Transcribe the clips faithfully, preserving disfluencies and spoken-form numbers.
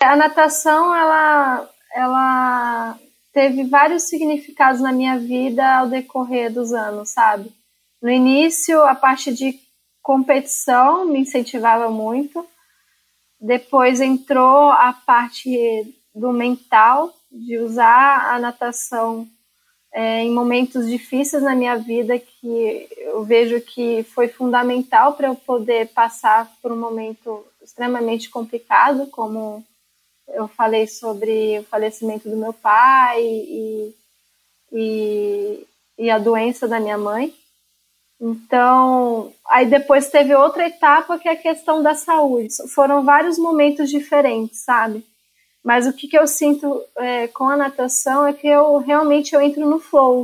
a natação, ela, ela teve vários significados na minha vida ao decorrer dos anos, sabe? No início, a parte de competição me incentivava muito. Depois entrou a parte do mental, de usar a natação é, em momentos difíceis na minha vida, que eu vejo que foi fundamental para eu poder passar por um momento extremamente complicado, como eu falei sobre o falecimento do meu pai e, e, e a doença da minha mãe. Então, aí depois teve outra etapa, que é a questão da saúde. Foram vários momentos diferentes, sabe? Mas o que, que eu sinto é, com a natação é que eu realmente eu entro no flow.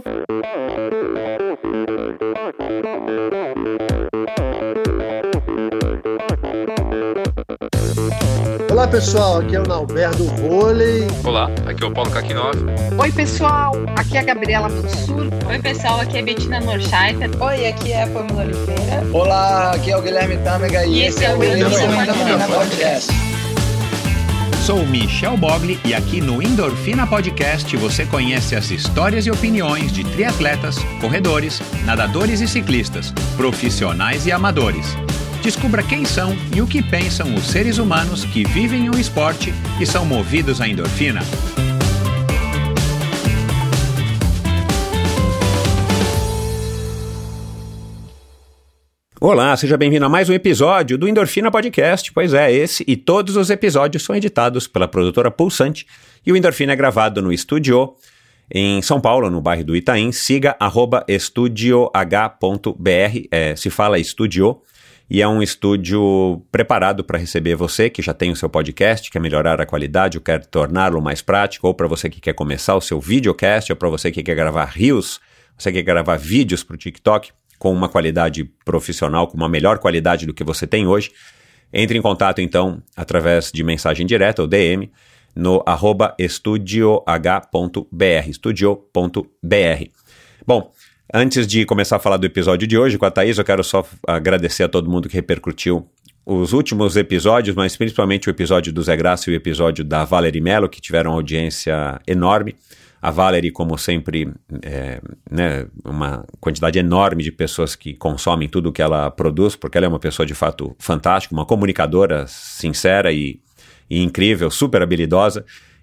Olá pessoal, aqui é o Nalberto do Vôlei. Olá, aqui é o Paulo Kakinov. Oi pessoal, aqui é a Gabriela Mansur. Oi pessoal, aqui é a Bettina Norscheiter. Oi, aqui é a Pamela Oliveira. Olá, aqui é o Guilherme Tâmega e, e esse é o Endorfina Podcast. Sou Michel Bogli e aqui no Endorfina Podcast você conhece as histórias e opiniões de triatletas, corredores, nadadores e ciclistas, profissionais e amadores. Descubra quem são e o que pensam os seres humanos que vivem o esporte e são movidos à endorfina. Olá, seja bem-vindo a mais um episódio do Endorfina Podcast. Pois é, esse e todos os episódios são editados pela produtora Pulsante e o Endorfina é gravado no Estúdio em São Paulo, no bairro do Itaim. Siga arroba estudioh ponto br, é, se fala Estúdio. E é um estúdio preparado para receber você que já tem o seu podcast, quer melhorar a qualidade ou quer torná-lo mais prático, ou para você que quer começar o seu videocast, ou para você que quer gravar reels, você quer gravar vídeos para o TikTok com uma qualidade profissional, com uma melhor qualidade do que você tem hoje. Entre em contato então através de mensagem direta ou D M no arroba estudioh ponto br, estudio ponto br. Bom, antes de começar a falar do episódio de hoje com a Thaís, eu quero só agradecer a todo mundo que repercutiu os últimos episódios, mas principalmente o episódio do Zé Graça e o episódio da Valerie Mello, que tiveram audiência enorme. A Valerie, como sempre, é, né, uma quantidade enorme de pessoas que consomem tudo que ela produz, porque ela é uma pessoa de fato fantástica, uma comunicadora sincera e, e incrível, super habilidosa.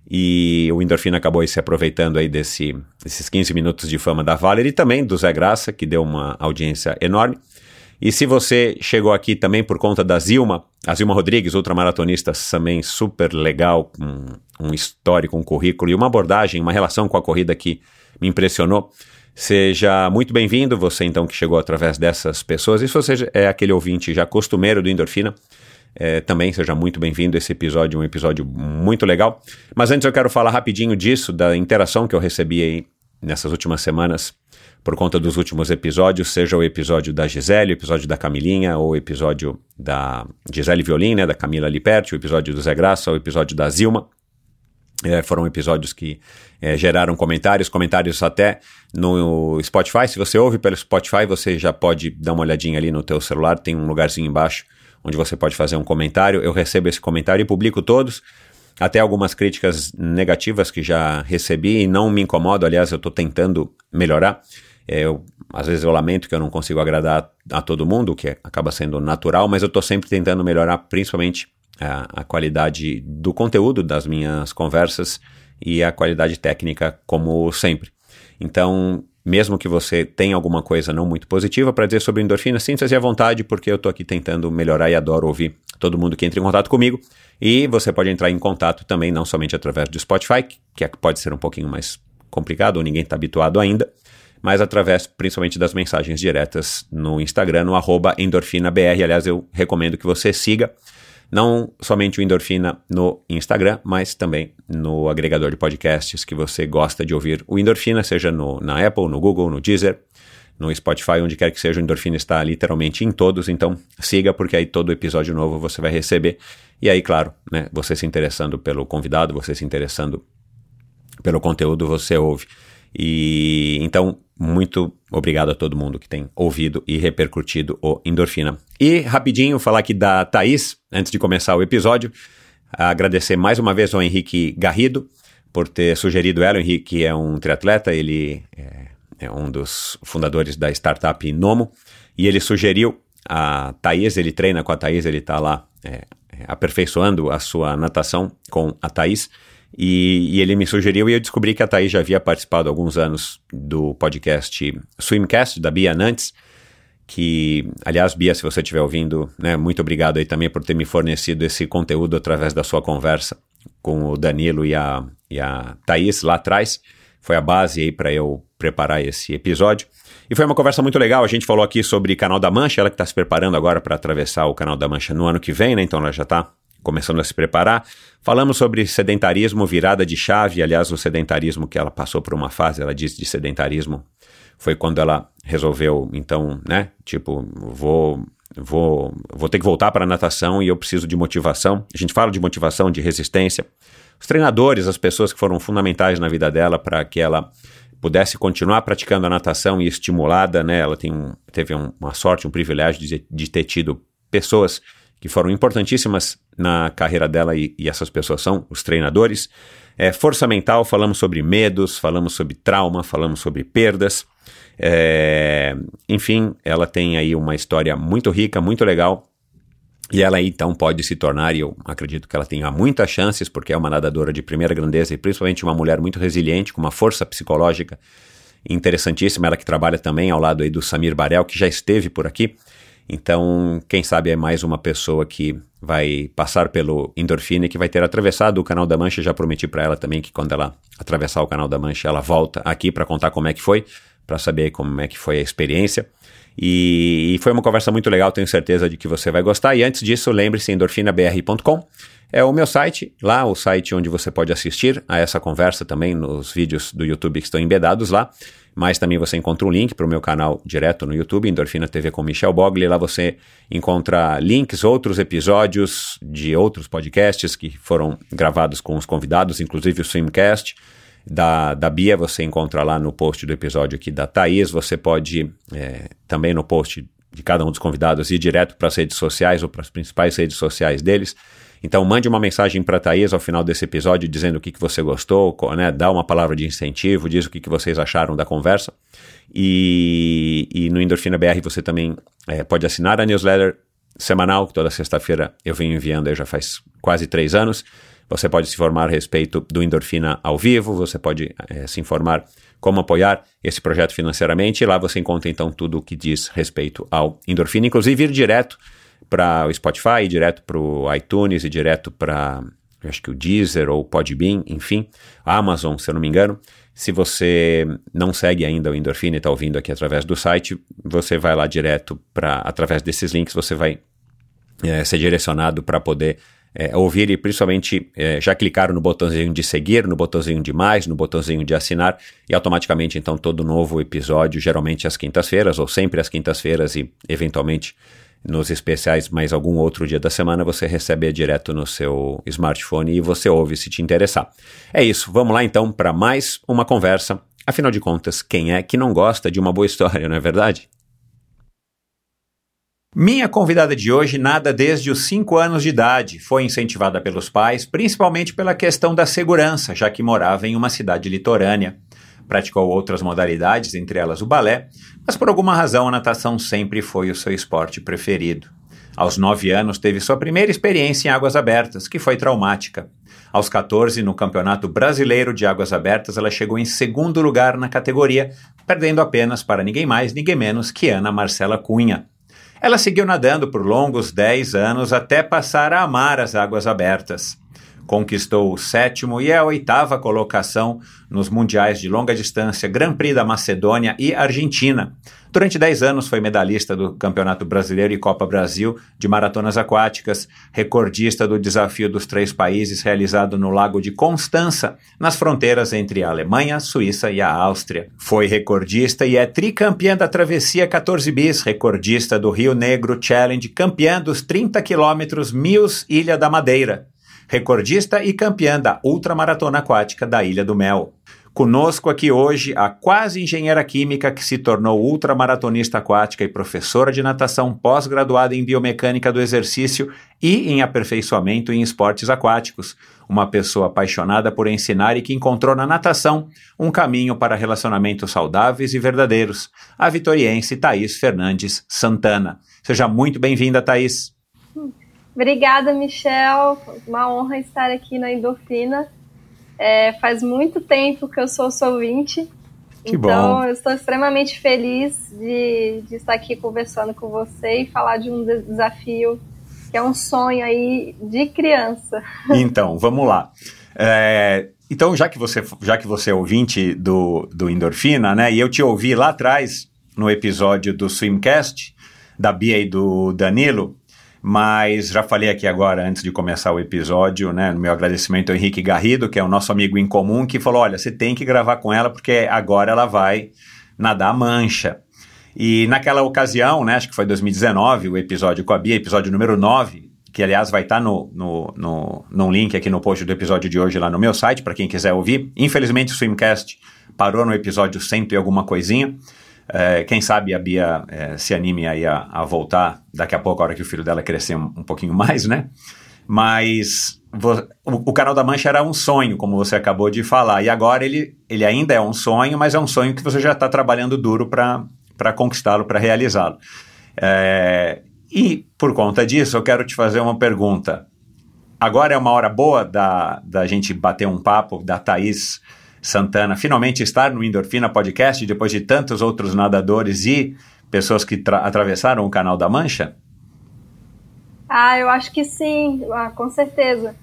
E o Endorfina acabou aí se aproveitando aí desse, desses quinze minutos de fama da Valerie e também do Zé Graça, que deu uma audiência enorme. E se você chegou aqui também por conta da Zilma, a Zilma Rodrigues, ultramaratonista também super legal, com um histórico, um currículo e uma abordagem, uma relação com a corrida que me impressionou, seja muito bem-vindo, você então que chegou através dessas pessoas. E se você é aquele ouvinte já costumeiro do Endorfina, É, também seja muito bem-vindo. Esse episódio é um episódio muito legal. Mas antes eu quero falar rapidinho disso, da interação que eu recebi aí nessas últimas semanas por conta dos últimos episódios, seja o episódio da Gisele, o episódio da Camilinha, ou o episódio da Gisele Violin, né, da Camila Liperti, o episódio do Zé Graça, o episódio da Zilma. É, foram episódios que é, geraram comentários, comentários até no Spotify. Se você ouve pelo Spotify, você já pode dar uma olhadinha ali no teu celular, tem um lugarzinho embaixo onde você pode fazer um comentário. Eu recebo esse comentário e publico todos, até algumas críticas negativas que já recebi e não me incomodo. Aliás, eu estou tentando melhorar. É, eu, às vezes eu lamento que eu não consigo agradar a todo mundo, o que acaba sendo natural, mas eu estou sempre tentando melhorar, principalmente a, a qualidade do conteúdo das minhas conversas e a qualidade técnica, como sempre. Então, mesmo que você tenha alguma coisa não muito positiva para dizer sobre endorfina, sinta-se à vontade, porque eu estou aqui tentando melhorar e adoro ouvir todo mundo que entra em contato comigo. E você pode entrar em contato também, não somente através do Spotify, que pode ser um pouquinho mais complicado, ou ninguém está habituado ainda, mas através principalmente das mensagens diretas no Instagram, no arroba endorfinabr. Aliás, eu recomendo que você siga não somente o Endorfina no Instagram, mas também no agregador de podcasts que você gosta de ouvir o Endorfina, seja no, na Apple, no Google, no Deezer, no Spotify, onde quer que seja, o Endorfina está literalmente em todos. Então siga, porque aí todo episódio novo você vai receber. E aí, claro, né, você se interessando pelo convidado, você se interessando pelo conteúdo, você ouve. E então, muito obrigado a todo mundo que tem ouvido e repercutido o Endorfina. E rapidinho, falar aqui da Thaís, antes de começar o episódio. Agradecer mais uma vez ao Henrique Garrido por ter sugerido ela. O Henrique é um triatleta, ele é, é um dos fundadores da startup Nomo, e ele sugeriu a Thaís, ele treina com a Thaís, ele está lá é, aperfeiçoando a sua natação com a Thaís, e, e ele me sugeriu, e eu descobri que a Thaís já havia participado há alguns anos do podcast Swimcast, da Bia Nantes, que, aliás, Bia, se você estiver ouvindo, né, muito obrigado aí também por ter me fornecido esse conteúdo através da sua conversa com o Danilo e a, e a Thaís lá atrás. Foi a base aí para eu preparar esse episódio. E foi uma conversa muito legal. A gente falou aqui sobre Canal da Mancha, ela que está se preparando agora para atravessar o Canal da Mancha no ano que vem, né? Então ela já está começando a se preparar. Falamos sobre sedentarismo, virada de chave. Aliás, o sedentarismo que ela passou por uma fase, ela disse de sedentarismo, foi quando ela resolveu, então, né, tipo, vou, vou, vou ter que voltar para a natação e eu preciso de motivação. A gente fala de motivação, de resistência. Os treinadores, as pessoas que foram fundamentais na vida dela para que ela pudesse continuar praticando a natação e estimulada, né, ela tem um, teve um, uma sorte, um privilégio de, de ter tido pessoas que foram importantíssimas na carreira dela e, e essas pessoas são os treinadores. É, força mental, falamos sobre medos, falamos sobre trauma, falamos sobre perdas. É, enfim, ela tem aí uma história muito rica, muito legal, e ela aí então pode se tornar, e eu acredito que ela tenha muitas chances, porque é uma nadadora de primeira grandeza e principalmente uma mulher muito resiliente, com uma força psicológica interessantíssima, ela que trabalha também ao lado aí do Samir Barel, que já esteve por aqui. Então, quem sabe é mais uma pessoa que vai passar pelo Endorfina e que vai ter atravessado o Canal da Mancha. Já prometi para ela também que quando ela atravessar o Canal da Mancha, ela volta aqui para contar como é que foi, para saber como é que foi a experiência. E, e foi uma conversa muito legal, tenho certeza de que você vai gostar. E antes disso, lembre-se, endorfina b r ponto com é o meu site, lá o site onde você pode assistir a essa conversa também nos vídeos do YouTube que estão embedados lá. Mas também você encontra um link para o meu canal direto no YouTube, Endorfina T V com Michel Bogli. Lá você encontra links, outros episódios de outros podcasts que foram gravados com os convidados, inclusive o Swimcast da, da Bia, você encontra lá no post do episódio aqui da Thaís. Você pode é, também no post de cada um dos convidados ir direto para as redes sociais ou para as principais redes sociais deles. Então mande uma mensagem para a Thaís ao final desse episódio dizendo o que, que você gostou, né? Dá uma palavra de incentivo, diz o que, que vocês acharam da conversa. E, e no Endorfina B R você também é, pode assinar a newsletter semanal, que toda sexta-feira eu venho enviando aí já faz quase três anos. Você pode se informar a respeito do Endorfina ao vivo, você pode é, se informar como apoiar esse projeto financeiramente. E lá você encontra então tudo o que diz respeito ao Endorfina, inclusive ir direto para o Spotify, direto para o iTunes e direto para, acho que o Deezer ou o Podbean, enfim, a Amazon, se eu não me engano. Se você não segue ainda o Endorfina e está ouvindo aqui através do site, você vai lá direto para, através desses links, você vai é, ser direcionado para poder é, ouvir e principalmente é, já clicar no botãozinho de seguir, no botãozinho de mais, no botãozinho de assinar e automaticamente então todo novo episódio, geralmente às quintas-feiras ou sempre às quintas-feiras e eventualmente nos especiais mais algum outro dia da semana, você recebe direto no seu smartphone e você ouve se te interessar. É isso, vamos lá então para mais uma conversa. Afinal de contas, quem é que não gosta de uma boa história, não é verdade? Minha convidada de hoje nada desde os cinco anos de idade. Foi incentivada pelos pais, principalmente pela questão da segurança, já que morava em uma cidade litorânea. Praticou outras modalidades, entre elas o balé, mas por alguma razão a natação sempre foi o seu esporte preferido. Aos nove anos teve sua primeira experiência em águas abertas, que foi traumática. Aos catorze, no Campeonato Brasileiro de Águas Abertas, ela chegou em segundo lugar na categoria, perdendo apenas para ninguém mais, ninguém menos que Ana Marcela Cunha. Ela seguiu nadando por longos dez anos até passar a amar as águas abertas. Conquistou o sétimo e a oitava colocação nos mundiais de longa distância Grand Prix da Macedônia e Argentina. Durante dez anos foi medalhista do Campeonato Brasileiro e Copa Brasil de maratonas aquáticas, recordista do Desafio dos Três Países realizado no Lago de Constança, nas fronteiras entre a Alemanha, a Suíça e a Áustria. Foi recordista e é tricampeã da Travessia quatorze bis, recordista do Rio Negro Challenge, campeã dos trinta quilômetros Mills Ilha da Madeira. Recordista e campeã da ultramaratona aquática da Ilha do Mel. Conosco aqui hoje a quase engenheira química que se tornou ultramaratonista aquática e professora de natação pós-graduada em biomecânica do exercício e em aperfeiçoamento em esportes aquáticos. Uma pessoa apaixonada por ensinar e que encontrou na natação um caminho para relacionamentos saudáveis e verdadeiros. A vitoriense Thaís Fernandes Santana. Seja muito bem-vinda, Thaís. Obrigada, Michel. Uma honra estar aqui na Endorfina. É, faz muito tempo que eu sou sua ouvinte, que então bom. Eu estou extremamente feliz de, de estar aqui conversando com você e falar de um desafio que é um sonho aí de criança. Então, vamos lá. É, então, já que você, já que você é ouvinte do, do Endorfina, né, e eu te ouvi lá atrás no episódio do Swimcast, da Bia e do Danilo, mas já falei aqui agora, antes de começar o episódio, né, no meu agradecimento ao Henrique Garrido, que é o nosso amigo em comum, que falou, olha, você tem que gravar com ela, porque agora ela vai nadar a mancha. E naquela ocasião, né, acho que foi dois mil e dezenove, o episódio com a Bia, episódio número nove, que aliás vai estar no, no, no, no link aqui no post do episódio de hoje lá no meu site, para quem quiser ouvir. Infelizmente o Swimcast parou no episódio cento e alguma coisinha. É, quem sabe a Bia é, se anime aí a, a voltar daqui a pouco, a hora que o filho dela crescer um, um pouquinho mais, né? Mas vo, o, o Canal da Mancha era um sonho, como você acabou de falar, e agora ele, ele ainda é um sonho, mas é um sonho que você já está trabalhando duro para conquistá-lo, para realizá-lo. É, e por conta disso, eu quero te fazer uma pergunta. Agora é uma hora boa da, da gente bater um papo, da Thaís Santana finalmente estar no Endorfina Podcast depois de tantos outros nadadores e pessoas que tra- atravessaram o Canal da Mancha? Ah, eu acho que sim, ah, com certeza.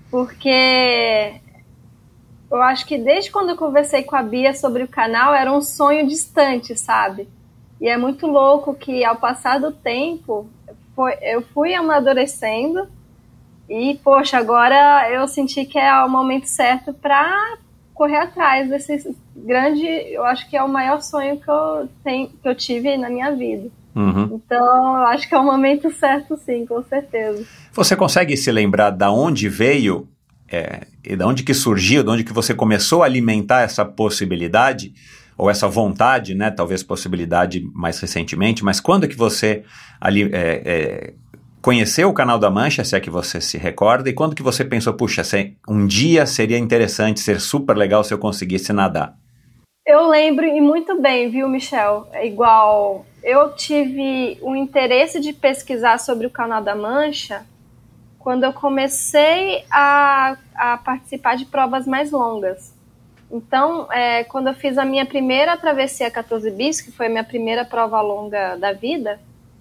Porque eu acho que desde quando eu conversei com a Bia sobre o canal, era um sonho distante, sabe? E é muito louco que ao passar do tempo, foi, eu fui amadurecendo e, poxa, agora eu senti que é o momento certo para correr atrás desse grande, eu acho que é o maior sonho que eu, tenho, que eu tive na minha vida. Uhum. Então, eu acho que é o momento certo, sim, com certeza. Você consegue se lembrar de onde veio, é, e de onde que surgiu, de onde que você começou a alimentar essa possibilidade, ou essa vontade, né, talvez possibilidade mais recentemente, mas quando que você ali, é, é, conheceu o Canal da Mancha, se é que você se recorda, e quando que você pensou, puxa, um dia seria interessante, ser super legal se eu conseguisse nadar? Eu lembro e muito bem, viu, Michel? É igual, eu tive o interesse de pesquisar sobre o Canal da Mancha quando eu comecei a, a participar de provas mais longas. Então, é, quando eu fiz a minha primeira travessia quatorze bis, que foi a minha primeira prova longa da vida,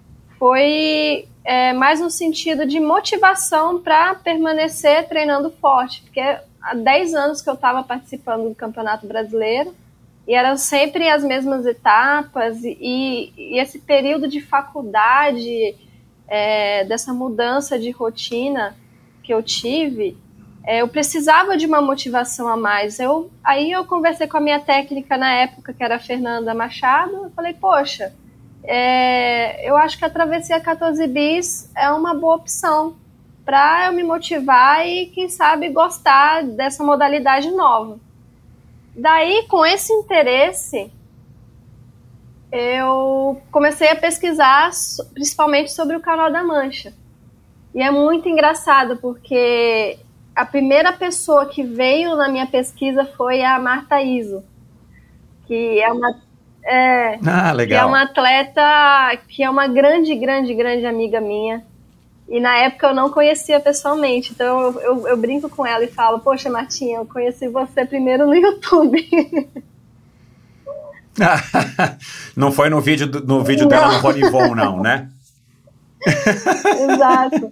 foi é, mais no sentido de motivação para permanecer treinando forte, porque há dez anos que eu estava participando do Campeonato Brasileiro e eram sempre as mesmas etapas e, e esse período de faculdade, é, dessa mudança de rotina que eu tive, é, eu precisava de uma motivação a mais. Eu, aí eu conversei com a minha técnica na época, que era a Fernanda Machado, eu falei, poxa, É, eu acho que a travessia quatorze bis é uma boa opção para eu me motivar e, quem sabe, gostar dessa modalidade nova. Daí, com esse interesse, eu comecei a pesquisar principalmente sobre o Canal da Mancha. E é muito engraçado, porque a primeira pessoa que veio na minha pesquisa foi a Marta Iso, que é uma É, ah, legal. Que é uma atleta que é uma grande, grande, grande amiga minha. E na época eu não conhecia pessoalmente. Então eu, eu, eu brinco com ela e falo, poxa, Martinha, eu conheci você primeiro no YouTube. Não foi no vídeo, do, no vídeo dela no Ronivon, não, né? Exato.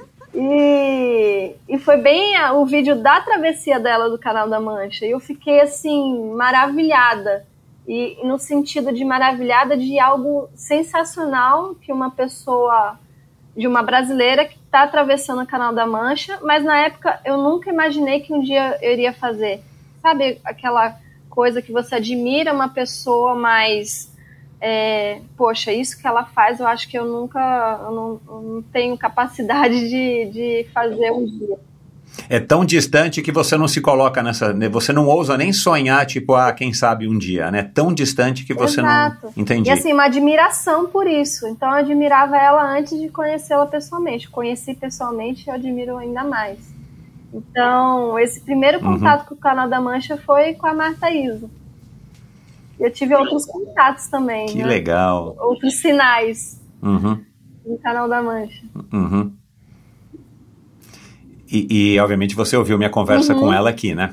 E, e foi bem a, o vídeo da travessia dela do Canal da Mancha. E eu fiquei, assim, maravilhada. E no sentido de maravilhada de algo sensacional que uma pessoa, de uma brasileira que está atravessando o Canal da Mancha, mas na época eu nunca imaginei que um dia eu iria fazer. Sabe aquela coisa que você admira uma pessoa, mas, é, poxa, isso que ela faz eu acho que eu nunca, eu não, eu não tenho capacidade de, de fazer um dia. É tão distante que você não se coloca nessa... Você não ousa nem sonhar, tipo, ah, quem sabe um dia, né? Tão distante que você Exato. não... Entendi. E assim, uma admiração por isso. Então eu admirava ela antes de conhecê-la pessoalmente. Conheci pessoalmente e eu admiro ainda mais. Então, esse primeiro contato uhum. com o Canal da Mancha foi com a Marta Iso. Eu tive outros contatos também. Que né? legal. Outros sinais uhum. no Canal da Mancha. Uhum. E, e, obviamente, você ouviu minha conversa uhum. com ela aqui, né?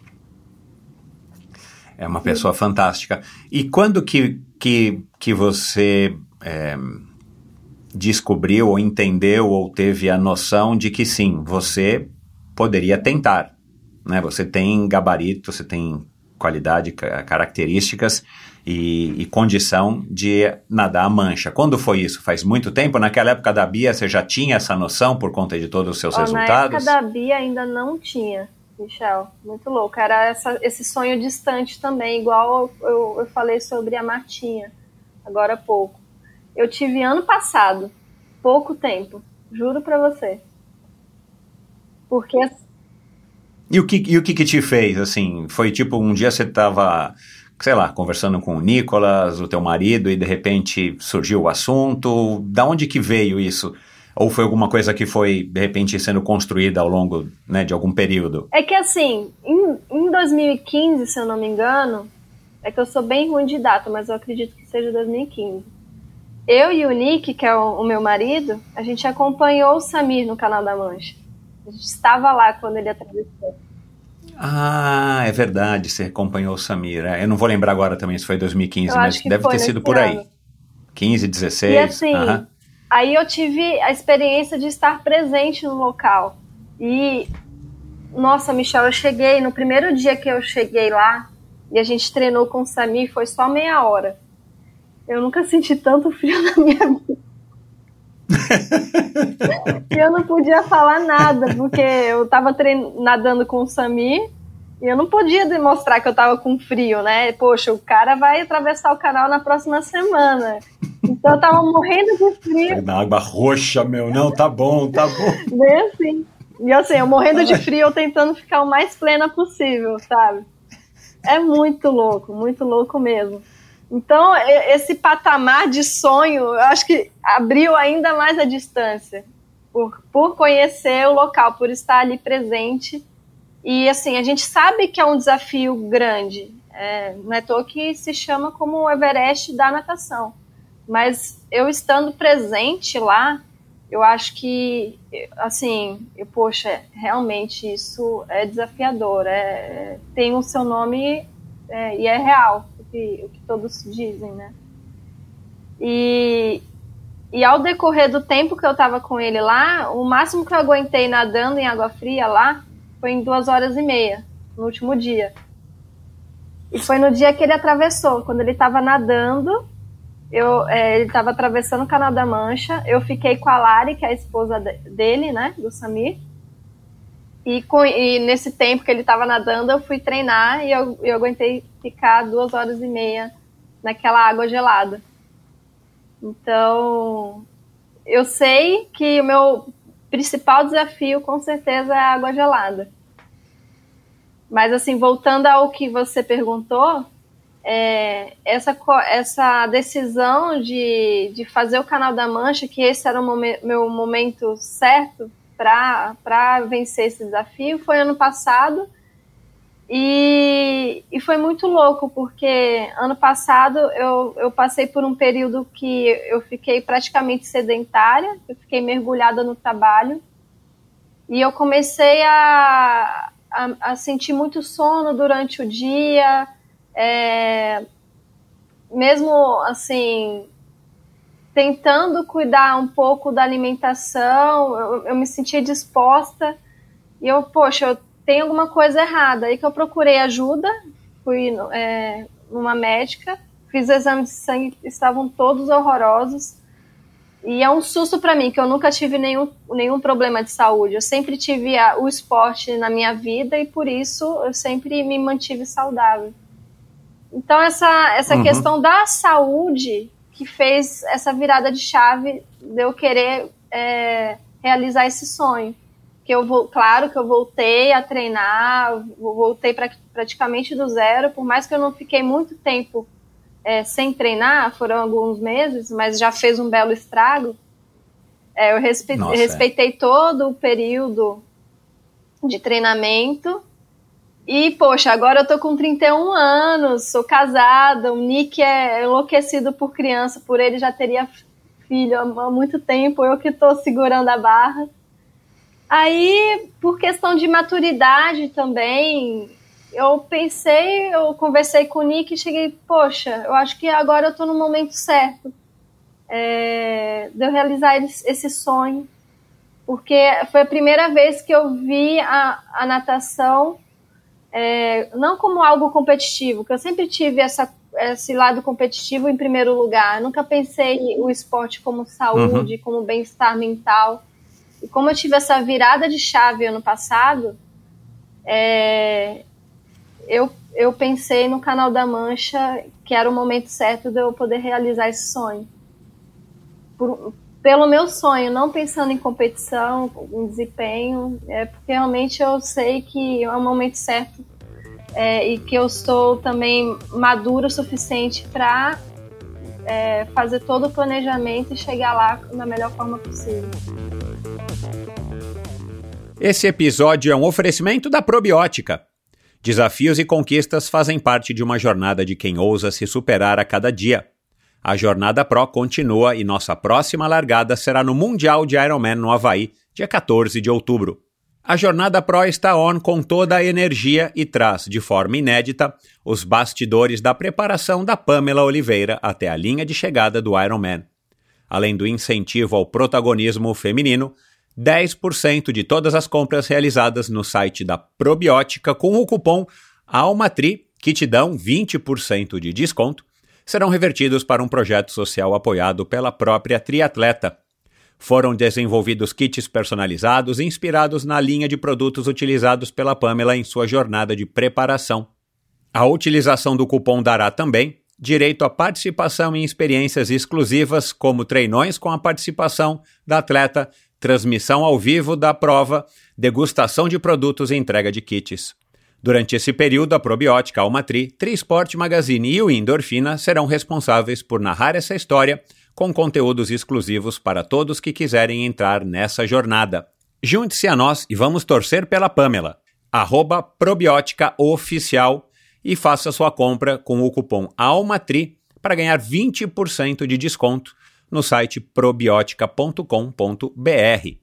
É uma pessoa Sim. fantástica. E quando que, que, que você é, descobriu, ou entendeu, ou teve a noção de que sim, você poderia tentar, né? Você tem gabarito, você tem qualidade, características e, e condição de nadar a mancha. Quando foi isso? Faz muito tempo? Naquela época da Bia, você já tinha essa noção por conta de todos os seus oh, resultados? Na época da Bia ainda não tinha, Michel. Muito louco. Era essa, esse sonho distante também, igual eu, eu, eu falei sobre a Martinha, agora há pouco. Eu tive ano passado, pouco tempo, juro pra você. Porque... E o que, e o que que te fez, assim? Foi tipo, um dia você estava, sei lá, conversando com o Nicolas, o teu marido, e de repente surgiu o assunto. Da onde que veio isso? Ou foi alguma coisa que foi, de repente, sendo construída ao longo, né, de algum período? É que assim, em, em dois mil e quinze, se eu não me engano, é que eu sou bem ruim de data, mas eu acredito que seja dois mil e quinze. Eu e o Nick, que é o, o meu marido, a gente acompanhou o Samir no Canal da Mancha. A gente estava lá quando ele atravessou. Ah, é verdade, você acompanhou o Samir. É, eu não vou lembrar agora também se foi dois mil e quinze, eu mas deve ter sido por ano. aí. quinze, dezesseis. E assim, uh-huh. aí eu tive a experiência de estar presente no local. E, nossa, Michel, eu cheguei, no primeiro dia que eu cheguei lá, e a gente treinou com o Samir, foi só meia hora. Eu nunca senti tanto frio na minha vida. E eu não podia falar nada, porque eu tava trein- nadando com o Samir e eu não podia demonstrar que eu tava com frio, né? Poxa, o cara vai atravessar o canal na próxima semana. Então eu tava morrendo de frio. Na água roxa, meu. Não, tá bom, tá bom. Bem assim. E assim, eu morrendo de frio, eu tentando ficar o mais plena possível, sabe? É muito louco, muito louco mesmo. Então, esse patamar de sonho, eu acho que abriu ainda mais a distância, por, por conhecer o local, por estar ali presente. E, assim, a gente sabe que é um desafio grande. É, não é à toa que se chama como o Everest da natação. Mas eu estando presente lá, eu acho que, assim, eu, poxa, realmente isso é desafiador. É, tem o seu nome é, e é real. Que, o que todos dizem, né? E, e ao decorrer do tempo que eu tava com ele lá, o máximo que eu aguentei nadando em água fria lá foi em duas horas e meia, no último dia. E foi no dia que ele atravessou, quando ele tava nadando, eu, é, ele tava atravessando o Canal da Mancha, eu fiquei com a Lari, que é a esposa de, dele, né, do Samir. E, com, e nesse tempo que ele estava nadando, eu fui treinar e eu, eu aguentei ficar duas horas e meia naquela água gelada. Então, eu sei que o meu principal desafio, com certeza, é a água gelada. Mas, assim, voltando ao que você perguntou, é, essa, essa decisão de, de fazer o Canal da Mancha, que esse era o momen- meu momento certo para vencer esse desafio, foi ano passado. E, e foi muito louco, porque ano passado eu, eu passei por um período que eu fiquei praticamente sedentária, eu fiquei mergulhada no trabalho, e eu comecei a, a, a sentir muito sono durante o dia, é, mesmo assim, tentando cuidar um pouco da alimentação, eu, eu me sentia disposta, e eu, poxa, eu tem alguma coisa errada. Aí que eu procurei ajuda, fui é, numa médica, fiz exames de sangue, estavam todos horrorosos. E é um susto para mim, que eu nunca tive nenhum, nenhum problema de saúde. Eu sempre tive a, o esporte na minha vida e por isso eu sempre me mantive saudável. Então essa, essa uhum. questão da saúde que fez essa virada de chave de eu querer é, realizar esse sonho. porque eu vou, claro que eu voltei a treinar, voltei pra, praticamente do zero, por mais que eu não fiquei muito tempo é, sem treinar, foram alguns meses, mas já fez um belo estrago. É, eu respe- Nossa, respeitei é. todo o período de treinamento. E, poxa, agora eu tô com trinta e um anos, sou casada, o Nick é enlouquecido por criança, por ele já teria filho há muito tempo, eu que tô segurando a barra. Aí, por questão de maturidade também, eu pensei, eu conversei com o Nick e cheguei, poxa, eu acho que agora eu tô no momento certo é, de eu realizar esse sonho, porque foi a primeira vez que eu vi a, a natação É, não como algo competitivo, que eu sempre tive essa, esse lado competitivo em primeiro lugar. Eu nunca pensei o esporte como saúde, uhum. como bem-estar mental. E como eu tive essa virada de chave ano passado, é, eu, eu pensei no Canal da Mancha que era o momento certo de eu poder realizar esse sonho. Por, pelo meu sonho, não pensando em competição, em desempenho, é porque realmente eu sei que é o momento certo é, e que eu estou também madura o suficiente para é, fazer todo o planejamento e chegar lá da melhor forma possível. Esse episódio é um oferecimento da Probiótica. Desafios e conquistas fazem parte de uma jornada de quem ousa se superar a cada dia. A Jornada Pro continua e nossa próxima largada será no Mundial de Ironman no Havaí, dia quatorze de outubro. A Jornada Pro está on com toda a energia e traz, de forma inédita, os bastidores da preparação da Pamela Oliveira até a linha de chegada do Ironman. Além do incentivo ao protagonismo feminino, dez por cento de todas as compras realizadas no site da Probiótica com o cupom ALMATRI, que te dão vinte por cento de desconto, serão revertidos para um projeto social apoiado pela própria triatleta. Foram desenvolvidos kits personalizados inspirados na linha de produtos utilizados pela Pamela em sua jornada de preparação. A utilização do cupom dará também direito à participação em experiências exclusivas, como treinões com a participação da atleta, transmissão ao vivo da prova, degustação de produtos e entrega de kits. Durante esse período, a Probiótica, Almatri, Trisport Magazine e o Endorfina serão responsáveis por narrar essa história com conteúdos exclusivos para todos que quiserem entrar nessa jornada. Junte-se a nós e vamos torcer pela Pamela. Arroba Probiótica Oficial e faça sua compra com o cupom ALMATRI para ganhar vinte por cento de desconto no site probiotica ponto com ponto b r.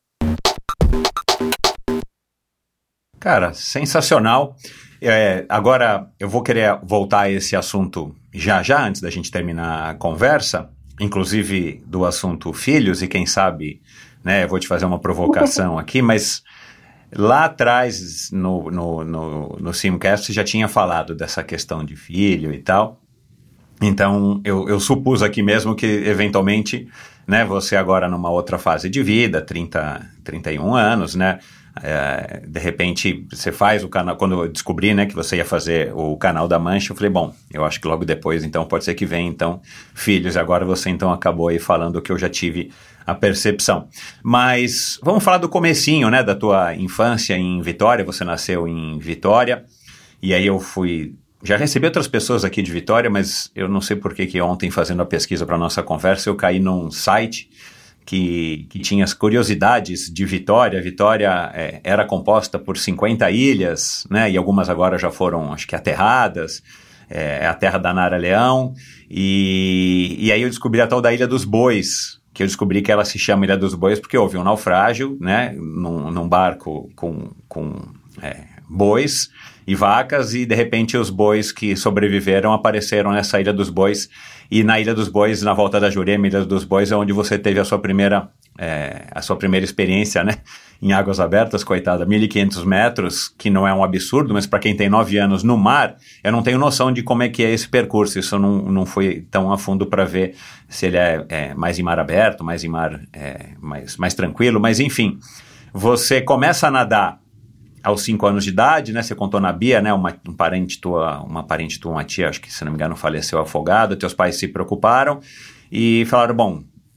Cara, sensacional. É, agora eu vou querer voltar a esse assunto já já, antes da gente terminar a conversa, inclusive do assunto filhos, e quem sabe, né, eu vou te fazer uma provocação aqui, mas lá atrás no, no, no, no Simcast você já tinha falado dessa questão de filho e tal, então eu, eu supus aqui mesmo que eventualmente, né, você agora numa outra fase de vida, trinta, trinta e um anos, né, É, de repente você faz o canal. Quando eu descobri, né, que você ia fazer o Canal da Mancha, eu falei, bom, eu acho que logo depois então pode ser que venha então filhos, e agora você então acabou aí falando que eu já tive a percepção. Mas vamos falar do comecinho, né, da tua infância em Vitória. Você nasceu em Vitória e aí eu fui, já recebi outras pessoas aqui de Vitória, mas eu não sei por que que ontem, fazendo a pesquisa para nossa conversa, eu caí num site Que, que tinha as curiosidades de Vitória. Vitória é, era composta por cinquenta ilhas, né, e algumas agora já foram, acho que, aterradas. É, é a terra da Nara Leão. E, e aí eu descobri a tal da Ilha dos Bois, que eu descobri que ela se chama Ilha dos Bois porque houve um naufrágio, né, num, num barco com, com é, bois e vacas, e de repente os bois que sobreviveram apareceram nessa Ilha dos Bois. E na Ilha dos Bois, na volta da Jurema, Ilha dos Bois, é onde você teve a sua primeira, é, a sua primeira experiência, né, em águas abertas, coitada, mil e quinhentos metros, que não é um absurdo, mas para quem tem nove anos no mar, eu não tenho noção de como é que é esse percurso. Isso eu não, não fui tão a fundo para ver se ele é, é mais em mar aberto, mais em mar é, mais, mais tranquilo, mas enfim, você começa a nadar aos cinco anos de idade, né, você contou na Bia, né, uma, um parente tua, uma parente tua, uma tia, acho que se não me engano faleceu afogada, teus pais se preocuparam e falaram, bom,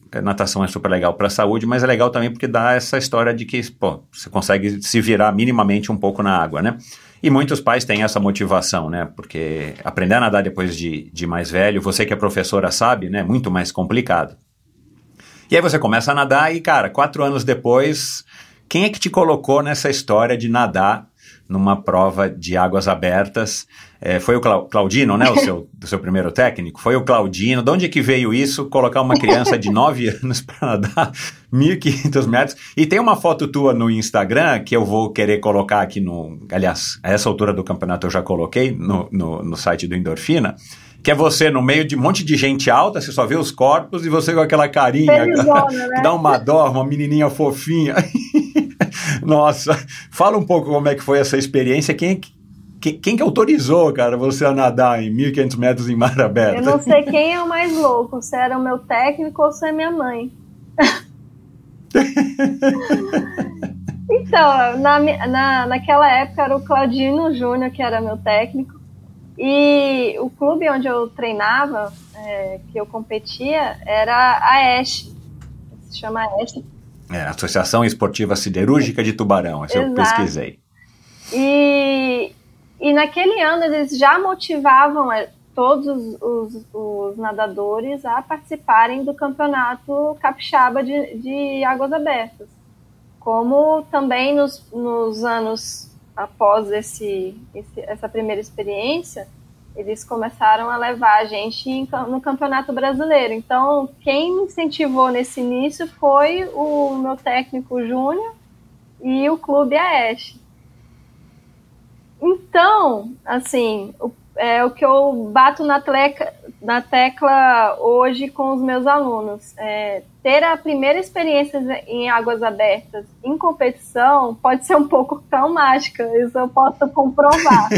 natação é super legal para a saúde, mas é legal também porque dá essa história de que, pô, você consegue se virar minimamente um pouco na água, né? E muitos pais têm essa motivação, né? Porque aprender a nadar depois de, de mais velho, você que é professora sabe, né? Muito mais complicado. E aí você começa a nadar e, cara, quatro anos depois, quem é que te colocou nessa história de nadar numa prova de águas abertas? É, foi o Cla- Claudino, né? O seu, o seu primeiro técnico? Foi o Claudino. De onde é que veio isso? Colocar uma criança de nove anos para nadar mil e quinhentos metros. E tem uma foto tua no Instagram que eu vou querer colocar aqui no... Aliás, a essa altura do campeonato eu já coloquei no, no, no site do Endorfina, que é você no meio de um monte de gente alta, você só vê os corpos e você com aquela carinha Felizona, né? que dá uma dó, uma menininha fofinha. Nossa, fala um pouco como é que foi essa experiência, quem, quem, quem que autorizou, cara, você a nadar em mil e quinhentos metros em mar aberto? Eu não sei quem é o mais louco, se era o meu técnico ou se é minha mãe. Então, na, na, naquela época era o Claudino Júnior que era meu técnico. E o clube onde eu treinava, é, que eu competia, era a ESH, se chama ESH. É, Associação Esportiva Siderúrgica de Tubarão, essa eu pesquisei. E, e naquele ano eles já motivavam é, todos os, os nadadores a participarem do campeonato capixaba de, de águas abertas. Como também nos, nos anos... após esse, esse, essa primeira experiência, eles começaram a levar a gente em, no Campeonato Brasileiro. Então, quem me incentivou nesse início foi o meu técnico Júnior e o Clube AESH. Então, assim, o, é o que eu bato na, tleca, na tecla hoje com os meus alunos. É, ter a primeira experiência em águas abertas em competição pode ser um pouco traumática, isso eu posso comprovar.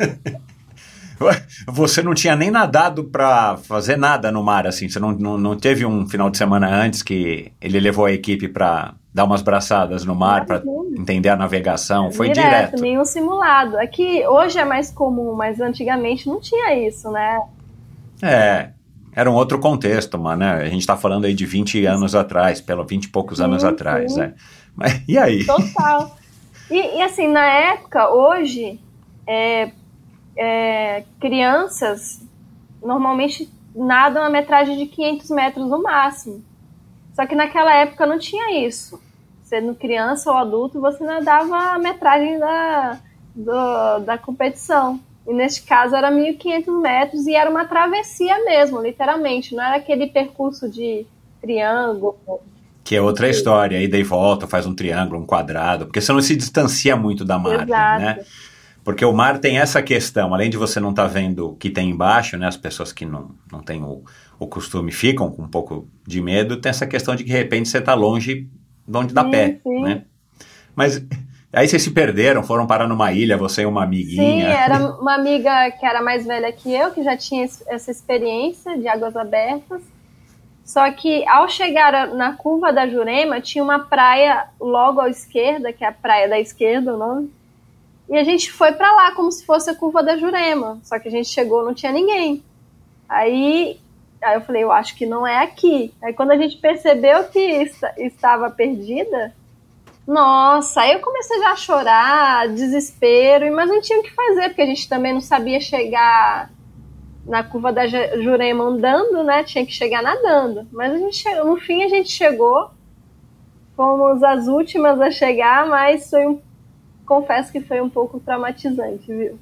Você não tinha nem nadado para fazer nada no mar, assim? Você não, não, não teve um final de semana antes que ele levou a equipe para dar umas braçadas no mar, para entender a navegação? Foi direto, direto? Nenhum simulado. Aqui hoje é mais comum, mas antigamente não tinha isso, né? É, era um outro contexto, mano, né? A gente tá falando aí de vinte anos atrás, pelo vinte e poucos sim, anos atrás, sim. né? Mas e aí? Total. E, e assim, na época, hoje, é, é, crianças normalmente nadam a metragem de quinhentos metros no máximo. Só que naquela época não tinha isso. Sendo criança ou adulto, você nadava a metragem da, do, da competição. E neste caso era mil e quinhentos metros e era uma travessia mesmo, literalmente. Não era aquele percurso de triângulo. Que é outra história. Aí daí volta, faz um triângulo, um quadrado. Porque você não se distancia muito da margem, exato, né? Porque o mar tem essa questão. Além de você não estar tá vendo o que tem embaixo, né? As pessoas que não, não têm o, o costume ficam com um pouco de medo. Tem essa questão de que de repente você está longe de onde dá sim, pé, sim. né? Mas... Aí vocês se perderam, foram parar numa ilha, você e uma amiguinha. Sim, era uma amiga que era mais velha que eu, que já tinha essa experiência de águas abertas. Só que ao chegar na curva da Jurema, tinha uma praia logo à esquerda, que é a praia da esquerda, o nome. E a gente foi pra lá como se fosse a curva da Jurema. Só que a gente chegou, não tinha ninguém. Aí, aí eu falei, eu acho que não é aqui. Aí quando a gente percebeu que est- estava perdida... Nossa, aí eu comecei já a chorar, desespero, mas não tinha o que fazer, porque a gente também não sabia chegar na curva da Jurema andando, né? Tinha que chegar nadando. Mas a gente chegou, no fim a gente chegou, fomos as últimas a chegar, mas foi um, confesso que foi um pouco traumatizante, viu?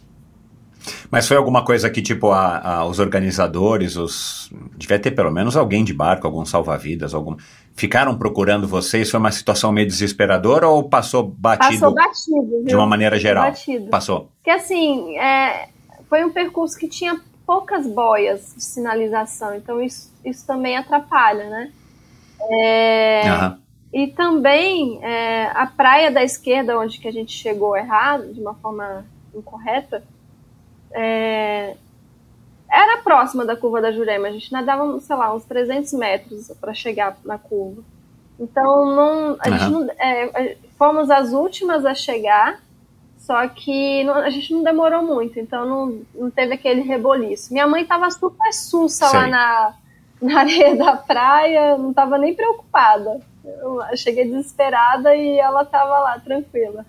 Mas foi alguma coisa que, tipo, a, a, os organizadores, os devia ter pelo menos alguém de barco, algum salva-vidas, algum... Ficaram procurando vocês? Foi uma situação meio desesperadora ou passou batido? Passou batido, viu? De uma maneira geral? Batido. Passou. Porque, assim, é, foi um percurso que tinha poucas boias de sinalização, então isso, isso também atrapalha, né? É, uhum. E também é, a praia da esquerda, onde que a gente chegou errado, de uma forma incorreta, é, era próxima da curva da Jurema. A gente nadava, sei lá, uns trezentos metros para chegar na curva. Então, não, a uhum. gente não, é, fomos as últimas a chegar, só que não, a gente não demorou muito, então não, não teve aquele reboliço. Minha mãe estava super sussa lá na, na areia da praia, não estava nem preocupada. Eu cheguei desesperada e ela estava lá, tranquila.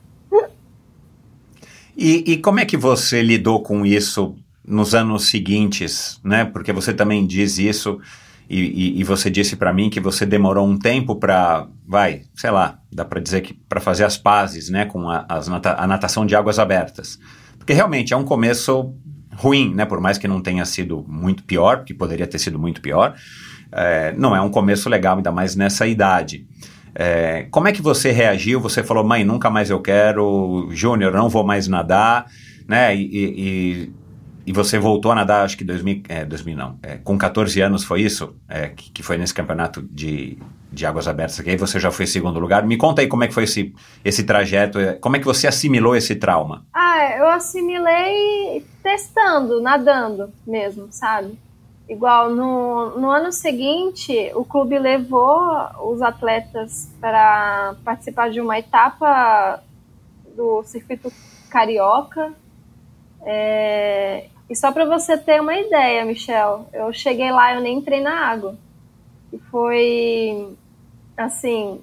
E, e como é que você lidou com isso nos anos seguintes, né? Porque você também diz isso e, e, e você disse para mim que você demorou um tempo para, vai, sei lá, dá para dizer que para fazer as pazes, né, com a, as nata- a natação de águas abertas. Porque realmente é um começo ruim, né? Por mais que não tenha sido muito pior, porque poderia ter sido muito pior, é, não é um começo legal, ainda mais nessa idade. É, como é que você reagiu? Você falou, mãe, nunca mais eu quero, Júnior, não vou mais nadar, né? E, e, e você voltou a nadar, acho que dois mil, é, dois mil não, é, com catorze anos foi isso? É, que, que foi nesse campeonato de, de águas abertas, que aí você já foi em segundo lugar. Me conta aí como é que foi esse, esse trajeto, como é que você assimilou esse trauma? Ah, eu assimilei testando, nadando mesmo, sabe? Igual, no, no ano seguinte, o clube levou os atletas para participar de uma etapa do circuito carioca. É, e só para você ter uma ideia, Michel, eu cheguei lá, eu nem entrei na água. E foi, assim,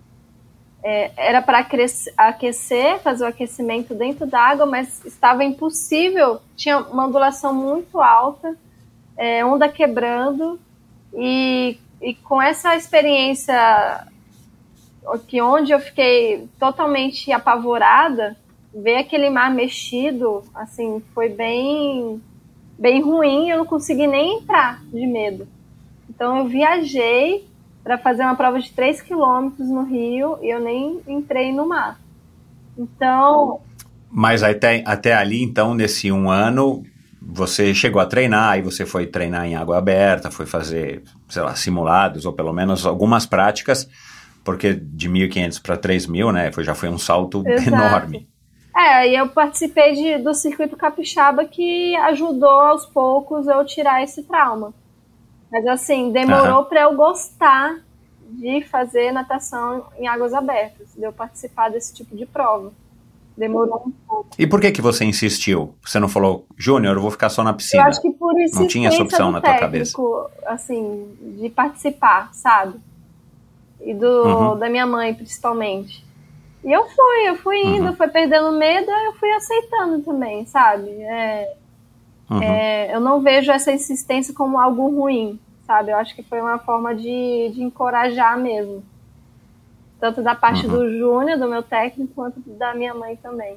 é, era para aquecer, fazer o aquecimento dentro da água, mas estava impossível, tinha uma ondulação muito alta. É, onda quebrando, e, e com essa experiência que onde eu fiquei totalmente apavorada, ver aquele mar mexido, assim, foi bem, bem ruim, eu não consegui nem entrar de medo. Então eu viajei para fazer uma prova de três quilômetros no Rio e eu nem entrei no mar. Então... Mas até, até ali, então, nesse um ano... Você chegou a treinar, aí você foi treinar em água aberta, foi fazer, sei lá, simulados, ou pelo menos algumas práticas, porque de mil e quinhentos para três mil, né, foi, já foi um salto Exato. Enorme. É, e eu participei de, do circuito capixaba que ajudou aos poucos eu tirar esse trauma. Mas assim, demorou para eu gostar de fazer natação em águas abertas, de eu participar desse tipo de prova. Demorou um pouco. E por que que você insistiu? Você não falou, Júnior, eu vou ficar só na piscina? Eu acho que por insistência não tinha essa opção na tua cabeça, assim, de participar, sabe? E do, uhum. da minha mãe, principalmente. E eu fui, eu fui indo, uhum. fui perdendo medo, eu fui aceitando também, sabe? É, uhum. é, eu não vejo essa insistência como algo ruim, sabe? Eu acho que foi uma forma de, de encorajar mesmo. Tanto da parte uhum. do Júnior, do meu técnico, quanto da minha mãe também.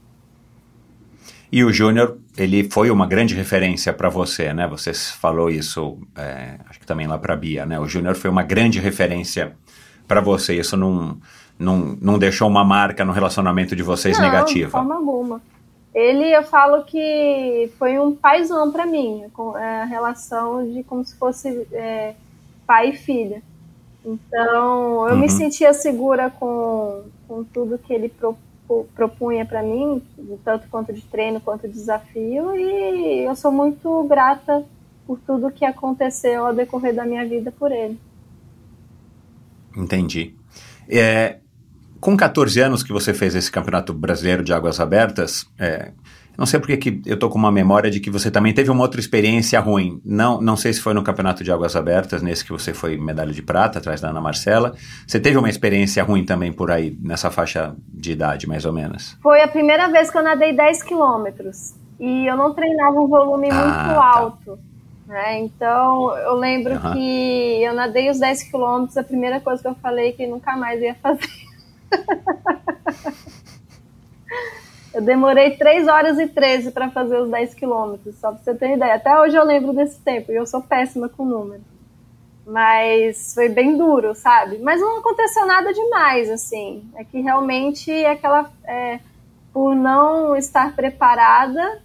E o Júnior, ele foi uma grande referência para você, né? Você falou isso, é, acho que também lá para a Bia, né? O Júnior foi uma grande referência para você. Isso não, não, não deixou uma marca no relacionamento de vocês não, negativa? De forma alguma. Ele, eu falo que foi um paizão para mim, com a relação de como se fosse é, pai e filha. Então, eu uhum. me sentia segura com, com tudo que ele pro, propunha para mim, tanto quanto de treino quanto de desafio, e eu sou muito grata por tudo que aconteceu ao decorrer da minha vida por ele. Entendi. É, com catorze anos que você fez esse Campeonato Brasileiro de Águas Abertas, é, não sei porque que eu tô com uma memória de que você também teve uma outra experiência ruim. Não, não sei se foi no Campeonato de Águas Abertas, nesse que você foi medalha de prata, atrás da Ana Marcela. Você teve uma experiência ruim também por aí, nessa faixa de idade, mais ou menos? Foi a primeira vez que eu nadei dez quilômetros. E eu não treinava um volume ah, muito tá. alto. Né? Então, eu lembro uhum. que eu nadei os dez quilômetros, a primeira coisa que eu falei é que nunca mais ia fazer. Eu demorei três horas e treze para fazer os dez quilômetros, só para você ter ideia. Até hoje eu lembro desse tempo, e eu sou péssima com número. Mas foi bem duro, sabe? Mas não aconteceu nada demais, assim. É que realmente aquela, é, por não estar preparada,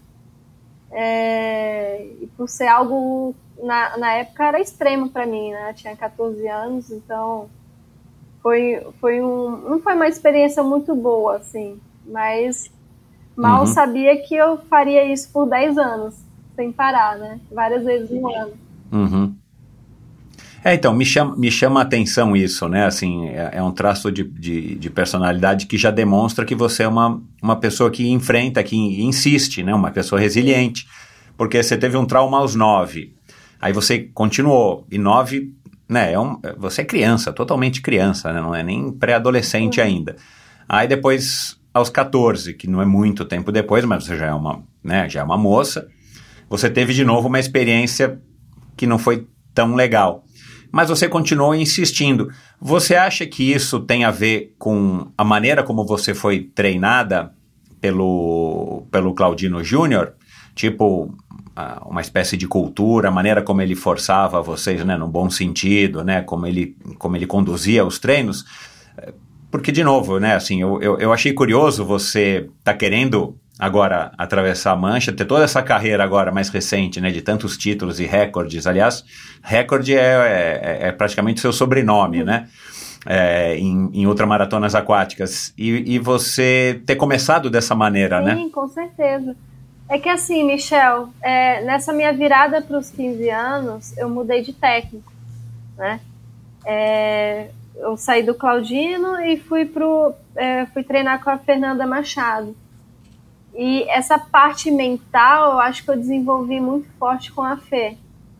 é, e por ser algo, na, na época era extremo para mim, né? Eu tinha catorze anos, então foi, foi um, não foi uma experiência muito boa, assim, mas... Mal uhum. sabia que eu faria isso por dez anos, sem parar, né? Várias vezes no ano. Uhum. É, então, me chama, me chama a atenção isso, né? Assim, é, é um traço de, de, de personalidade que já demonstra que você é uma, uma pessoa que enfrenta, que insiste, né? Uma pessoa resiliente. Porque você teve um trauma aos nove. Aí você continuou, e nove, né, é um, você é criança, totalmente criança, né, não é nem pré-adolescente uhum. ainda. Aí depois, aos catorze, que não é muito tempo depois, mas você já é uma, né, já é uma moça, você teve de novo uma experiência que não foi tão legal. Mas você continuou insistindo. Você acha que isso tem a ver com a maneira como você foi treinada pelo, pelo Claudino Júnior? Tipo, uma espécie de cultura, a maneira como ele forçava vocês, né, no bom sentido, né, como ele, como ele conduzia os treinos? Porque, de novo, né, assim, eu, eu, eu achei curioso você tá querendo agora atravessar a mancha, ter toda essa carreira agora mais recente, né, de tantos títulos e recordes. Aliás, recorde é, é, é praticamente seu sobrenome, né, é, em, em ultramaratonas aquáticas. E, e você ter começado dessa maneira, Sim, né? Sim, com certeza. É que assim, Michel, é, nessa minha virada para os quinze anos, eu mudei de técnico, né? É, eu saí do Claudino e fui, pro, é, fui treinar com a Fernanda Machado. E essa parte mental, eu acho que eu desenvolvi muito forte com a Fê.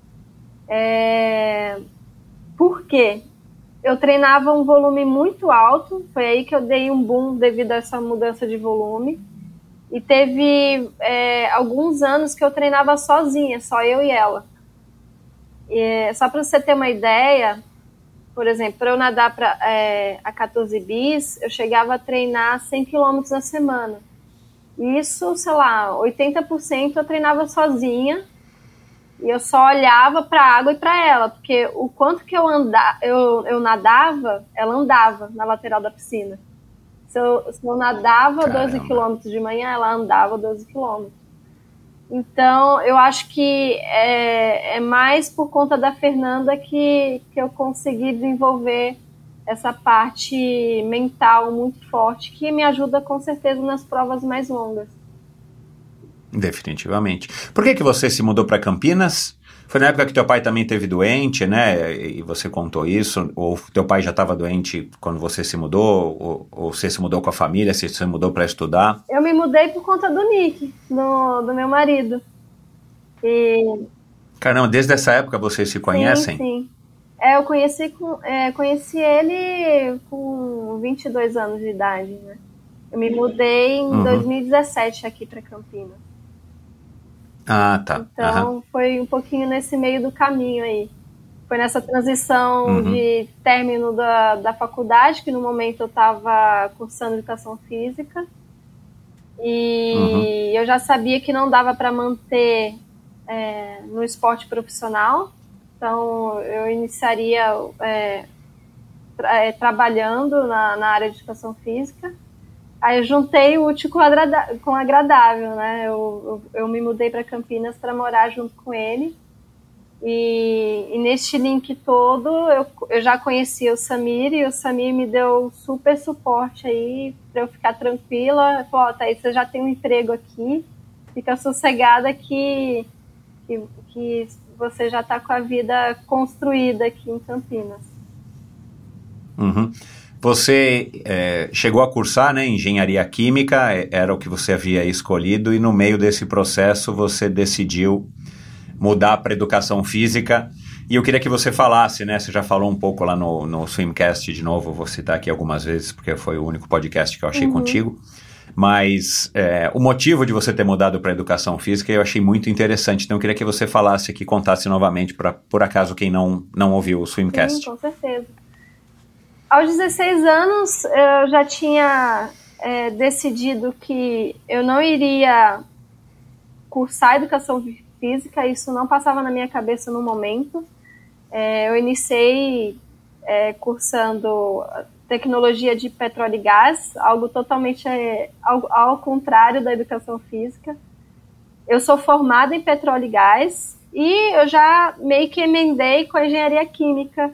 É... Por quê? Eu treinava um volume muito alto, foi aí que eu dei um boom devido a essa mudança de volume. E teve é, alguns anos que eu treinava sozinha, só eu e ela. E, só para você ter uma ideia, por exemplo, para eu nadar pra, é, a quatorze bis, eu chegava a treinar cem quilômetros na semana. Isso, sei lá, oitenta por cento eu treinava sozinha e eu só olhava para a água e para ela, porque o quanto que eu, anda, eu, eu nadava, ela andava na lateral da piscina. Se eu, se eu nadava Caramba. doze quilômetros de manhã, ela andava doze quilômetros. Então, eu acho que é, é mais por conta da Fernanda que, que eu consegui desenvolver essa parte mental muito forte, que me ajuda com certeza nas provas mais longas. Definitivamente. Por que que você se mudou para Campinas? Foi na época que teu pai também teve doente, né? E você contou isso? Ou teu pai já estava doente quando você se mudou? Ou, ou você se mudou com a família? Você se mudou para estudar? Eu me mudei por conta do Nick, do, do meu marido. E... Caramba, desde essa época vocês se conhecem? Sim, sim. É, eu conheci, com, é, conheci ele com vinte e dois anos de idade, né? Eu me mudei em uhum. dois mil e dezessete aqui para Campinas. Ah, tá. Então, uhum. foi um pouquinho nesse meio do caminho aí. Foi nessa transição uhum. de término da, da faculdade, que no momento eu estava cursando educação física. E uhum. eu já sabia que não dava para manter é, no esporte profissional. Então, eu iniciaria é, tra- é, trabalhando na, na área de educação física. Aí eu juntei o útil com o agrada- com o agradável, né? Eu, eu, eu me mudei para Campinas para morar junto com ele. E, e neste link todo, eu, eu já conhecia o Samir, e o Samir me deu super suporte aí para eu ficar tranquila. Falou, ó, Thaís, você já tem um emprego aqui, fica sossegada que... que, que você já está com a vida construída aqui em Campinas. Uhum. Você é, chegou a cursar, né, engenharia química, era o que você havia escolhido, e no meio desse processo você decidiu mudar para educação física. E eu queria que você falasse, né, você já falou um pouco lá no, no Swimcast, de novo, vou citar aqui algumas vezes, porque foi o único podcast que eu achei uhum. contigo. Mas é, o motivo de você ter mudado para a educação física eu achei muito interessante. Então eu queria que você falasse aqui, contasse novamente, para por acaso quem não, não ouviu o Swimcast. Sim, com certeza. Aos dezesseis anos eu já tinha é, decidido que eu não iria cursar educação física, isso não passava na minha cabeça no momento. É, eu iniciei é, cursando tecnologia de petróleo e gás, algo totalmente é, ao, ao contrário da educação física. Eu sou formada em petróleo e gás e eu já meio que emendei com a engenharia química.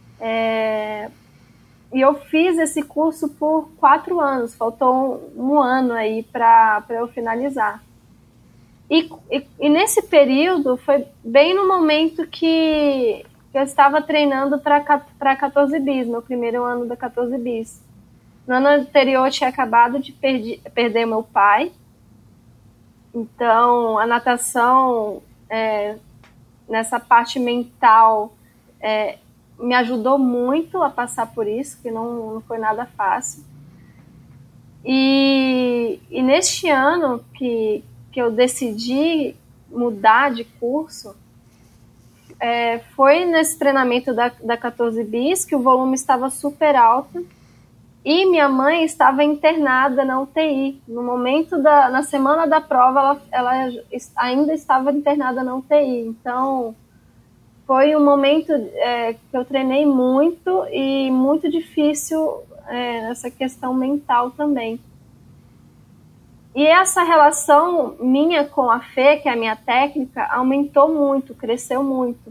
É, e eu fiz esse curso por quatro anos, faltou um, um ano aí para eu finalizar. E, e, e nesse período foi bem no momento que eu estava treinando para a quatorze bis, meu primeiro ano da quatorze bis. No ano anterior eu tinha acabado de perdi, perder meu pai, então a natação é, nessa parte mental, é, me ajudou muito a passar por isso, que não, não foi nada fácil. E, e neste ano que, que eu decidi mudar de curso, é, foi nesse treinamento da, da quatorze bis, que o volume estava super alto, e minha mãe estava internada na U T I. No momento da, na semana da prova, ela, ela ainda estava internada na U T I. Então, foi um momento é, que eu treinei muito e muito difícil é, essa questão mental também. E essa relação minha com a Fê, que é a minha técnica, aumentou muito, cresceu muito.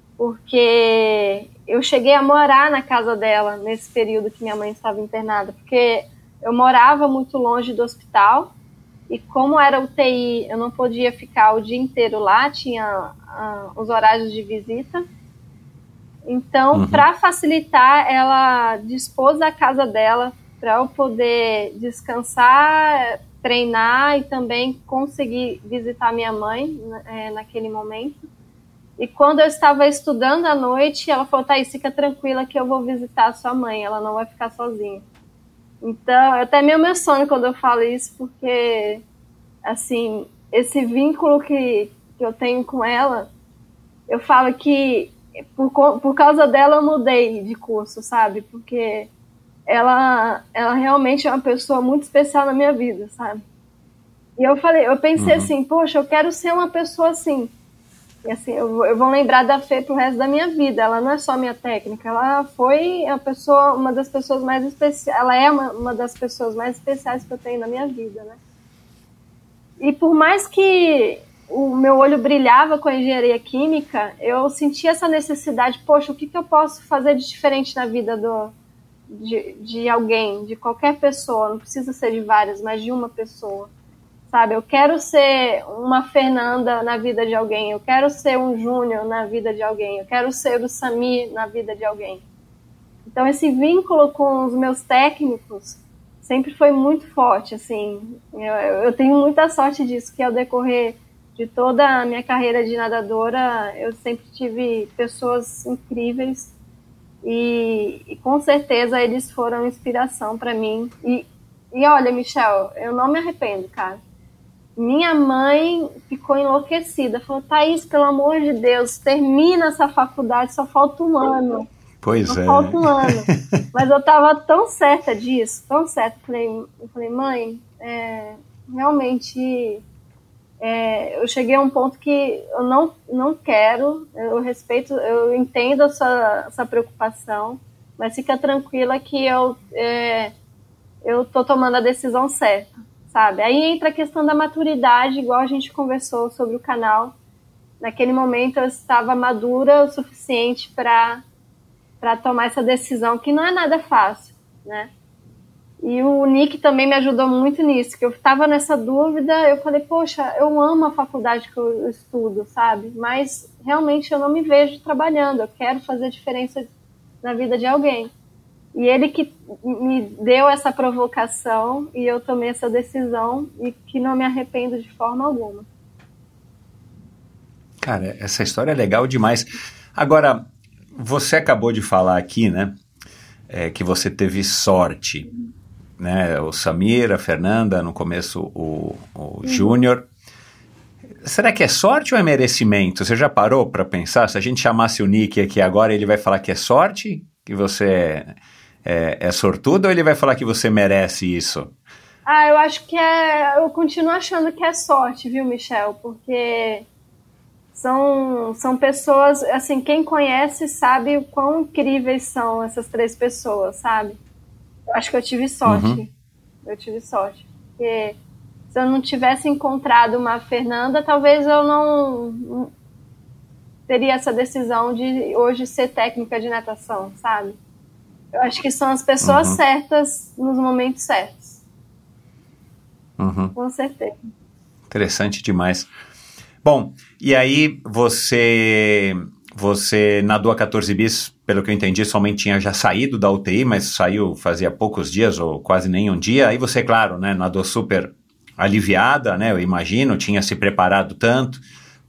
Porque eu cheguei a morar na casa dela nesse período que minha mãe estava internada. Porque eu morava muito longe do hospital. E como era U T I, eu não podia ficar o dia inteiro lá, tinha uh, os horários de visita. Então, uhum. para facilitar, ela dispôs da casa dela para eu poder descansar, treinar e também conseguir visitar minha mãe é, naquele momento. E quando eu estava estudando à noite, ela falou, Thaís, fica tranquila que eu vou visitar a sua mãe, ela não vai ficar sozinha. Então, é até meio meu sonho quando eu falo isso, porque, assim, esse vínculo que, que eu tenho com ela, eu falo que por, por causa dela eu mudei de curso, sabe? Porque ela, ela realmente é uma pessoa muito especial na minha vida, sabe? E eu falei, eu pensei uhum. assim, poxa, eu quero ser uma pessoa assim. E assim, eu, eu vou lembrar da Fê pro resto da minha vida. Ela não é só minha técnica, ela foi a pessoa, uma das pessoas mais especiais, ela é uma, uma das pessoas mais especiais que eu tenho na minha vida, né? E por mais que o meu olho brilhava com a engenharia química, eu sentia essa necessidade, poxa, o que, que eu posso fazer de diferente na vida do, de, de alguém, de qualquer pessoa, não precisa ser de várias, mas de uma pessoa. Sabe, eu quero ser uma Fernanda na vida de alguém, eu quero ser um Júnior na vida de alguém, eu quero ser o Samir na vida de alguém. Então, esse vínculo com os meus técnicos sempre foi muito forte, assim. Eu, eu tenho muita sorte disso, que ao decorrer de toda a minha carreira de nadadora, eu sempre tive pessoas incríveis e, e com certeza eles foram inspiração para mim. E, e olha, Michel, eu não me arrependo, cara. Minha mãe ficou enlouquecida. Falou, Thaís, pelo amor de Deus, termina essa faculdade, só falta um ano. Pois só é. falta um ano. Mas eu tava tão certa disso, tão certa. Eu falei, eu falei mãe, é, realmente, é, eu cheguei a um ponto que eu não, não quero, eu respeito, eu entendo a sua, essa preocupação, mas fica tranquila que eu, é, eu tô tomando a decisão certa. Sabe? Aí entra a questão da maturidade, igual a gente conversou sobre o canal. Naquele momento eu estava madura o suficiente para para tomar essa decisão, que não é nada fácil, né? E o Nick também me ajudou muito nisso, que eu estava nessa dúvida, eu falei, poxa, eu amo a faculdade que eu estudo, sabe? Mas realmente eu não me vejo trabalhando, eu quero fazer diferença na vida de alguém. E ele que me deu essa provocação e eu tomei essa decisão e que não me arrependo de forma alguma. Cara, essa história é legal demais. Agora, você acabou de falar aqui, né, é, que você teve sorte, né? O Samir, a Fernanda, no começo o, o uhum. Júnior. Será que é sorte ou é merecimento? Você já parou para pensar? Se a gente chamasse o Nick aqui agora, ele vai falar que é sorte? Que você é... É, é sortudo ou ele vai falar que você merece isso? Ah, eu acho que é... Eu continuo achando que é sorte, viu, Michel? Porque são, são pessoas... Assim, quem conhece sabe o quão incríveis são essas três pessoas, sabe? Eu acho que eu tive sorte. Uhum. Eu tive sorte. Porque se eu não tivesse encontrado uma Fernanda, talvez eu não, não teria essa decisão de hoje ser técnica de natação, sabe? Eu acho que são as pessoas uhum. certas nos momentos certos. Uhum. Com certeza. Interessante demais. Bom, e aí você, você nadou a quatorze bis, pelo que eu entendi, somente tinha já saído da U T I, mas saiu fazia poucos dias ou quase nem um dia. Aí você, claro, né, nadou super aliviada, né, eu imagino, tinha se preparado tanto.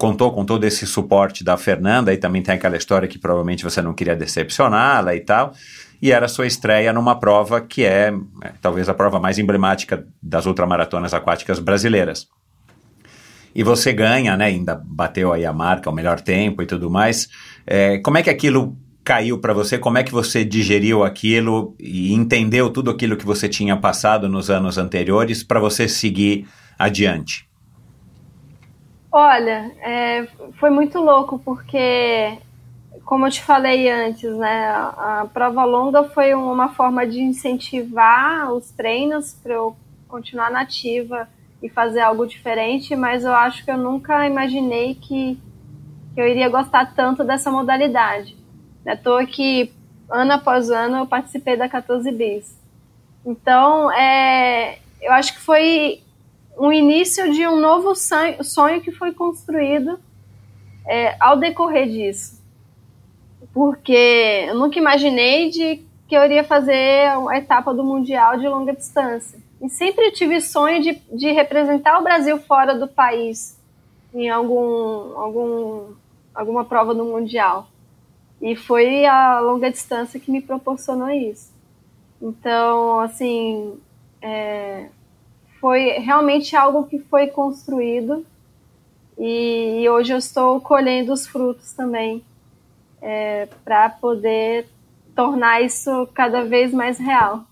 contou com todo esse suporte da Fernanda, e também tem aquela história que provavelmente você não queria decepcioná-la e tal, e era a sua estreia numa prova que é, é talvez a prova mais emblemática das ultramaratonas aquáticas brasileiras. E você ganha, né, ainda bateu aí a marca, o melhor tempo e tudo mais. É, como é que aquilo caiu para você? Como é que você digeriu aquilo e entendeu tudo aquilo que você tinha passado nos anos anteriores para você seguir adiante? Olha, é, foi muito louco, porque, como eu te falei antes, né, a, a prova longa foi uma forma de incentivar os treinos para eu continuar nativa e fazer algo diferente, mas eu acho que eu nunca imaginei que, que eu iria gostar tanto dessa modalidade. À toa que, ano após ano, eu participei da quatorze bis. Então, é, eu acho que foi um início de um novo sonho, sonho que foi construído é, ao decorrer disso. Porque eu nunca imaginei de que eu iria fazer a etapa do Mundial de longa distância. E sempre tive sonho de, de representar o Brasil fora do país, em algum, algum, alguma prova do Mundial. E foi a longa distância que me proporcionou isso. Então, assim, é, foi realmente algo que foi construído, e, e hoje eu estou colhendo os frutos também, é, para poder tornar isso cada vez mais real.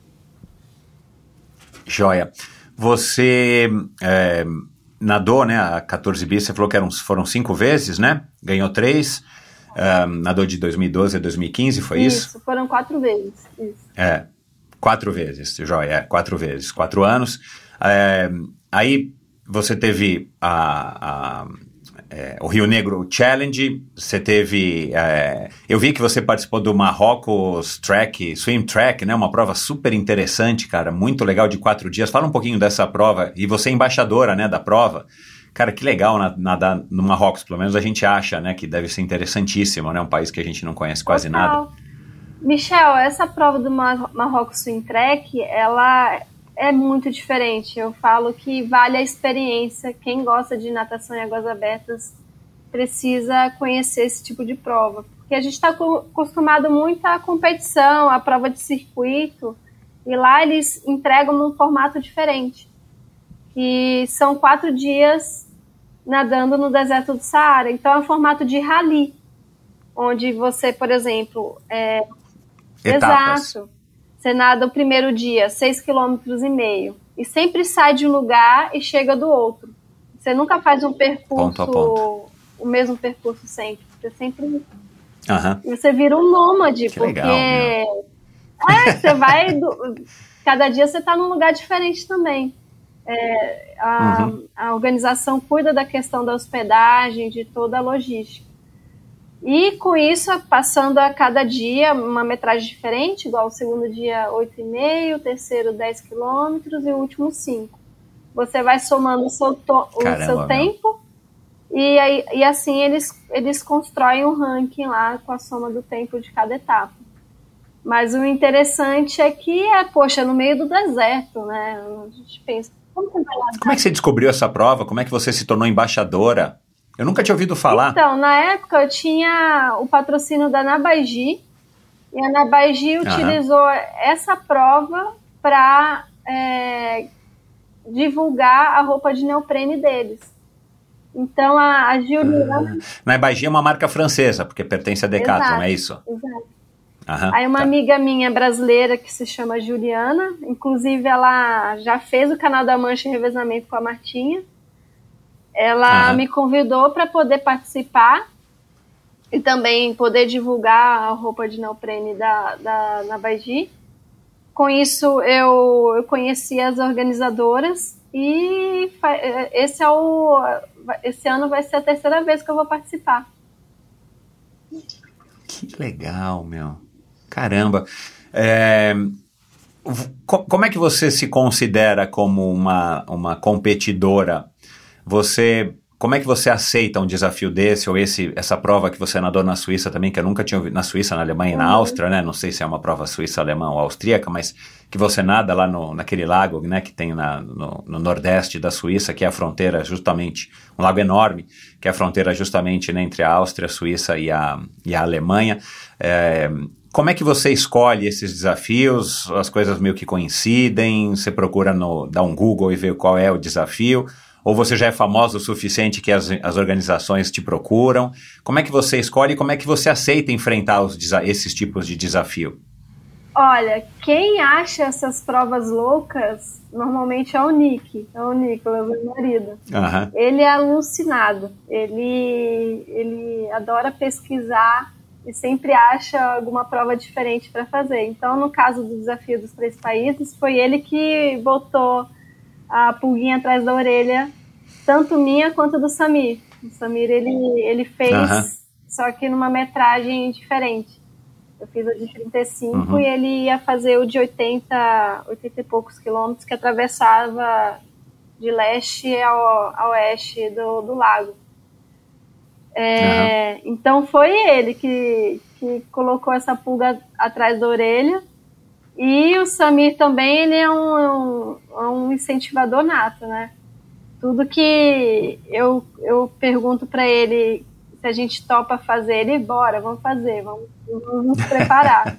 Joia. Você é, nadou, né, a quatorze bis, você falou que eram, foram cinco vezes, né? Ganhou três, é, nadou de dois mil e doze a dois mil e quinze, foi isso? Isso, foram quatro vezes. Isso. É, quatro vezes, Joia, é, quatro vezes, quatro anos. É, aí você teve a... a É, o Rio Negro Challenge, você teve, é, eu vi que você participou do Marrocos Track, Swim Track, né, uma prova super interessante, cara, muito legal, de quatro dias. Fala um pouquinho dessa prova, e você é embaixadora, né, da prova. Cara, que legal nadar no Marrocos, pelo menos a gente acha, né, que deve ser interessantíssimo, né, um país que a gente não conhece quase Total. nada. Michel, essa prova do Mar- Marrocos Swim Track, ela é muito diferente. Eu falo que vale a experiência. Quem gosta de natação em águas abertas precisa conhecer esse tipo de prova, porque a gente está acostumado muito à competição, à prova de circuito, e lá eles entregam num formato diferente. E são quatro dias nadando no deserto do Saara. Então é um formato de rally, onde você, por exemplo, é... Etapas. Exato. Você nada o primeiro dia, seis quilômetros e meio, e sempre sai de um lugar e chega do outro. Você nunca faz um percurso, ponto a ponto. O mesmo percurso sempre. Você sempre... Uhum. E você vira um nômade, que porque... Legal, é, você vai... Do... Cada dia você está num lugar diferente também. É, a, uhum. a organização cuida da questão da hospedagem, de toda a logística. E com isso, passando a cada dia uma metragem diferente, igual o segundo dia oito e meio, o terceiro dez quilômetros e o último cinco. Você vai somando o seu, to- Caramba, o seu tempo, e, aí, e assim eles, eles constroem um ranking lá com a soma do tempo de cada etapa. Mas o interessante é que é, poxa, no meio do deserto, né? A gente pensa, como que vai lá? Como é que você descobriu essa prova? Como é que você se tornou embaixadora? Eu nunca tinha ouvido falar. Então, na época eu tinha o patrocínio da Nabaigi, e a Nabaigi utilizou essa prova para é, divulgar a roupa de neoprene deles. Então a, a Juliana... Ah, Nabaigi é uma marca francesa, porque pertence a Decathlon, Exato, é isso? Exato. Aham, Aí uma tá. amiga minha brasileira que se chama Juliana, inclusive ela já fez o Canal da Mancha em revezamento com a Martinha. Ela uhum. me convidou para poder participar e também poder divulgar a roupa de neoprene da, da Nabaigi. Com isso, eu, eu conheci as organizadoras e esse, é o, esse ano vai ser a terceira vez que eu vou participar. Que legal, meu. Caramba. É, como é que você se considera como uma, uma competidora? Você como é que você aceita um desafio desse, ou esse, essa prova que você nadou na Suíça também, que eu nunca tinha ouvido, na Suíça, na Alemanha e na Uhum. Áustria, né? Não sei se é uma prova suíça, alemã ou austríaca, mas que você nada lá no, naquele lago, né, que tem na, no, no nordeste da Suíça, que é a fronteira justamente, um lago enorme, que é a fronteira justamente, né, entre a Áustria, a Suíça e a, e a Alemanha. É, como é que você escolhe esses desafios? As coisas meio que coincidem? Você procura no, dar um Google e ver qual é o desafio? Ou você já é famoso o suficiente que as, as organizações te procuram? Como é que você escolhe e como é que você aceita enfrentar os, esses tipos de desafio? Olha, quem acha essas provas loucas, normalmente é o Nick, é o Nicolas, meu marido. Uhum. Ele é alucinado, ele, ele adora pesquisar e sempre acha alguma prova diferente para fazer. Então, no caso do desafio dos três países, foi ele que botou a pulguinha atrás da orelha, tanto minha quanto do Samir. O Samir, ele, ele fez, uhum. só que numa metragem diferente. Eu fiz o de trinta e cinco uhum. e ele ia fazer o de oitenta, oitenta e poucos quilômetros, que atravessava de leste ao, a oeste do, do lago. É, uhum. Então foi ele que, que colocou essa pulga atrás da orelha. E o Samir também, ele é um, um, um incentivador nato, né? Tudo que eu, eu pergunto para ele, se a gente topa fazer, ele, bora, vamos fazer, vamos, vamos nos preparar.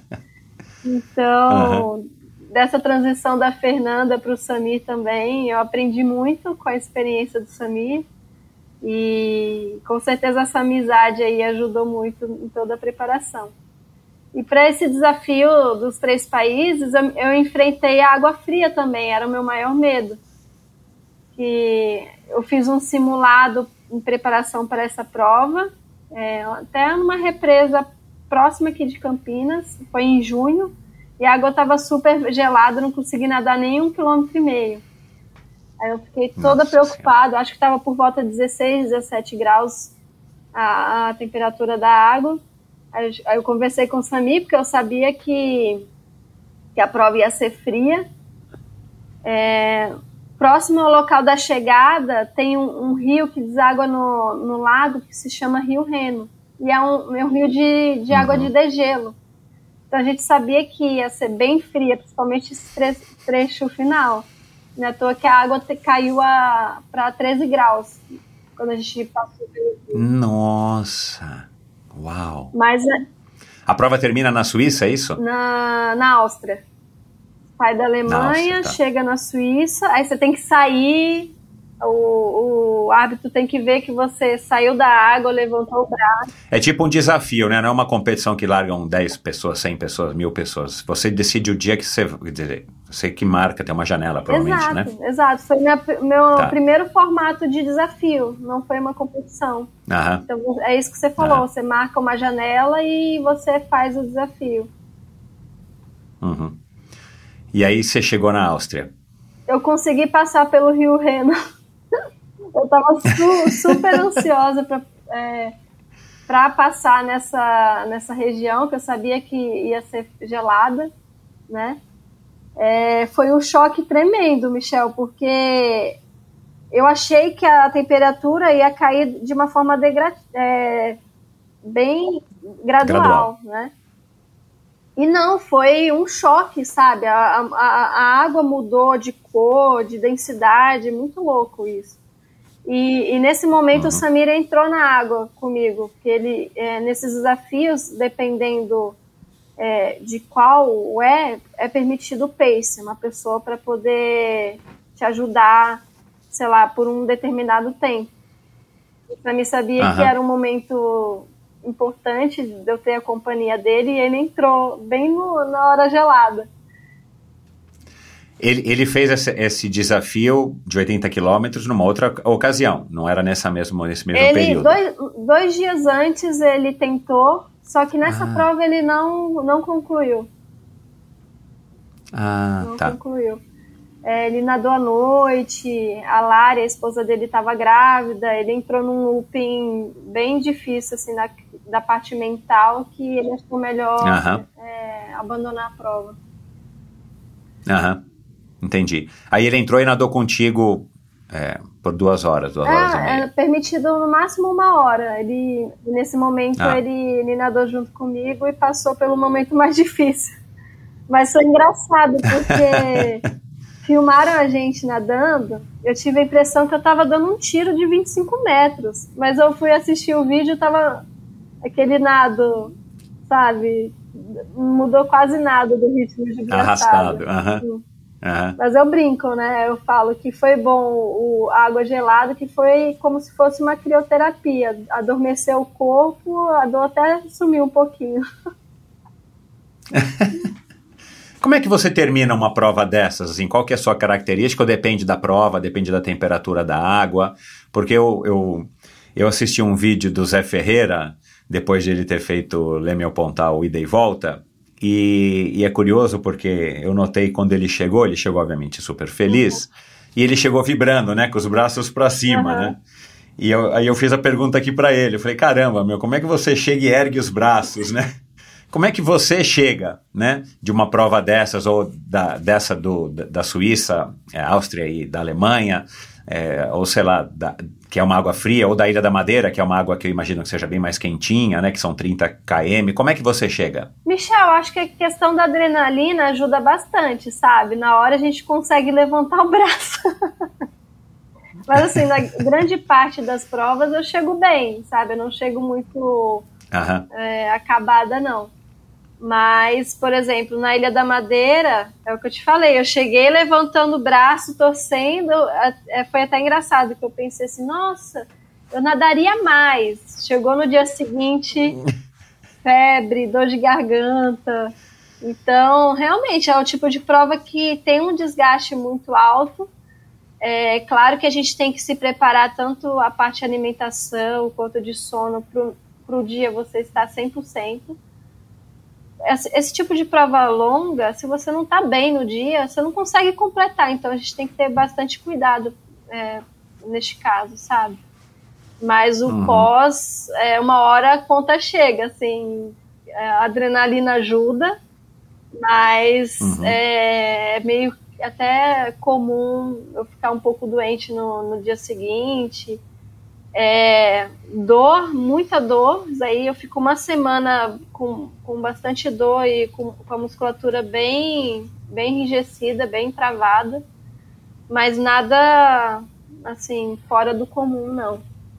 Então, uhum. dessa transição da Fernanda para o Samir também, eu aprendi muito com a experiência do Samir. E com certeza essa amizade aí ajudou muito em toda a preparação. E para esse desafio dos três países, eu, eu enfrentei a água fria também, era o meu maior medo. Que eu fiz um simulado em preparação para essa prova, é, até numa represa próxima aqui de Campinas, foi em junho, e a água estava super gelada, não consegui nadar nem um quilômetro e meio. Aí eu fiquei toda Nossa preocupada, senhora. Acho que estava por volta de dezesseis, dezessete graus a, a temperatura da água. Aí eu, aí eu conversei com o Samir, porque eu sabia que, que a prova ia ser fria. É, próximo ao local da chegada, tem um, um rio que deságua no, no lago, que se chama Rio Reno. E é um, é um rio de, de água uhum. de degelo. Então a gente sabia que ia ser bem fria, principalmente esse tre- trecho final. Não é à toa que a água te, caiu para treze graus quando a gente passou pelo rio. Nossa! Uau! Mas a, a prova termina na Suíça, é isso? Na, na Áustria. Sai da Alemanha, Áustria, tá. chega na Suíça, aí você tem que sair, o, o árbitro tem que ver que você saiu da água, levantou o braço. É tipo um desafio, né? Não é uma competição que largam dez pessoas, cem pessoas, mil pessoas. Você decide o dia que você... Quer dizer, você que marca, tem uma janela, provavelmente, exato, né? Exato, exato. Foi minha, meu tá. primeiro formato de desafio, não foi uma competição. Aham. Então, é isso que você falou, Aham. você marca uma janela e você faz o desafio. Uhum. E aí você chegou na Áustria? Eu consegui passar pelo Rio Reno. Eu tava su- super ansiosa para é, para passar nessa, nessa região, que eu sabia que ia ser gelada, né? É, foi um choque tremendo, Michel, porque eu achei que a temperatura ia cair de uma forma degra- é, bem gradual, gradual, né? E não, foi um choque, sabe? A, a, a água mudou de cor, de densidade, muito louco isso. E, e nesse momento uhum. o Samir entrou na água comigo, porque ele, é, nesses desafios, dependendo é, de qual é, é permitido o pace, uma pessoa para poder te ajudar, sei lá, por um determinado tempo. O Samir sabia uhum. que era um momento importante de eu ter a companhia dele e ele entrou bem no, na hora gelada. Ele, ele fez esse, esse desafio de oitenta quilômetros numa outra ocasião, não era nessa mesmo, nesse mesmo ele, período? Dois, dois dias antes ele tentou, só que nessa ah. prova ele não, não concluiu. Ah, não tá. concluiu. É, ele nadou à noite, a Lari, a esposa dele, estava grávida, ele entrou num looping bem difícil, assim, da, da parte mental, que ele achou melhor uh-huh. é, abandonar a prova. Aham, uh-huh. Entendi. Aí ele entrou e nadou contigo é, por duas horas, duas horas e É, meia. é permitido no máximo uma hora. Ele, nesse momento, Ah. ele, ele nadou junto comigo e passou pelo momento mais difícil. Mas foi engraçado, porque filmaram a gente nadando. Eu tive a impressão que eu tava dando um tiro de vinte e cinco metros. Mas eu fui assistir o vídeo e tava aquele nado, sabe? Não mudou quase nada do ritmo de Arrastado, aham. Uhum. Uhum. Mas eu brinco, né? Eu falo que foi bom o, a água gelada, que foi como se fosse uma crioterapia. Adormeceu o corpo, a dor até sumiu um pouquinho. Como é que você termina uma prova dessas? Assim, qual que é a sua característica? Ou depende da prova, depende da temperatura da água? Porque eu, eu, eu assisti um vídeo do Zé Ferreira, depois de ele ter feito Leme ao Pontal, ida e volta, e, e é curioso porque eu notei quando ele chegou, ele chegou obviamente super feliz, uhum. E ele chegou vibrando, né, com os braços para cima, uhum. né? E eu, aí eu fiz a pergunta aqui para ele, eu falei, caramba, meu, como é que você chega e ergue os braços, né? Como é que você chega, né, de uma prova dessas, ou da, dessa do, da Suíça, é, Áustria e da Alemanha, é, ou sei lá, da, que é uma água fria, ou da Ilha da Madeira, que é uma água que eu imagino que seja bem mais quentinha, né, que são trinta quilômetros, como é que você chega? Michel, acho que a questão da adrenalina ajuda bastante, sabe? Na hora a gente consegue levantar o braço. Mas assim, na grande parte das provas eu chego bem, sabe? Eu não chego muito uhum. é, acabada, não. Mas, por exemplo, na Ilha da Madeira, é o que eu te falei, eu cheguei levantando o braço, torcendo, é, foi até engraçado, que eu pensei assim, nossa, eu nadaria mais. Chegou no dia seguinte, febre, dor de garganta. Então, realmente, é o tipo de prova que tem um desgaste muito alto. É claro que a gente tem que se preparar tanto a parte de alimentação quanto de sono para o dia você estar cem por cento. Esse, esse tipo de prova longa, se você não está bem no dia, você não consegue completar. Então, a gente tem que ter bastante cuidado é, neste caso, sabe? Mas o uhum. pós, é, uma hora a conta chega, assim, a adrenalina ajuda, mas uhum. é, é meio até comum eu ficar um pouco doente no, no dia seguinte. É, dor, muita dor, aí eu fico uma semana com, com bastante dor e com, com a musculatura bem, bem enrijecida, bem travada, mas nada assim, fora do comum, não.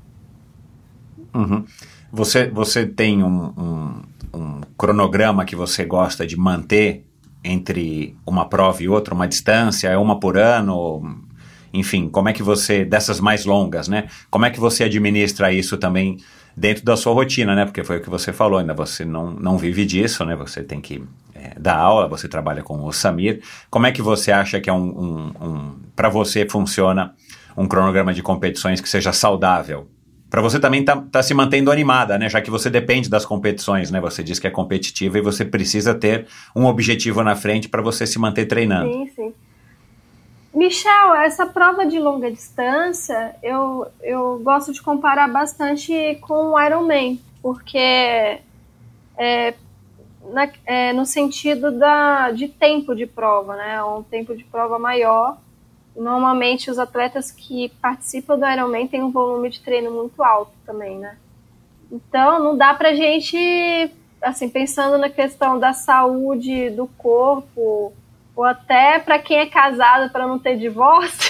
Uhum. Você, você tem um, um, um cronograma que você gosta de manter entre uma prova e outra, uma distância, é uma por ano? Enfim, como é que você, dessas mais longas, né? Como é que você administra isso também dentro da sua rotina, né? Porque foi o que você falou, ainda você não, não vive disso, né? Você tem que é, dar aula, você trabalha com o Samir. Como é que você acha que é um, um, um para você funciona um cronograma de competições que seja saudável? Para você também tá, tá se mantendo animada, né? Já que você depende das competições, né? Você diz que é competitiva e você precisa ter um objetivo na frente para você se manter treinando. Sim, sim. Michel, essa prova de longa distância, eu, eu gosto de comparar bastante com o Ironman, porque é, na, é, no sentido da, de tempo de prova, né? Um tempo de prova maior. Normalmente os atletas que participam do Ironman têm um volume de treino muito alto também, né? Então não dá pra gente, assim, pensando na questão da saúde do corpo, ou até para quem é casado para não ter divórcio.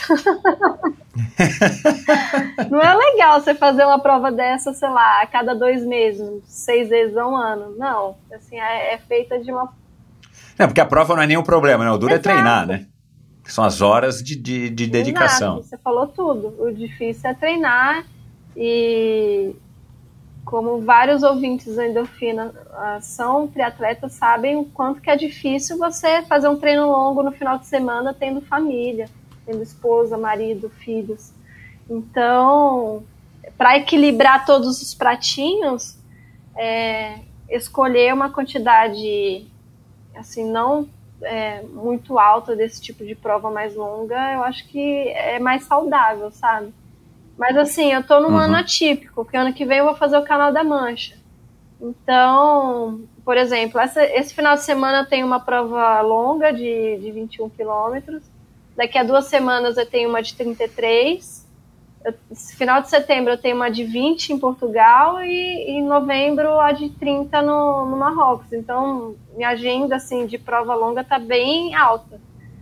Não é legal você fazer uma prova dessa, sei lá, a cada dois meses, seis vezes a um ano. Não, assim, é, é feita de uma... Não, porque a prova não é nem o problema, né? O duro Exato. É treinar, né? São as horas de, de, de dedicação. Exato, você falou tudo. O difícil é treinar e... Como vários ouvintes da Endorfina uh, são triatletas, sabem o quanto que é difícil você fazer um treino longo no final de semana tendo família, tendo esposa, marido, filhos. Então, para equilibrar todos os pratinhos, é, escolher uma quantidade assim, não é, muito alta desse tipo de prova mais longa, eu acho que é mais saudável, sabe? Mas assim, eu tô num uhum. ano atípico, porque ano que vem eu vou fazer o Canal da Mancha. Então, por exemplo, essa, esse final de semana tem uma prova longa de, de vinte e um quilômetros. Daqui a duas semanas eu tenho uma de trinta e três. Eu, final de setembro eu tenho uma de vinte em Portugal e, e em novembro a de trinta no, no Marrocos. Então, minha agenda assim, de prova longa está bem alta.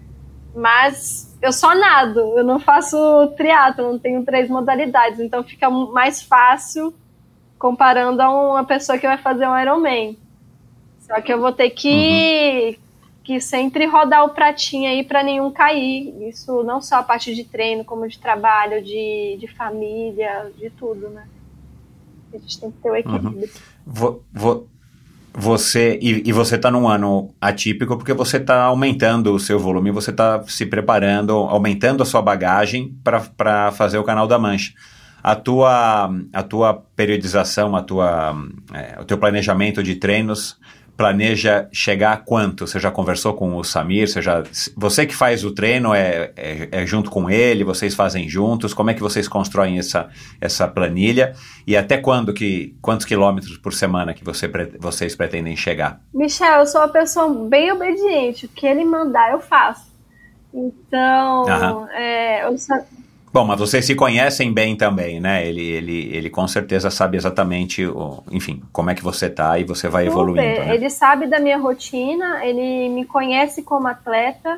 Mas eu só nado, eu não faço triatlo, não tenho três modalidades. Então fica mais fácil comparando a uma pessoa que vai fazer um Ironman. Só que eu vou ter que, uhum. que sempre rodar o pratinho aí para nenhum cair. Isso não só a parte de treino, como de trabalho, de, de família, de tudo, né? A gente tem que ter o equilíbrio. Uhum. Vou, vou, você, e, e você está num ano atípico porque você está aumentando o seu volume, você está se preparando, aumentando a sua bagagem para fazer o Canal da Mancha. A tua, a tua periodização, a tua, é, o teu planejamento de treinos planeja chegar a quanto? Você já conversou com o Samir? Você, já, você que faz o treino é, é, é junto com ele? Vocês fazem juntos? Como é que vocês constroem essa, essa planilha? E até quando que, quantos quilômetros por semana que você, vocês pretendem chegar? Michel, eu sou uma pessoa bem obediente. O que ele mandar, eu faço. Então, Aham. é, eu só... Bom, mas vocês se conhecem bem também, né? Ele, ele, ele com certeza sabe exatamente, o, enfim, como é que você tá e você vai Super. evoluindo, né? Ele sabe da minha rotina, ele me conhece como atleta,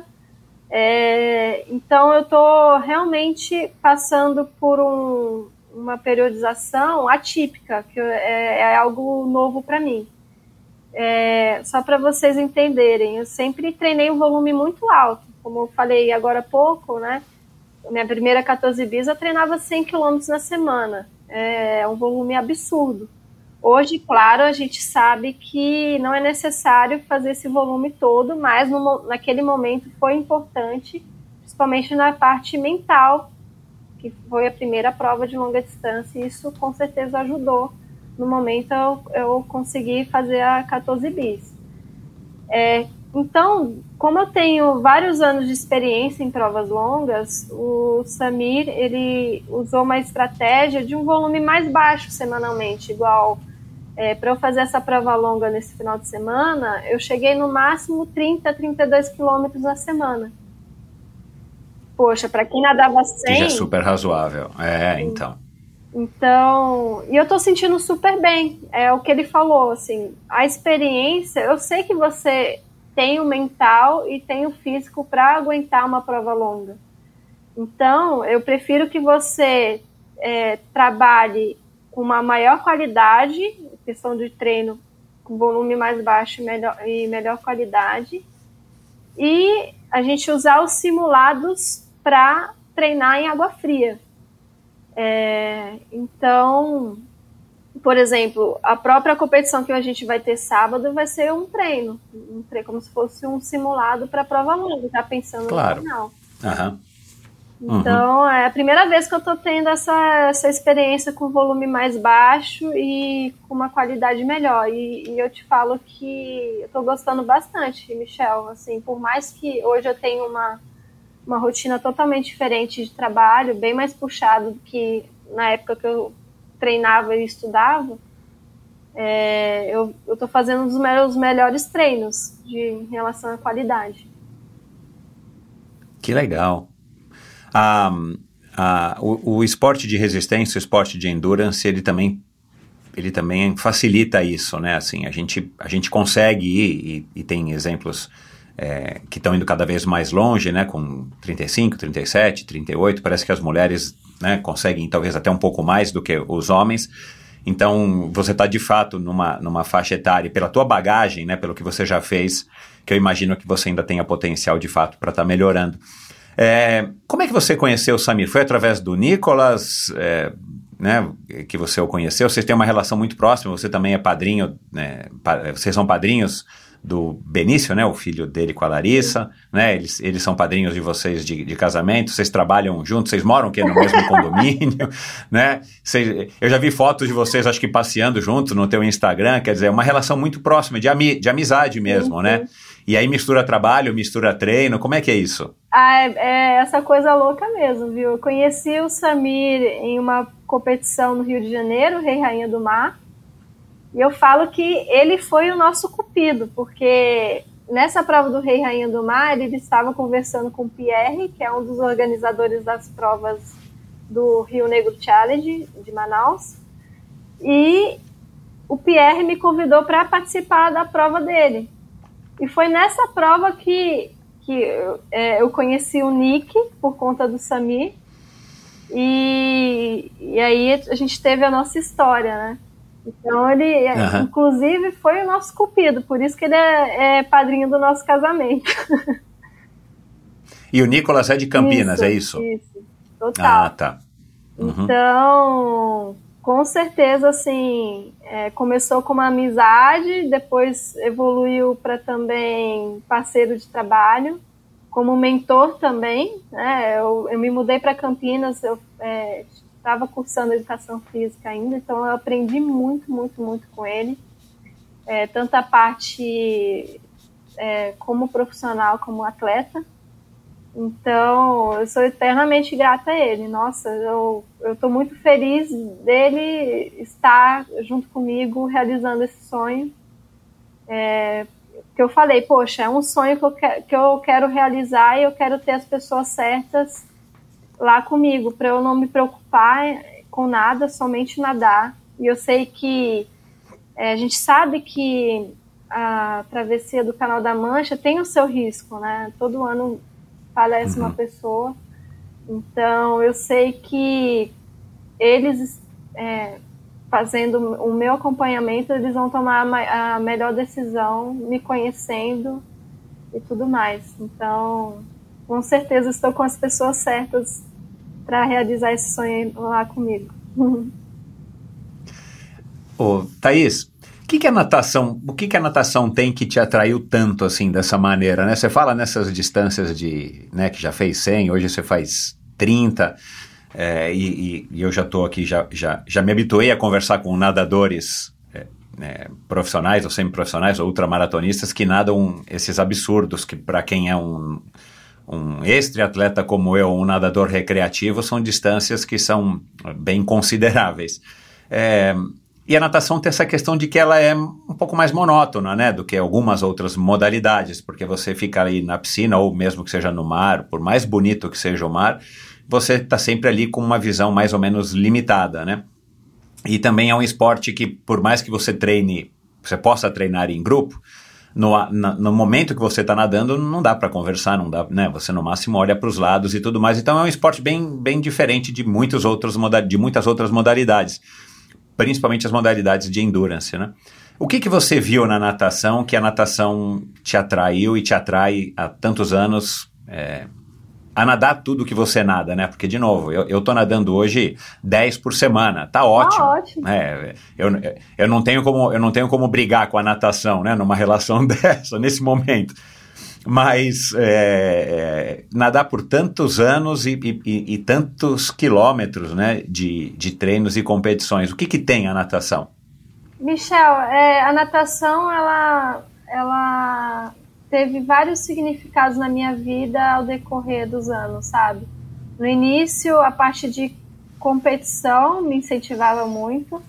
é, então eu tô realmente passando por um, uma periodização atípica, que é, é algo novo para mim. É, só para vocês entenderem, eu sempre treinei um volume muito alto, como eu falei agora há pouco, né? Minha primeira quatorze bis eu treinava cem quilômetros na semana. É um volume absurdo. Hoje, claro, a gente sabe que não é necessário fazer esse volume todo, mas no, naquele momento foi importante, principalmente na parte mental, que foi a primeira prova de longa distância, e isso com certeza ajudou. No momento eu, eu consegui fazer a quatorze bis. É, Então, como eu tenho vários anos de experiência em provas longas, o Samir, ele usou uma estratégia de um volume mais baixo semanalmente, igual é, para eu fazer essa prova longa nesse final de semana, eu cheguei no máximo trinta, trinta e dois quilômetros na semana. Poxa, para quem nadava cem... Que já é super razoável, é, então... Então, e eu tô sentindo super bem, é o que ele falou, assim, a experiência, eu sei que você... tem o mental e tem o físico para aguentar uma prova longa. Então, eu prefiro que você é, trabalhe com uma maior qualidade, questão de treino com volume mais baixo e melhor, e melhor qualidade, e a gente usar os simulados para treinar em água fria. É, então... Por exemplo, a própria competição que a gente vai ter sábado vai ser um treino, um treino como se fosse um simulado para a prova longa, tá pensando claro. no final. Uhum. Então, uhum. é a primeira vez que eu estou tendo essa, essa experiência com volume mais baixo e com uma qualidade melhor. E, e eu te falo que eu estou gostando bastante, Michel. Assim, por mais que hoje eu tenha uma, uma rotina totalmente diferente de trabalho, bem mais puxado do que na época que eu treinava e estudava, é, eu estou fazendo um dos meus melhores treinos de, em relação à qualidade. Que legal. Ah, ah, o, o esporte de resistência, o esporte de endurance, ele também, ele também facilita isso, né? Assim, a gente, a gente consegue ir, e, e tem exemplos é, que estão indo cada vez mais longe, né? Com trinta e cinco, trinta e sete, trinta e oito, parece que as mulheres, né, conseguem talvez até um pouco mais do que os homens. Então, você está de fato numa, numa faixa etária, pela tua bagagem, né, pelo que você já fez, que eu imagino que você ainda tenha potencial de fato para estar tá melhorando. É, como é que você conheceu o Samir? Foi através do Nicolas, é, né, que você o conheceu? Vocês têm uma relação muito próxima, você também é padrinho, né, pa, vocês são padrinhos do Benício, né, o filho dele com a Larissa, né, eles, eles são padrinhos de vocês de, de casamento, vocês trabalham juntos, vocês moram que no mesmo condomínio, né, vocês, eu já vi fotos de vocês, acho que passeando juntos no teu Instagram, quer dizer, é uma relação muito próxima, de, ami, de amizade mesmo, uhum. né, e aí mistura trabalho, mistura treino, como é que é isso? Ah, é, é essa coisa louca mesmo, viu, eu conheci o Samir em uma competição no Rio de Janeiro, Rei e Rainha do Mar. E eu falo que ele foi o nosso cupido, porque nessa prova do Rei e Rainha do Mar, ele estava conversando com o Pierre, que é um dos organizadores das provas do Rio Negro Challenge de Manaus, e o Pierre me convidou para participar da prova dele. E foi nessa prova que, que é, eu conheci o Nick, por conta do Samir, e, e aí a gente teve a nossa história, né? Então ele, uhum. inclusive, foi o nosso cupido, por isso que ele é, é padrinho do nosso casamento. E o Nicolas é de Campinas, isso, é isso? Isso, total. Ah, tá. Uhum. Então, com certeza, assim, é, começou com uma amizade, depois evoluiu para também parceiro de trabalho, como mentor também, né? Eu, eu me mudei para Campinas, eu é, estava cursando educação física ainda, então eu aprendi muito, muito, muito com ele, é, tanto a parte é, como profissional, como atleta. Então, eu sou eternamente grata a ele. Nossa, eu estou muito feliz dele estar junto comigo, realizando esse sonho. É, que eu falei, poxa, é um sonho que eu, que, que eu quero realizar e eu quero ter as pessoas certas lá comigo, para eu não me preocupar com nada, somente nadar. E eu sei que, é, a gente sabe que a travessia do Canal da Mancha tem o seu risco, né? Todo ano falece uhum. uma pessoa, então eu sei que eles, é, fazendo o meu acompanhamento, eles vão tomar a, a melhor decisão, me conhecendo e tudo mais. Então, com certeza estou com as pessoas certas para realizar esse sonho lá comigo. Ô, Thaís, o que, que a natação, o que, que a natação tem que te atraiu tanto assim, dessa maneira, né? Você fala nessas distâncias de, né, que já fez cem, hoje você faz trinta, é, e, e eu já estou aqui, já, já, já me habituei a conversar com nadadores é, é, profissionais ou semiprofissionais ou ultramaratonistas que nadam esses absurdos, que para quem é um, um ex-triatleta como eu, um nadador recreativo, são distâncias que são bem consideráveis. É, E a natação tem essa questão de que ela é um pouco mais monótona, né, do que algumas outras modalidades, porque você fica ali na piscina, ou mesmo que seja no mar, por mais bonito que seja o mar, você está sempre ali com uma visão mais ou menos limitada, né? E também é um esporte que, por mais que você treine, você possa treinar em grupo, no, na, no momento que você está nadando, não dá para conversar, não dá, né? Você no máximo olha para os lados e tudo mais. Então é um esporte bem, bem diferente de, muitos outros moda- de muitas outras modalidades, principalmente as modalidades de endurance, né? O que que você viu na natação que a natação te atraiu e te atrai há tantos anos é, a nadar tudo que você nada, né? Porque, de novo, eu, eu tô nadando hoje dez por semana, tá ótimo. Tá ótimo. É, eu, eu, não tenho como, eu não tenho como brigar com a natação, né? Numa relação dessa, nesse momento. Mas é, é, nadar por tantos anos e, e, e tantos quilômetros, né, de, de treinos e competições, o que que tem a natação? Michel, é, a natação, ela, ela teve vários significados na minha vida ao decorrer dos anos, sabe? No início, a parte de competição me incentivava muito.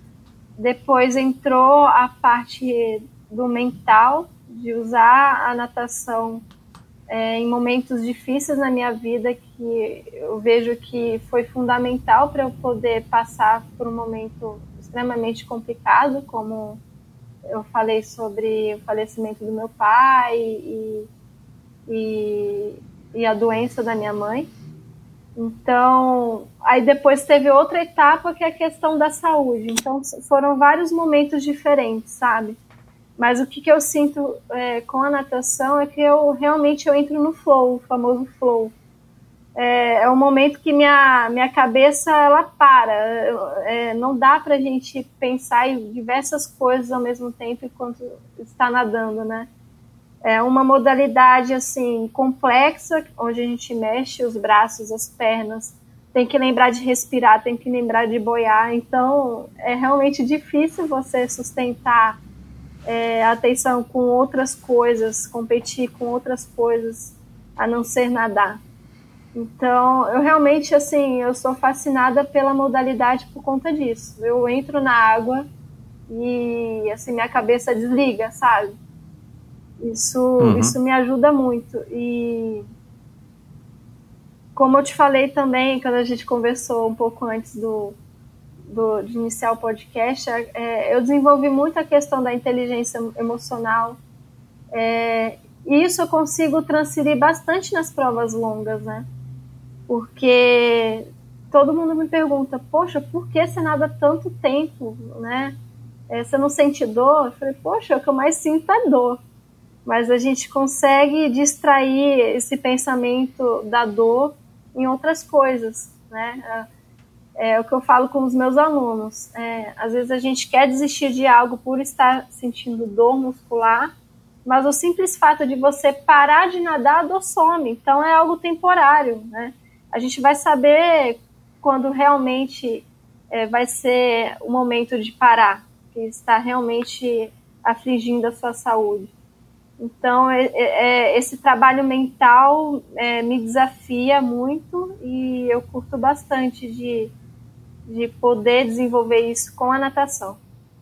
Depois entrou a parte do mental, de usar a natação é, em momentos difíceis na minha vida, que eu vejo que foi fundamental para eu poder passar por um momento extremamente complicado, como eu falei sobre o falecimento do meu pai e, e, e a doença da minha mãe. Então, aí depois teve outra etapa, que é a questão da saúde. Então, foram vários momentos diferentes, sabe? Mas o que, que eu sinto é, com a natação é que eu realmente eu entro no flow, o famoso flow. É, é um momento que minha, minha cabeça ela para. É, não dá pra gente pensar em diversas coisas ao mesmo tempo enquanto está nadando, né? É uma modalidade assim, complexa, onde a gente mexe os braços, as pernas, tem que lembrar de respirar, tem que lembrar de boiar. Então, é realmente difícil você sustentar É, atenção com outras coisas, competir com outras coisas, a não ser nadar. Então, eu realmente, assim, eu sou fascinada pela modalidade por conta disso. Eu entro na água e, assim, minha cabeça desliga, sabe? Isso, uhum. isso me ajuda muito. E como eu te falei também, quando a gente conversou um pouco antes do, do, de iniciar o podcast, é, eu desenvolvi muito a questão da inteligência emocional. É, e isso eu consigo transferir bastante nas provas longas, né? Porque todo mundo me pergunta, poxa, por que você nada tanto tempo, né? É, você não sente dor? Eu falei, poxa, o que eu mais sinto é dor. Mas a gente consegue distrair esse pensamento da dor em outras coisas, né? É, é o que eu falo com os meus alunos. É, às vezes a gente quer desistir de algo por estar sentindo dor muscular, mas o simples fato de você parar de nadar, a dor some. Então é algo temporário, né? A gente vai saber quando realmente é, vai ser o momento de parar, que está realmente afligindo a sua saúde. Então, é, é, esse trabalho mental é, me desafia muito e eu curto bastante de, de poder desenvolver isso com a natação.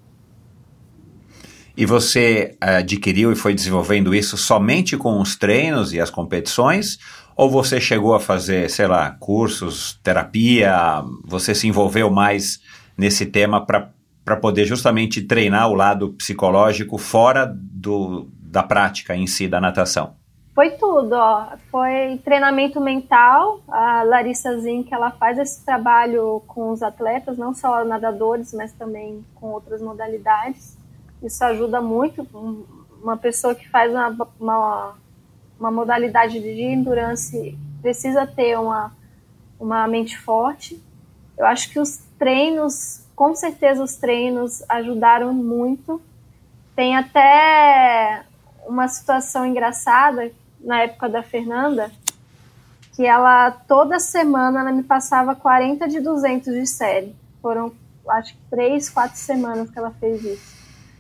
E você adquiriu e foi desenvolvendo isso somente com os treinos e as competições? Ou você chegou a fazer, sei lá, cursos, terapia? Você se envolveu mais nesse tema para para poder justamente treinar o lado psicológico fora do, da prática em si da natação? Foi tudo, ó. Foi treinamento mental. A Larissa Zink, ela faz esse trabalho com os atletas, não só nadadores, mas também com outras modalidades. Isso ajuda muito. Uma pessoa que faz uma, uma, uma modalidade de endurance precisa ter uma, uma mente forte. Eu acho que os treinos, com certeza os treinos ajudaram muito. Tem até uma situação engraçada na época da Fernanda, que ela, toda semana, ela me passava quarenta de duzentos de série. Foram, acho que, três, quatro semanas que ela fez isso.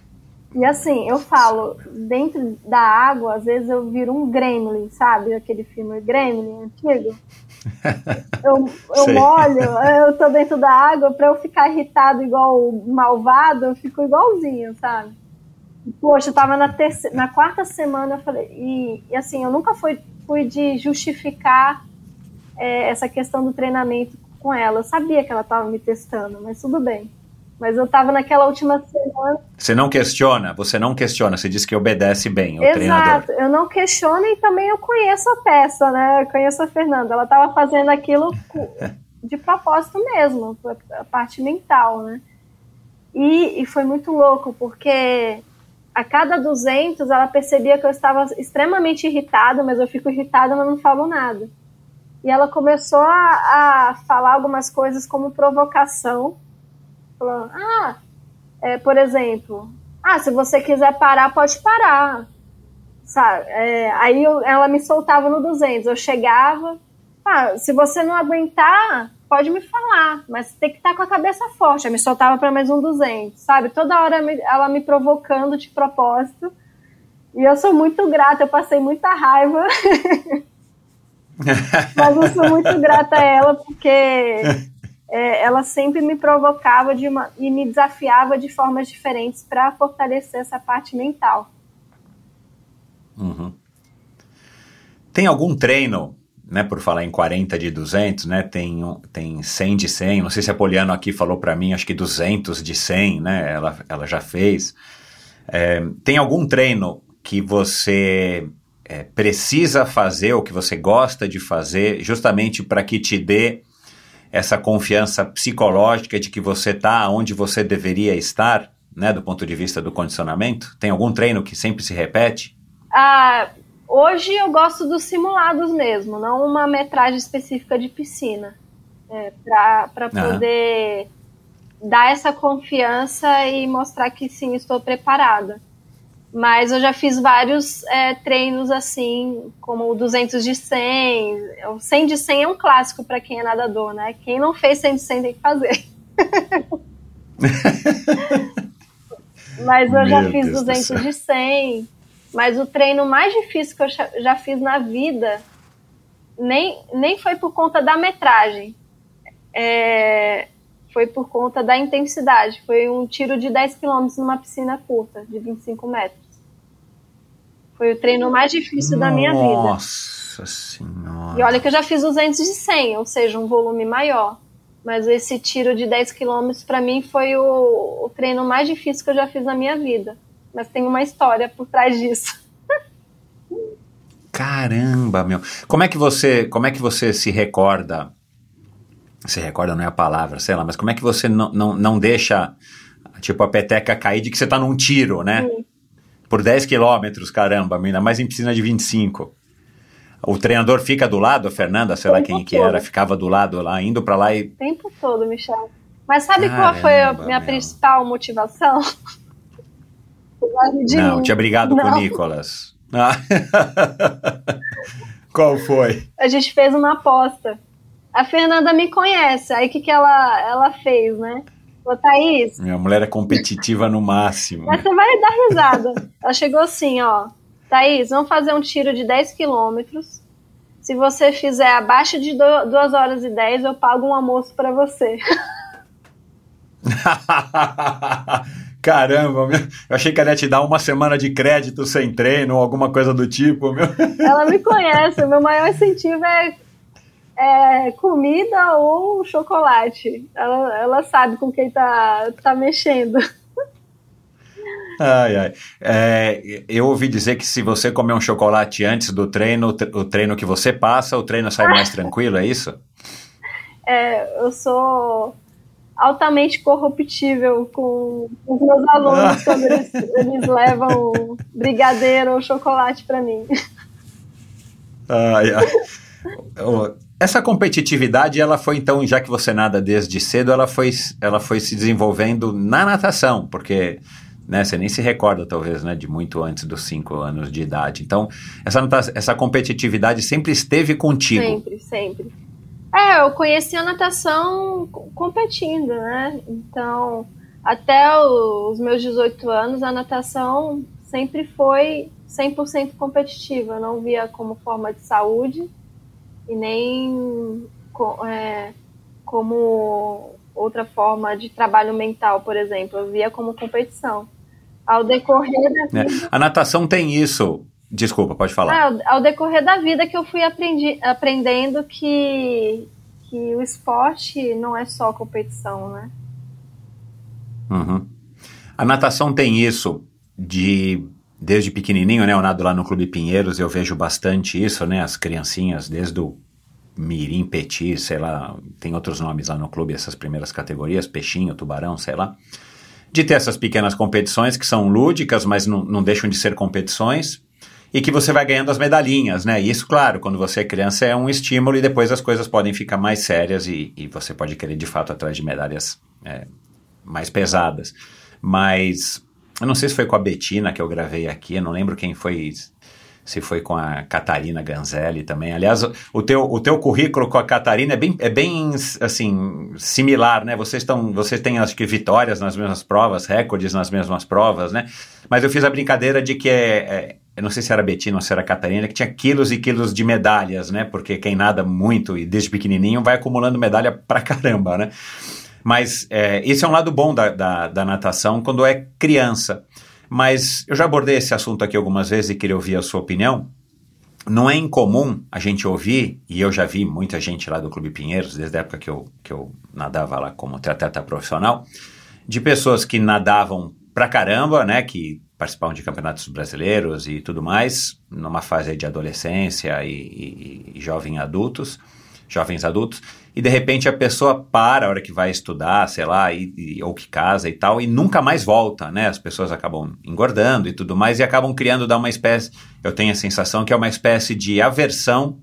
E assim, eu falo, dentro da água, às vezes eu viro um gremlin, sabe? Aquele filme Gremlin antigo. Eu, eu molho, eu tô dentro da água, pra eu ficar irritado igual malvado, eu fico igualzinho, sabe? Poxa, eu tava na, terceira, na quarta semana, eu falei, e, e assim, eu nunca fui, fui de justificar é, essa questão do treinamento com ela. Eu sabia que ela tava me testando, mas tudo bem. Mas eu tava naquela última semana... Você não questiona, você não questiona, você diz que obedece bem o Exato, treinador. Exato, eu não questiono e também eu conheço a peça, né? Eu conheço a Fernanda, ela tava fazendo aquilo de propósito mesmo, a parte mental, né? E, e foi muito louco, porque a cada duzentos ela percebia que eu estava extremamente irritada, mas eu fico irritada, mas não falo nada. E ela começou a, a falar algumas coisas como provocação, falando, ah, é, por exemplo, ah, se você quiser parar, pode parar, sabe? É, aí eu, ela me soltava no duzentos, eu chegava, ah, se você não aguentar, pode me falar, mas tem que estar com a cabeça forte. Eu me soltava para mais um duzentos, sabe? Toda hora ela me provocando de propósito, e eu sou muito grata, eu passei muita raiva, mas eu sou muito grata a ela, porque... É, ela sempre me provocava de uma, e me desafiava de formas diferentes para fortalecer essa parte mental. Uhum. Tem algum treino, né, por falar em quarenta de duzentos, né, tem, tem cem de cem, não sei se a Poliano aqui falou para mim, acho que duzentos de cem, né, ela, ela já fez. É, tem algum treino que você é, precisa fazer ou que você gosta de fazer justamente para que te dê essa confiança psicológica de que você está onde você deveria estar, né, do ponto de vista do condicionamento? Tem algum treino que sempre se repete? Ah, hoje eu gosto dos simulados mesmo, não uma metragem específica de piscina, é, para poder uhum. dar essa confiança e mostrar que sim, estou preparada. Mas eu já fiz vários é, treinos assim, como o duzentos de cem. O cem de cem é um clássico para quem é nadador, né? Quem não fez cem de cem tem que fazer. Mas eu já Meu fiz Deus duzentos de cem. Mas o treino mais difícil que eu já fiz na vida nem, nem foi por conta da metragem. É, foi por conta da intensidade. Foi um tiro de dez quilômetros numa piscina curta, de vinte e cinco metros. Foi o treino mais difícil da minha vida. Nossa Senhora. E olha que eu já fiz duzentos de cem, ou seja, um volume maior. Mas esse tiro de dez quilômetros, para mim, foi o, o treino mais difícil que eu já fiz na minha vida. Mas tem uma história por trás disso. Caramba, meu. Como é que você, como é que você se recorda? Se recorda não é a palavra, sei lá, mas como é que você não, não, não deixa, tipo, a peteca cair de que você tá num tiro, né? Sim. Por dez quilômetros, caramba, ainda mais em piscina de vinte e cinco. O treinador fica do lado, a Fernanda, sei lá quem que era, ficava do lado lá, indo pra lá e... O tempo todo, Michel. Mas sabe Caramba, qual foi a minha meu. principal motivação? De não, mim. tinha brigado não. com o Nicolas. Ah. Qual foi? A gente fez uma aposta. A Fernanda me conhece, aí o que, que ela, ela fez, né? Ô, Thaís... Minha mulher é competitiva no máximo. Mas você vai dar risada. Ela chegou assim, ó... Thaís, vamos fazer um tiro de dez quilômetros. Se você fizer abaixo de duas horas e dez, eu pago um almoço para você. Caramba, meu. Eu achei que ela ia te dar uma semana de crédito sem treino ou alguma coisa do tipo. Meu. Ela me conhece, o meu maior incentivo é, é comida ou chocolate. Ela, ela sabe com quem tá, tá mexendo. Ai, ai. É, eu ouvi dizer que se você comer um chocolate antes do treino, o treino que você passa, o treino sai mais tranquilo, é isso? É, eu sou altamente corruptível com os meus alunos quando eles, eles levam brigadeiro ou chocolate para mim. Ai, ai. Essa competitividade, ela foi então, já que você nada desde cedo, ela foi, ela foi se desenvolvendo na natação, porque... Né, você nem se recorda, talvez, né, de muito antes dos cinco anos de idade. Então, essa, essa competitividade sempre esteve contigo. Sempre, sempre. É, eu conheci a natação competindo, né? Então, até os meus dezoito anos, a natação sempre foi cem por cento competitiva. Eu não via como forma de saúde e nem é, como outra forma de trabalho mental, por exemplo. Eu via como competição. Ao decorrer da vida... É, a natação tem isso. Desculpa, pode falar. Ah, ao decorrer da vida que eu fui aprendi, aprendendo que, que o esporte não é só competição, né? Uhum. A natação tem isso de... Desde pequenininho, né? Eu nado lá no Clube Pinheiros, eu vejo bastante isso, né? As criancinhas, desde o mirim, petit, sei lá, tem outros nomes lá no clube, essas primeiras categorias, peixinho, tubarão, sei lá. De ter essas pequenas competições que são lúdicas, mas não, não deixam de ser competições, e que você vai ganhando as medalhinhas, né? E isso, claro, quando você é criança é um estímulo e depois as coisas podem ficar mais sérias e, e você pode querer, de fato, atrás de medalhas é, mais pesadas. Mas, eu não sei se foi com a Betina que eu gravei aqui, eu não lembro quem foi... se foi com a Catarina Ganzelli também. Aliás, o teu, o teu currículo com a Catarina é bem, é bem assim, similar, né? Vocês, estão, vocês têm, acho que, vitórias nas mesmas provas, recordes nas mesmas provas, né? Mas eu fiz a brincadeira de que, é, é, eu não sei se era a Betina ou se era a Catarina, que tinha quilos e quilos de medalhas, né? Porque quem nada muito e desde pequenininho vai acumulando medalha pra caramba, né? Mas é, esse é um lado bom da, da, da natação quando é criança. Mas eu já abordei esse assunto aqui algumas vezes e queria ouvir a sua opinião. Não é incomum a gente ouvir, e eu já vi muita gente lá do Clube Pinheiros, desde a época que eu, que eu nadava lá como triatleta profissional, de pessoas que nadavam pra caramba, né, que participavam de campeonatos brasileiros e tudo mais, numa fase de adolescência e, e, e jovem adultos, jovens adultos, e de repente a pessoa para a hora que vai estudar, sei lá, e, e, ou que casa e tal, e nunca mais volta, né? As pessoas acabam engordando e tudo mais, e acabam criando, dar uma espécie, eu tenho a sensação que é uma espécie de aversão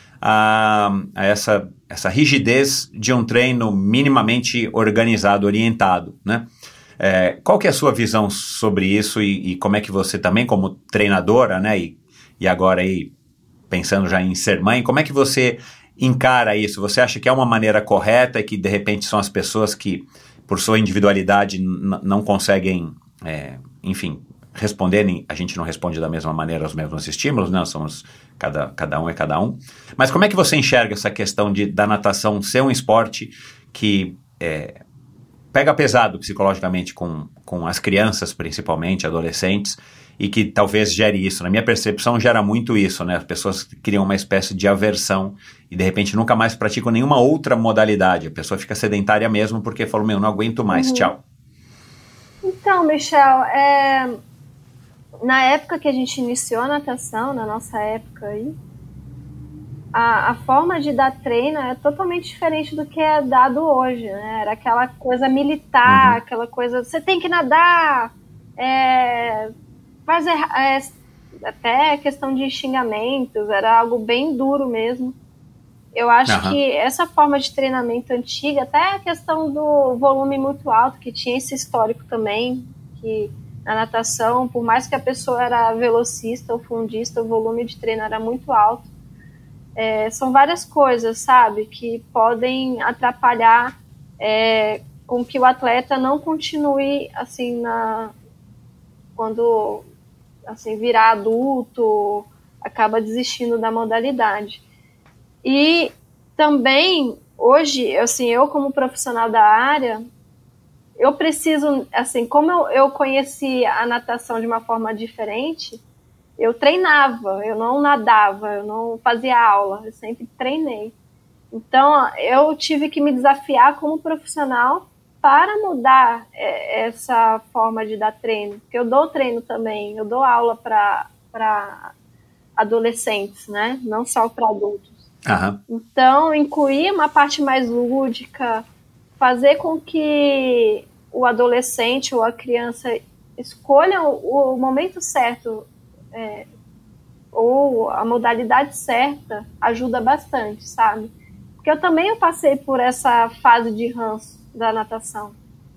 a, a essa, essa rigidez de um treino minimamente organizado, orientado, né? É, qual que é a sua visão sobre isso e, e como é que você também, como treinadora, né? E, e agora aí, pensando já em ser mãe, como é que você encara isso? Você acha que é uma maneira correta e que de repente são as pessoas que, por sua individualidade, n- não conseguem, é, enfim, responder, a gente não responde da mesma maneira aos mesmos estímulos, né? Somos, cada, cada um é cada um. Mas como é que você enxerga essa questão de, da natação ser um esporte que é, pega pesado psicologicamente com, com as crianças, principalmente, adolescentes, e que talvez gere isso. Na minha percepção, gera muito isso, né? As pessoas criam uma espécie de aversão e, de repente, nunca mais praticam nenhuma outra modalidade. A pessoa fica sedentária mesmo porque falou, meu, não aguento mais, uhum. Tchau. Então, Michel, é... na época que a gente iniciou a natação, na nossa época aí, a, a forma de dar treino é totalmente diferente do que é dado hoje, né? Era aquela coisa militar, uhum. aquela coisa, você tem que nadar, é... fazer é, até questão de xingamentos, era algo bem duro mesmo. Eu acho uhum. que essa forma de treinamento antiga, até a questão do volume muito alto, que tinha esse histórico também, que na natação, por mais que a pessoa era velocista ou fundista, o volume de treino era muito alto. É, são várias coisas, sabe, que podem atrapalhar é, com que o atleta não continue, assim, na, quando assim, virar adulto, acaba desistindo da modalidade. E também, hoje, assim, eu como profissional da área, eu preciso, assim, como eu, eu conheci a natação de uma forma diferente, eu treinava, eu não nadava, eu não fazia aula, eu sempre treinei. Então, eu tive que me desafiar como profissional para mudar é, essa forma de dar treino. Porque eu dou treino também, eu dou aula para adolescentes, né? Não só para adultos. Uhum. Então, incluir uma parte mais lúdica, fazer com que o adolescente ou a criança escolha o, o momento certo, é, ou a modalidade certa, ajuda bastante, sabe? Porque eu também eu passei por essa fase de ranço da natação,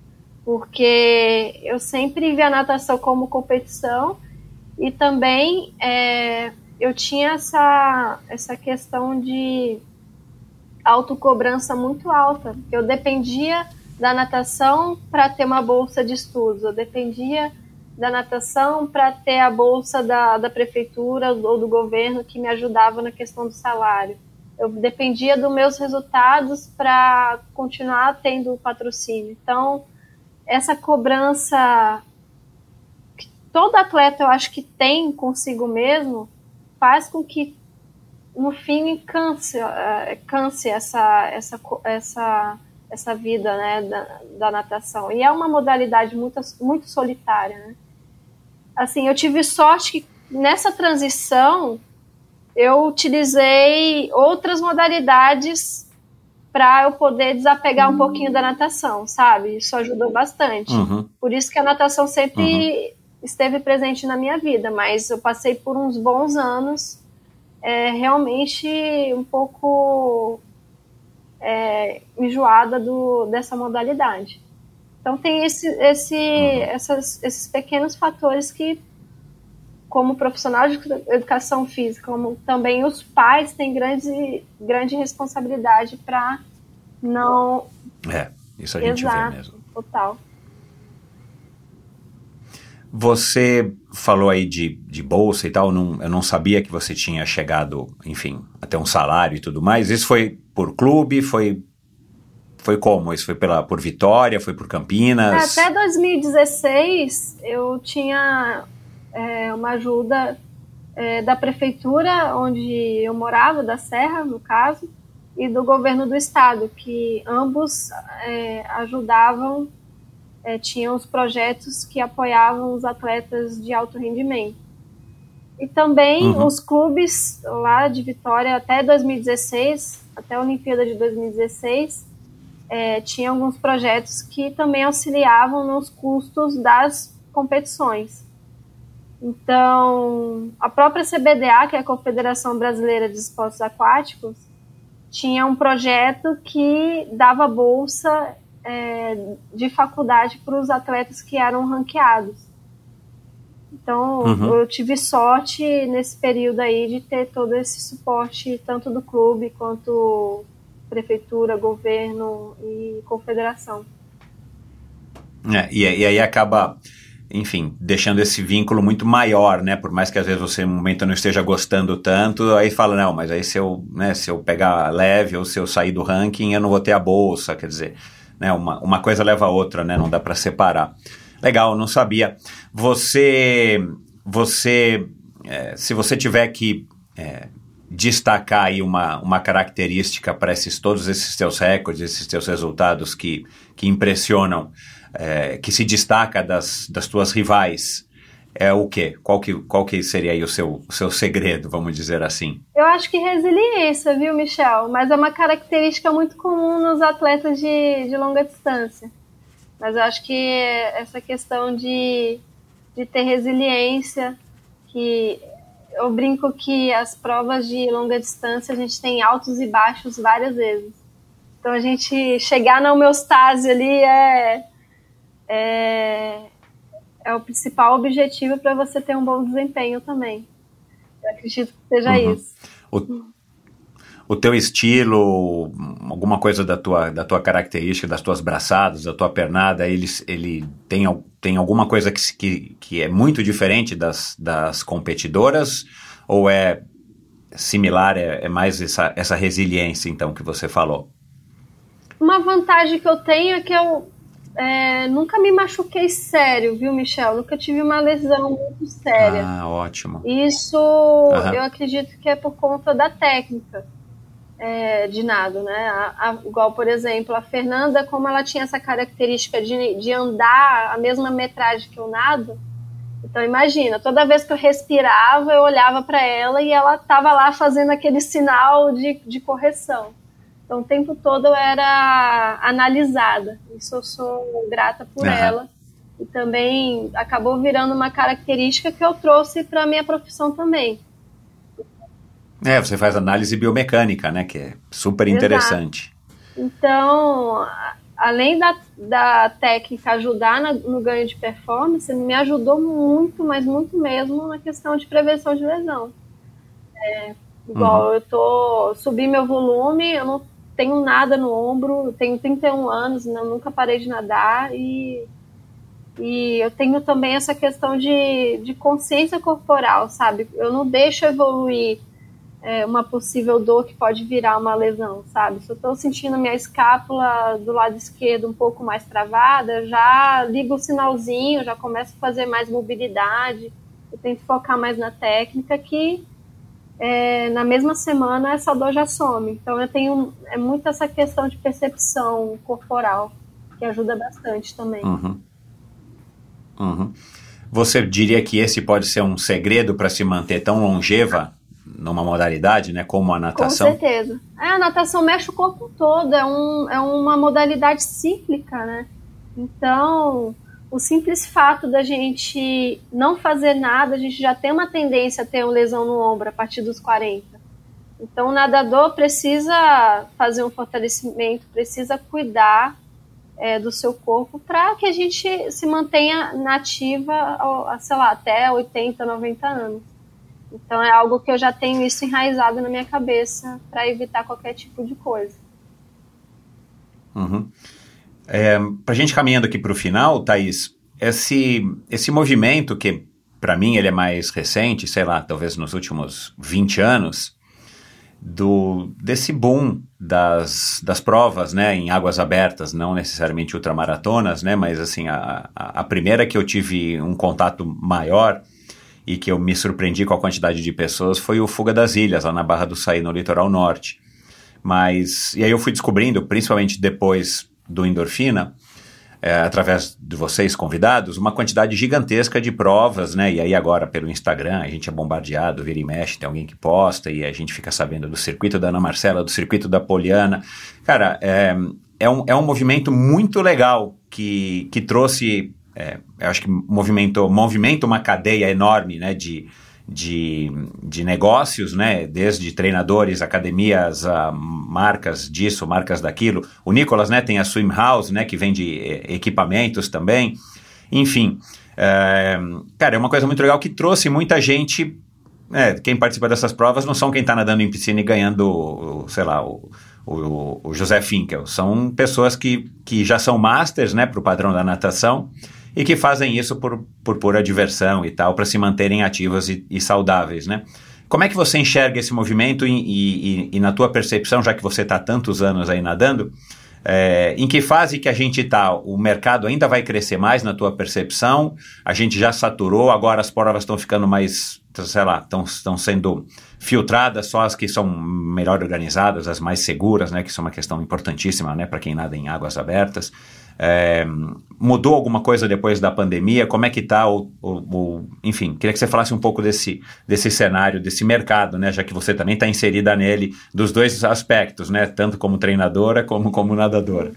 porque eu sempre vi a natação como competição e também é, eu tinha essa, essa questão de autocobrança muito alta. Eu dependia da natação para ter uma bolsa de estudos, eu dependia da natação para ter a bolsa da, da prefeitura ou do governo que me ajudava na questão do salário. Eu dependia dos meus resultados para continuar tendo patrocínio. Então, essa cobrança que todo atleta, eu acho que tem consigo mesmo, faz com que, no fim, canse, canse essa, essa, essa, essa vida, né, da, da natação. E é uma modalidade muito, muito solitária, né? Assim, eu tive sorte que nessa transição eu utilizei outras modalidades para eu poder desapegar um pouquinho da natação, sabe? Isso ajudou bastante. Uhum. Por isso que a natação sempre uhum. esteve presente na minha vida, mas eu passei por uns bons anos é, realmente um pouco é, enjoada do, dessa modalidade. Então tem esse, esse, uhum. essas, esses pequenos fatores que, como profissional de educação física, como também os pais têm grande, grande responsabilidade para não... É, isso a gente Exato, vê mesmo. Total. Você falou aí de, de bolsa e tal, não, eu não sabia que você tinha chegado, enfim, até um salário e tudo mais. Isso foi por clube, foi... Foi como? Isso foi pela, por Vitória, foi por Campinas? Até dois mil e dezesseis eu tinha é, uma ajuda é, da prefeitura onde eu morava, da Serra, no caso, e do governo do estado, que ambos é, ajudavam, é, tinham os projetos que apoiavam os atletas de alto rendimento. E também uhum. os clubes lá de Vitória, até dois mil e dezesseis, até a Olimpíada de dois mil e dezesseis, É, tinha alguns projetos que também auxiliavam nos custos das competições. Então, a própria C B D A, que é a Confederação Brasileira de Esportes Aquáticos, tinha um projeto que dava bolsa é, de faculdade para os atletas que eram ranqueados. Então, uhum. eu tive sorte nesse período aí de ter todo esse suporte, tanto do clube quanto prefeitura, governo e confederação. É, e, e aí acaba, enfim, deixando esse vínculo muito maior, né? Por mais que às vezes você no momento não esteja gostando tanto, aí fala, não, mas aí se eu, né, se eu pegar leve ou se eu sair do ranking, eu não vou ter a bolsa, quer dizer, né, uma, uma coisa leva a outra, né? Não dá para separar. Legal, não sabia. Você você, é, se você tiver que é, destacar aí uma, uma característica para esses, todos esses teus recordes, esses teus resultados que, que impressionam, é, que se destaca das, das tuas rivais, é o quê? Qual que, qual que seria aí o seu, o seu segredo, vamos dizer assim? Eu acho que resiliência, viu, Michel? Mas é uma característica muito comum nos atletas de, de longa distância. Mas eu acho que essa questão de, de ter resiliência, que eu brinco que as provas de longa distância a gente tem altos e baixos várias vezes. Então a gente chegar na homeostase ali é... é É o principal objetivo para você ter um bom desempenho também. Eu acredito que seja uhum. isso. O, o teu estilo, alguma coisa da tua, da tua característica, das tuas braçadas, da tua pernada, ele, ele tem, tem alguma coisa que, que, que é muito diferente das, das competidoras? Ou é similar, é, é mais essa, essa resiliência, então, que você falou? Uma vantagem que eu tenho é que eu É, nunca me machuquei sério, viu, Michel? Nunca tive uma lesão muito séria. Ah, ótimo. Isso uhum. eu acredito que é por conta da técnica é, de nado, né? A, a, igual, por exemplo, a Fernanda, como ela tinha essa característica de, de andar a mesma metragem que eu nado, então imagina, toda vez que eu respirava, eu olhava para ela e ela estava lá fazendo aquele sinal de, de correção. Então, o tempo todo eu era analisada. Isso eu sou grata por uhum. ela. E também acabou virando uma característica que eu trouxe para a minha profissão também. É, você faz análise biomecânica, né? Que é super interessante. Exato. Então, além da, da técnica ajudar na, no ganho de performance, me ajudou muito, mas muito mesmo na questão de prevenção de lesão. É, igual uhum. eu tô subi meu volume, eu não tenho nada no ombro, tenho trinta e um anos, não, nunca parei de nadar e, e eu tenho também essa questão de, de consciência corporal, sabe? Eu não deixo evoluir é, uma possível dor que pode virar uma lesão, sabe? Se eu estou sentindo minha escápula do lado esquerdo um pouco mais travada, já ligo o sinalzinho, já começo a fazer mais mobilidade, eu tento focar mais na técnica que É, na mesma semana essa dor já some. Então eu tenho é muito essa questão de percepção corporal que ajuda bastante também. Uhum. Uhum. Você diria que esse pode ser um segredo para se manter tão longeva numa modalidade, né, como a natação? Com certeza. É, a natação mexe o corpo todo, é, um, é uma modalidade cíclica, né? Então o simples fato da gente não fazer nada, a gente já tem uma tendência a ter uma lesão no ombro a partir dos quarenta. Então o nadador precisa fazer um fortalecimento, precisa cuidar é, do seu corpo para que a gente se mantenha nativa, sei lá, até oitenta, noventa anos. Então é algo que eu já tenho isso enraizado na minha cabeça para evitar qualquer tipo de coisa. Uhum. É, para a gente caminhando aqui para o final, Thaís, esse, esse movimento que para mim ele é mais recente, sei lá, talvez nos últimos vinte anos, do, desse boom das, das provas, né, em águas abertas, não necessariamente ultramaratonas, né, mas assim, a, a, a primeira que eu tive um contato maior e que eu me surpreendi com a quantidade de pessoas foi o Fuga das Ilhas, lá na Barra do Saí, no litoral norte. Mas, e aí eu fui descobrindo, principalmente depois do Endorfina, é, através de vocês convidados, uma quantidade gigantesca de provas, né, e aí agora pelo Instagram a gente é bombardeado, vira e mexe, tem alguém que posta e a gente fica sabendo do circuito da Ana Marcela, do circuito da Poliana. Cara, é, é, um, é um movimento muito legal que, que trouxe, é, eu acho que movimentou, movimenta uma cadeia enorme, né, de De, de negócios, né, desde treinadores, academias, a marcas disso, marcas daquilo. O Nicolas, né, tem a Swim House, né, que vende eh, equipamentos também. Enfim, é, cara, é uma coisa muito legal que trouxe muita gente. É, quem participa dessas provas não são quem está nadando em piscina e ganhando, sei lá, o, o, o José Finkel. São pessoas que, que já são masters, né, para o padrão da natação, e que fazem isso por, por pura diversão e tal, para se manterem ativos e, e saudáveis, né? Como é que você enxerga esse movimento e, e, e na tua percepção, já que você está há tantos anos aí nadando, É, em que fase que a gente está? O mercado ainda vai crescer mais na tua percepção? A gente já saturou, agora as provas estão ficando mais, sei lá, estão sendo filtradas, só as que são melhor organizadas, as mais seguras, né, que são uma questão importantíssima, né, para quem nada em águas abertas. É, mudou alguma coisa depois da pandemia? Como é que está o, o, o... Enfim, queria que você falasse um pouco desse, desse cenário, desse mercado, né? Já que você também está inserida nele, dos dois aspectos, né? Tanto como treinadora como como nadadora.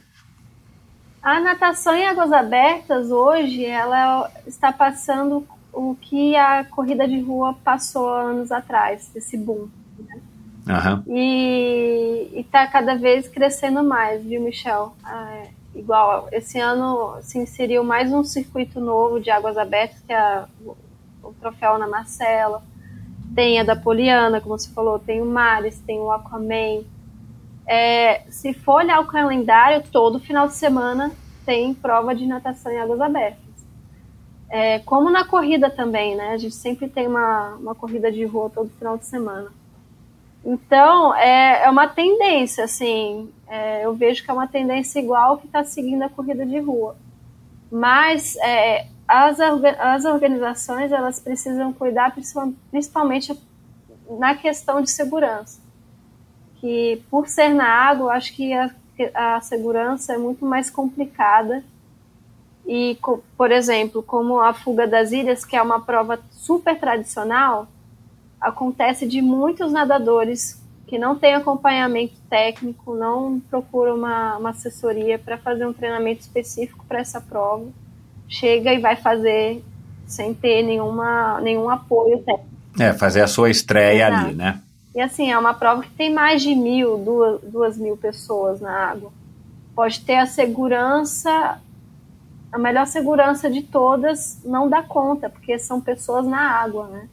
A natação em águas abertas hoje, ela está passando o que a corrida de rua passou anos atrás, esse boom, né? Uhum. E está cada vez crescendo mais, viu, Michel? Ah, igual, esse ano se inseriu mais um circuito novo de águas abertas, que é a, o, o troféu Ana Marcela, tem a da Poliana, como você falou, tem o Mares, tem o Aquaman. É, se for olhar o calendário, todo final de semana tem prova de natação em águas abertas. É, como na corrida também, né? A gente sempre tem uma, uma corrida de rua todo final de semana. Então, é, é uma tendência, assim, é, eu vejo que é uma tendência igual que está seguindo a corrida de rua. Mas é, as, as organizações, elas precisam cuidar principalmente na questão de segurança. Que, por ser na água, eu acho que a, a segurança é muito mais complicada. E, por exemplo, como a Fuga das Ilhas, que é uma prova super tradicional, acontece de muitos nadadores que não têm acompanhamento técnico, não procuram uma, uma assessoria para fazer um treinamento específico para essa prova, chega e vai fazer sem ter nenhuma, nenhum apoio técnico. É, fazer a sua estreia Exato. Ali, né? E assim, é uma prova que tem mais de mil, duas, duas mil pessoas na água. Pode ter a segurança, a melhor segurança de todas não dá conta, porque são pessoas na água, né?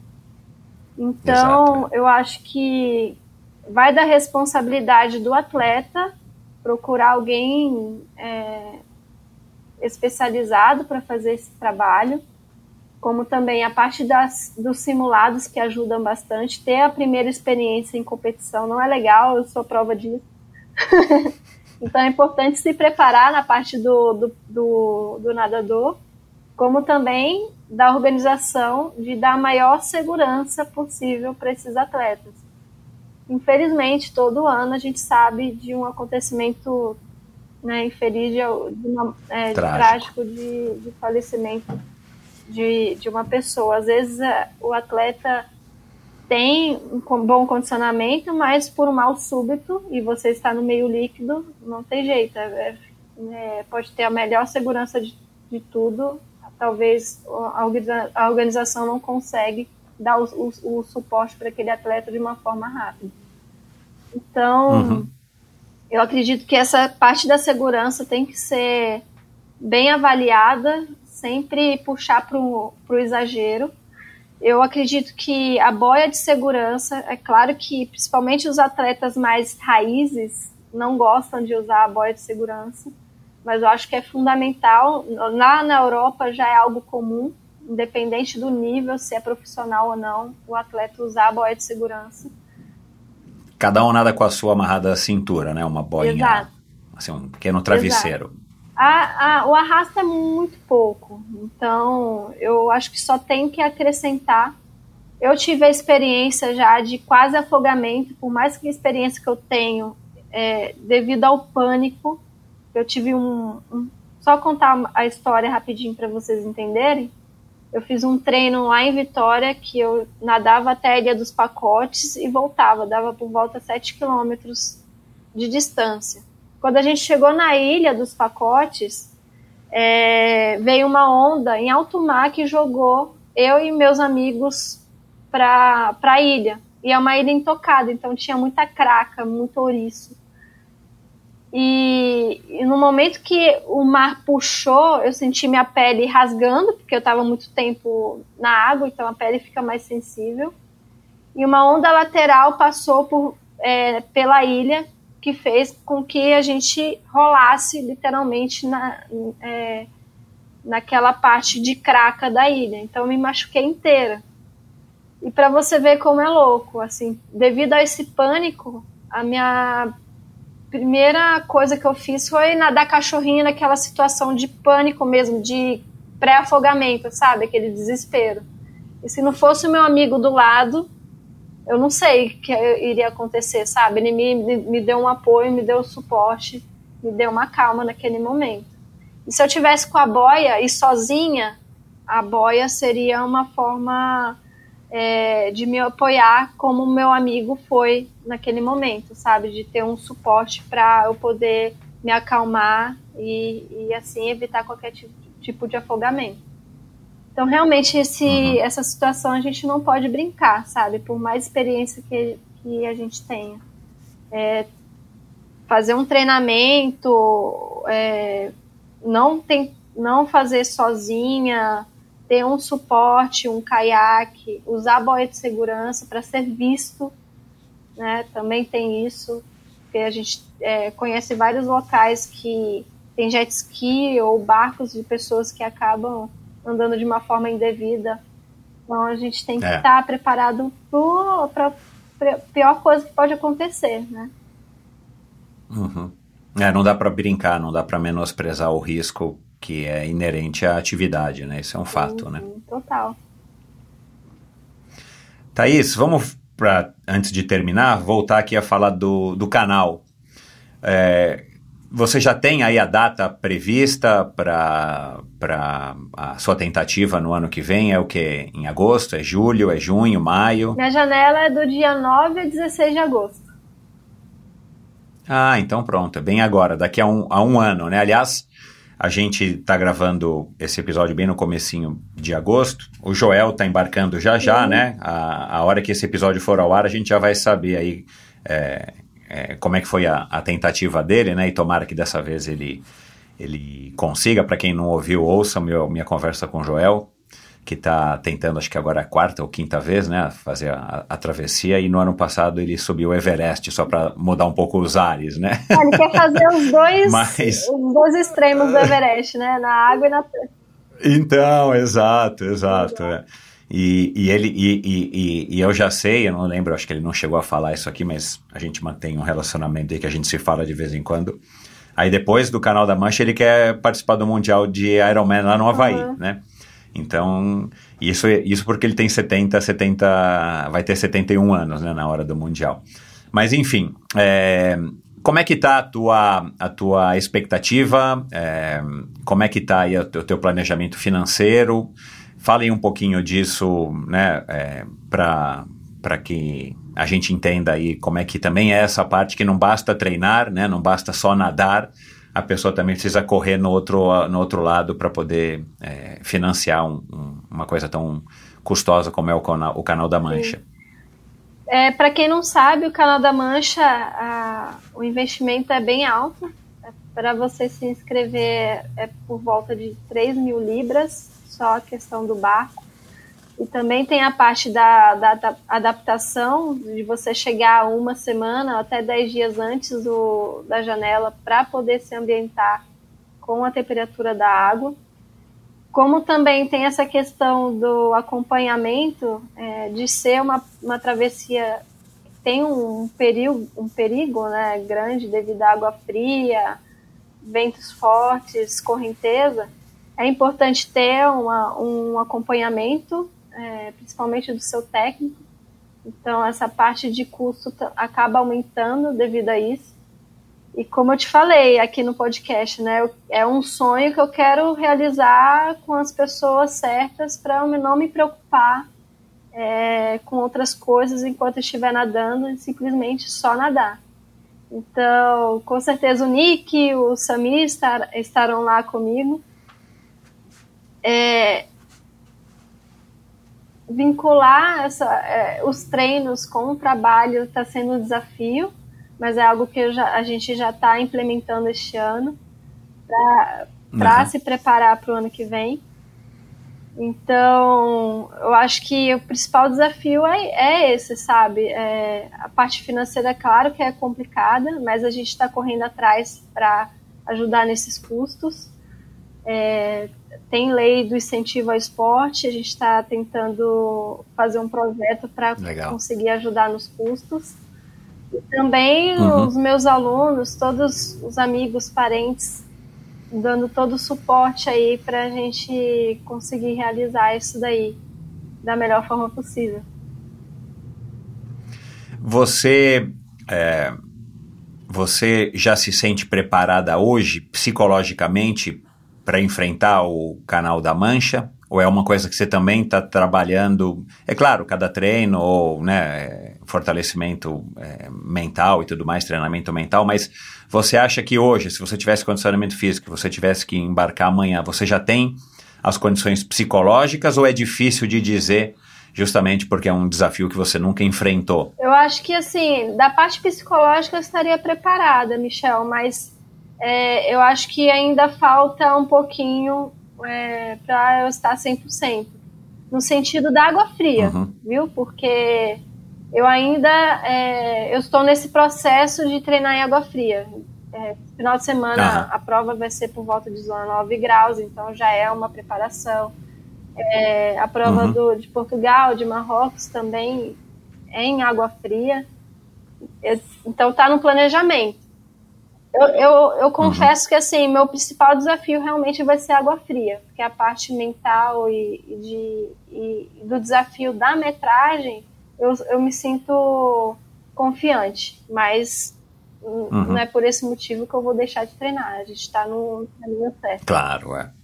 Então, exato, eu acho que vai da responsabilidade do atleta procurar alguém é, especializado para fazer esse trabalho, como também a parte das, dos simulados, que ajudam bastante. Ter a primeira experiência em competição não é legal, eu sou prova disso. Então é importante se preparar na parte do, do, do, do nadador, como também da organização de dar a maior segurança possível para esses atletas. Infelizmente, todo ano a gente sabe de um acontecimento, né, infeliz, de, de, uma, é, de trágico de, de falecimento de, de uma pessoa. Às vezes é, o atleta tem um bom condicionamento, mas por um mal súbito, e você está no meio líquido, não tem jeito. É, é, pode ter a melhor segurança de, de tudo, talvez a organização não consegue dar o, o, o suporte para aquele atleta de uma forma rápida. Então, uhum. eu acredito que essa parte da segurança tem que ser bem avaliada, sempre puxar para o exagero. Eu acredito que a boia de segurança, é claro que principalmente os atletas mais raízes não gostam de usar a boia de segurança, mas eu acho que é fundamental. Lá na Europa já é algo comum, independente do nível, se é profissional ou não, o atleta usar a boia de segurança. Cada um nada com a sua amarrada à cintura, né? Uma boinha, exato, assim, um pequeno travesseiro. A, a, o arrasto é muito pouco, então eu acho que só tem que acrescentar. Eu tive a experiência já de quase afogamento, por mais que a experiência que eu tenho, é, devido ao pânico. Eu tive um, um... Só contar a história rapidinho para vocês entenderem. Eu fiz um treino lá em Vitória, que eu nadava até a Ilha dos Pacotes e voltava. Dava por volta sete quilômetros de distância. Quando a gente chegou na Ilha dos Pacotes, é, veio uma onda em alto mar que jogou eu e meus amigos para a ilha. E é uma ilha intocada, então tinha muita craca, muito ouriço. E, e no momento que o mar puxou, eu senti minha pele rasgando, porque eu estava muito tempo na água, então a pele fica mais sensível. E uma onda lateral passou por, é, pela ilha, que fez com que a gente rolasse literalmente na, é, naquela parte de craca da ilha. Então eu me machuquei inteira. E para você ver como é louco, assim, devido a esse pânico, a minha primeira coisa que eu fiz foi nadar cachorrinho naquela situação de pânico mesmo, de pré-afogamento, sabe? Aquele desespero. E se não fosse o meu amigo do lado, eu não sei o que iria acontecer, sabe? Ele me, me deu um apoio, me deu suporte, me deu uma calma naquele momento. E se eu tivesse com a boia e sozinha, a boia seria uma forma é, de me apoiar como o meu amigo foi naquele momento, sabe? De ter um suporte para eu poder me acalmar e, e assim, evitar qualquer tipo, tipo de afogamento. Então, realmente, esse, uhum. essa situação a gente não pode brincar, sabe? Por mais experiência que, que a gente tenha. É, fazer um treinamento, é, não, tem, não fazer sozinha, ter um suporte, um caiaque, usar boia de segurança para ser visto, né? Também tem isso, porque a gente é, conhece vários locais que tem jet ski ou barcos de pessoas que acabam andando de uma forma indevida. Então a gente tem que é. estar preparado para a pior coisa que pode acontecer, né? Uhum. É, não dá para brincar, não dá para menosprezar o risco que é inerente à atividade, né? Isso é um fato, uhum, né? Total. Thaís, vamos, pra, antes de terminar, voltar aqui a falar do, do canal. É, Você já tem aí a data prevista para a sua tentativa no ano que vem? É o quê? Em agosto? É julho? É junho? Maio? Minha janela é do dia nove a dezesseis de agosto. Ah, então pronto. É bem agora, daqui a um, a um ano, né? Aliás, a gente está gravando esse episódio bem no comecinho de agosto. O Joel está embarcando já já, uhum. né? A, a hora que esse episódio for ao ar, a gente já vai saber aí... É, É, como é que foi a, a tentativa dele, né? E tomara que dessa vez ele, ele consiga. Para quem não ouviu, ouça meu, minha conversa com o Joel, que está tentando, acho que agora é a quarta ou quinta vez, né? Fazer a, a travessia. E no ano passado ele subiu o Everest, só para mudar um pouco os ares, né? Ah, ele quer fazer os dois, Mas... os dois extremos do Everest, né? Na água e na terra. Então, exato, exato. É. E, e, ele, e, e, e eu já sei, eu não lembro, acho que ele não chegou a falar isso aqui, mas a gente mantém um relacionamento aí que a gente se fala de vez em quando. Aí depois do Canal da Mancha ele quer participar do Mundial de Ironman lá no Havaí, uhum. né? Então, isso, isso porque ele tem setenta, setenta, vai ter setenta e um anos, né, na hora do Mundial. Mas enfim, é, como é que tá a tua, a tua expectativa? É, como é que tá aí o teu planejamento financeiro? Falem um pouquinho disso, né, é, para que a gente entenda aí como é que também é essa parte que não basta treinar, né, não basta só nadar, a pessoa também precisa correr no outro, no outro lado para poder é, financiar um, um, uma coisa tão custosa como é o, cana- o Canal da Mancha. É, para quem não sabe, o Canal da Mancha, a, o investimento é bem alto. Para você se inscrever é por volta de três mil libras, só a questão do barco. E também tem a parte da, da adaptação, de você chegar uma semana, até dez dias antes do, da janela, para poder se ambientar com a temperatura da água. Como também tem essa questão do acompanhamento, é, de ser uma, uma travessia que tem um perigo, um perigo né, grande devido à água fria, ventos fortes, correnteza. É importante ter uma, um acompanhamento, é, principalmente do seu técnico. Então, essa parte de custo t- acaba aumentando devido a isso. E como eu te falei aqui no podcast, né, eu, é um sonho que eu quero realizar com as pessoas certas para eu não me preocupar é, com outras coisas enquanto eu estiver nadando e simplesmente só nadar. Então, com certeza o Nick e o Samir estar, estarão lá comigo. É, vincular essa, é, os treinos com o trabalho está sendo um desafio, mas é algo que eu já, a gente já está implementando este ano para uhum. se preparar para o ano que vem. Então, eu acho que o principal desafio é, é esse, sabe? É, a parte financeira, claro que é complicada, mas a gente está correndo atrás para ajudar nesses custos. É, tem lei do incentivo ao esporte, a gente está tentando fazer um projeto para conseguir ajudar nos custos. E também Uhum. os meus alunos, todos os amigos, parentes, dando todo o suporte aí para a gente conseguir realizar isso daí da melhor forma possível. Você, é, você já se sente preparada hoje, psicologicamente, para enfrentar o Canal da Mancha? Ou é uma coisa que você também está trabalhando? É claro, cada treino ou, né, fortalecimento é, mental e tudo mais, treinamento mental, mas você acha que hoje, se você tivesse condicionamento físico, você tivesse que embarcar amanhã, você já tem as condições psicológicas ou é difícil de dizer justamente porque é um desafio que você nunca enfrentou? Eu acho que, assim, da parte psicológica eu estaria preparada, Michel, mas é, eu acho que ainda falta um pouquinho é, para eu estar cem por cento. No sentido da água fria, uhum. viu? Porque eu ainda é, eu estou nesse processo de treinar em água fria. É, final de semana uhum. a prova vai ser por volta de dezenove graus, então já é uma preparação. É, a prova uhum. do, de Portugal, de Marrocos também é em água fria. Eu, então está no planejamento. Eu, eu, eu confesso uhum. que assim, meu principal desafio realmente vai ser água fria, porque a parte mental e, e, de, e do desafio da metragem eu, eu me sinto confiante, mas uhum. não é por esse motivo que eu vou deixar de treinar. A gente está no caminho certo. Claro, é.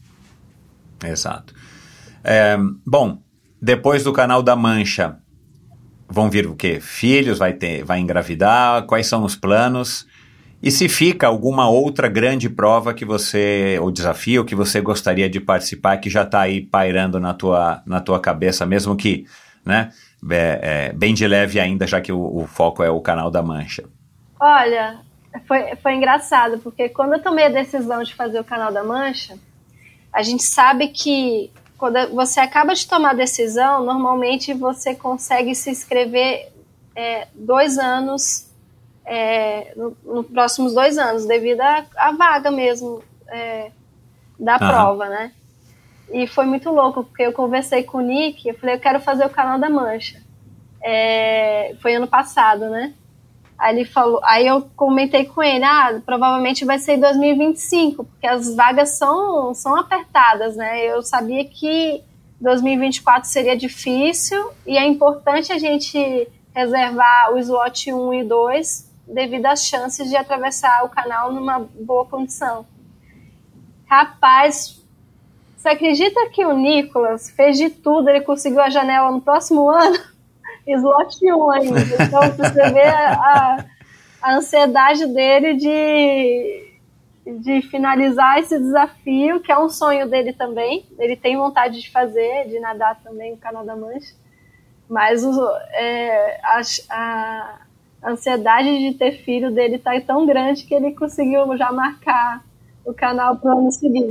Exato. É, bom, depois do Canal da Mancha, vão vir o quê? Filhos? Vai ter, vai engravidar? Quais são os planos? E se fica alguma outra grande prova que você, ou desafio que você gostaria de participar, que já está aí pairando na tua, na tua cabeça, mesmo que, né, é, é, bem de leve ainda, já que o, o foco é o Canal da Mancha? Olha, foi, foi engraçado, porque quando eu tomei a decisão de fazer o Canal da Mancha, a gente sabe que quando você acaba de tomar a decisão, normalmente você consegue se inscrever é, dois anos, é, nos no próximos dois anos, devido à vaga mesmo é, da Aham. prova, né? E foi muito louco, porque eu conversei com o Nick, eu falei, eu quero fazer o Canal da Mancha. É, foi ano passado, né? Aí ele falou, aí eu comentei com ele, ah, provavelmente vai ser em dois mil e vinte e cinco, porque as vagas são, são apertadas, né? Eu sabia que dois mil e vinte e quatro seria difícil e é importante a gente reservar o slot um e dois devido às chances de atravessar o canal numa boa condição. Rapaz, você acredita que o Nicolas fez de tudo, ele conseguiu a janela no próximo ano? Slot um ainda. Então, você vê a, a, a ansiedade dele de, de finalizar esse desafio, que é um sonho dele também. Ele tem vontade de fazer, de nadar também no Canal da Mancha. Mas o, é, a, a ansiedade de ter filho dele está tão grande que ele conseguiu já marcar o canal para o ano seguinte.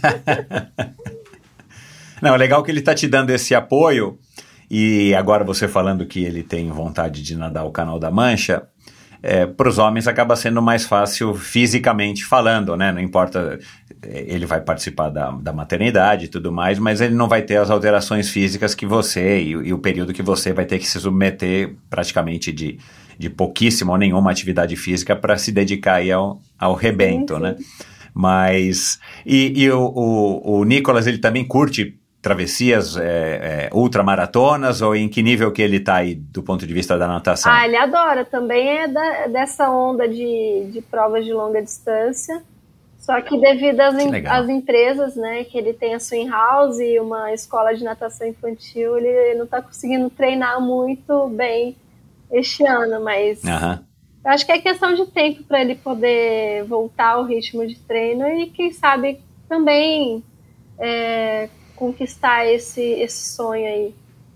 Não, é legal que ele está te dando esse apoio. E agora você falando que ele tem vontade de nadar o Canal da Mancha, é, para os homens acaba sendo mais fácil fisicamente falando, né? Não importa, ele vai participar da, da maternidade e tudo mais, mas ele não vai ter as alterações físicas que você, e, e o período que você vai ter que se submeter praticamente de, de pouquíssima ou nenhuma atividade física para se dedicar aí ao, ao rebento, sim, sim. né? Mas, e, e o, o, o Nicolas, ele também curte travessias, é, é, ultramaratonas, ou em que nível que ele está aí do ponto de vista da natação? Ah, ele adora, também é da, dessa onda de, de provas de longa distância, só que devido às, em, às empresas, né, que ele tem a Swim House e uma escola de natação infantil, ele não está conseguindo treinar muito bem este ano, mas uhum. eu acho que é questão de tempo para ele poder voltar ao ritmo de treino e quem sabe também é, conquistar esse, esse sonho aí.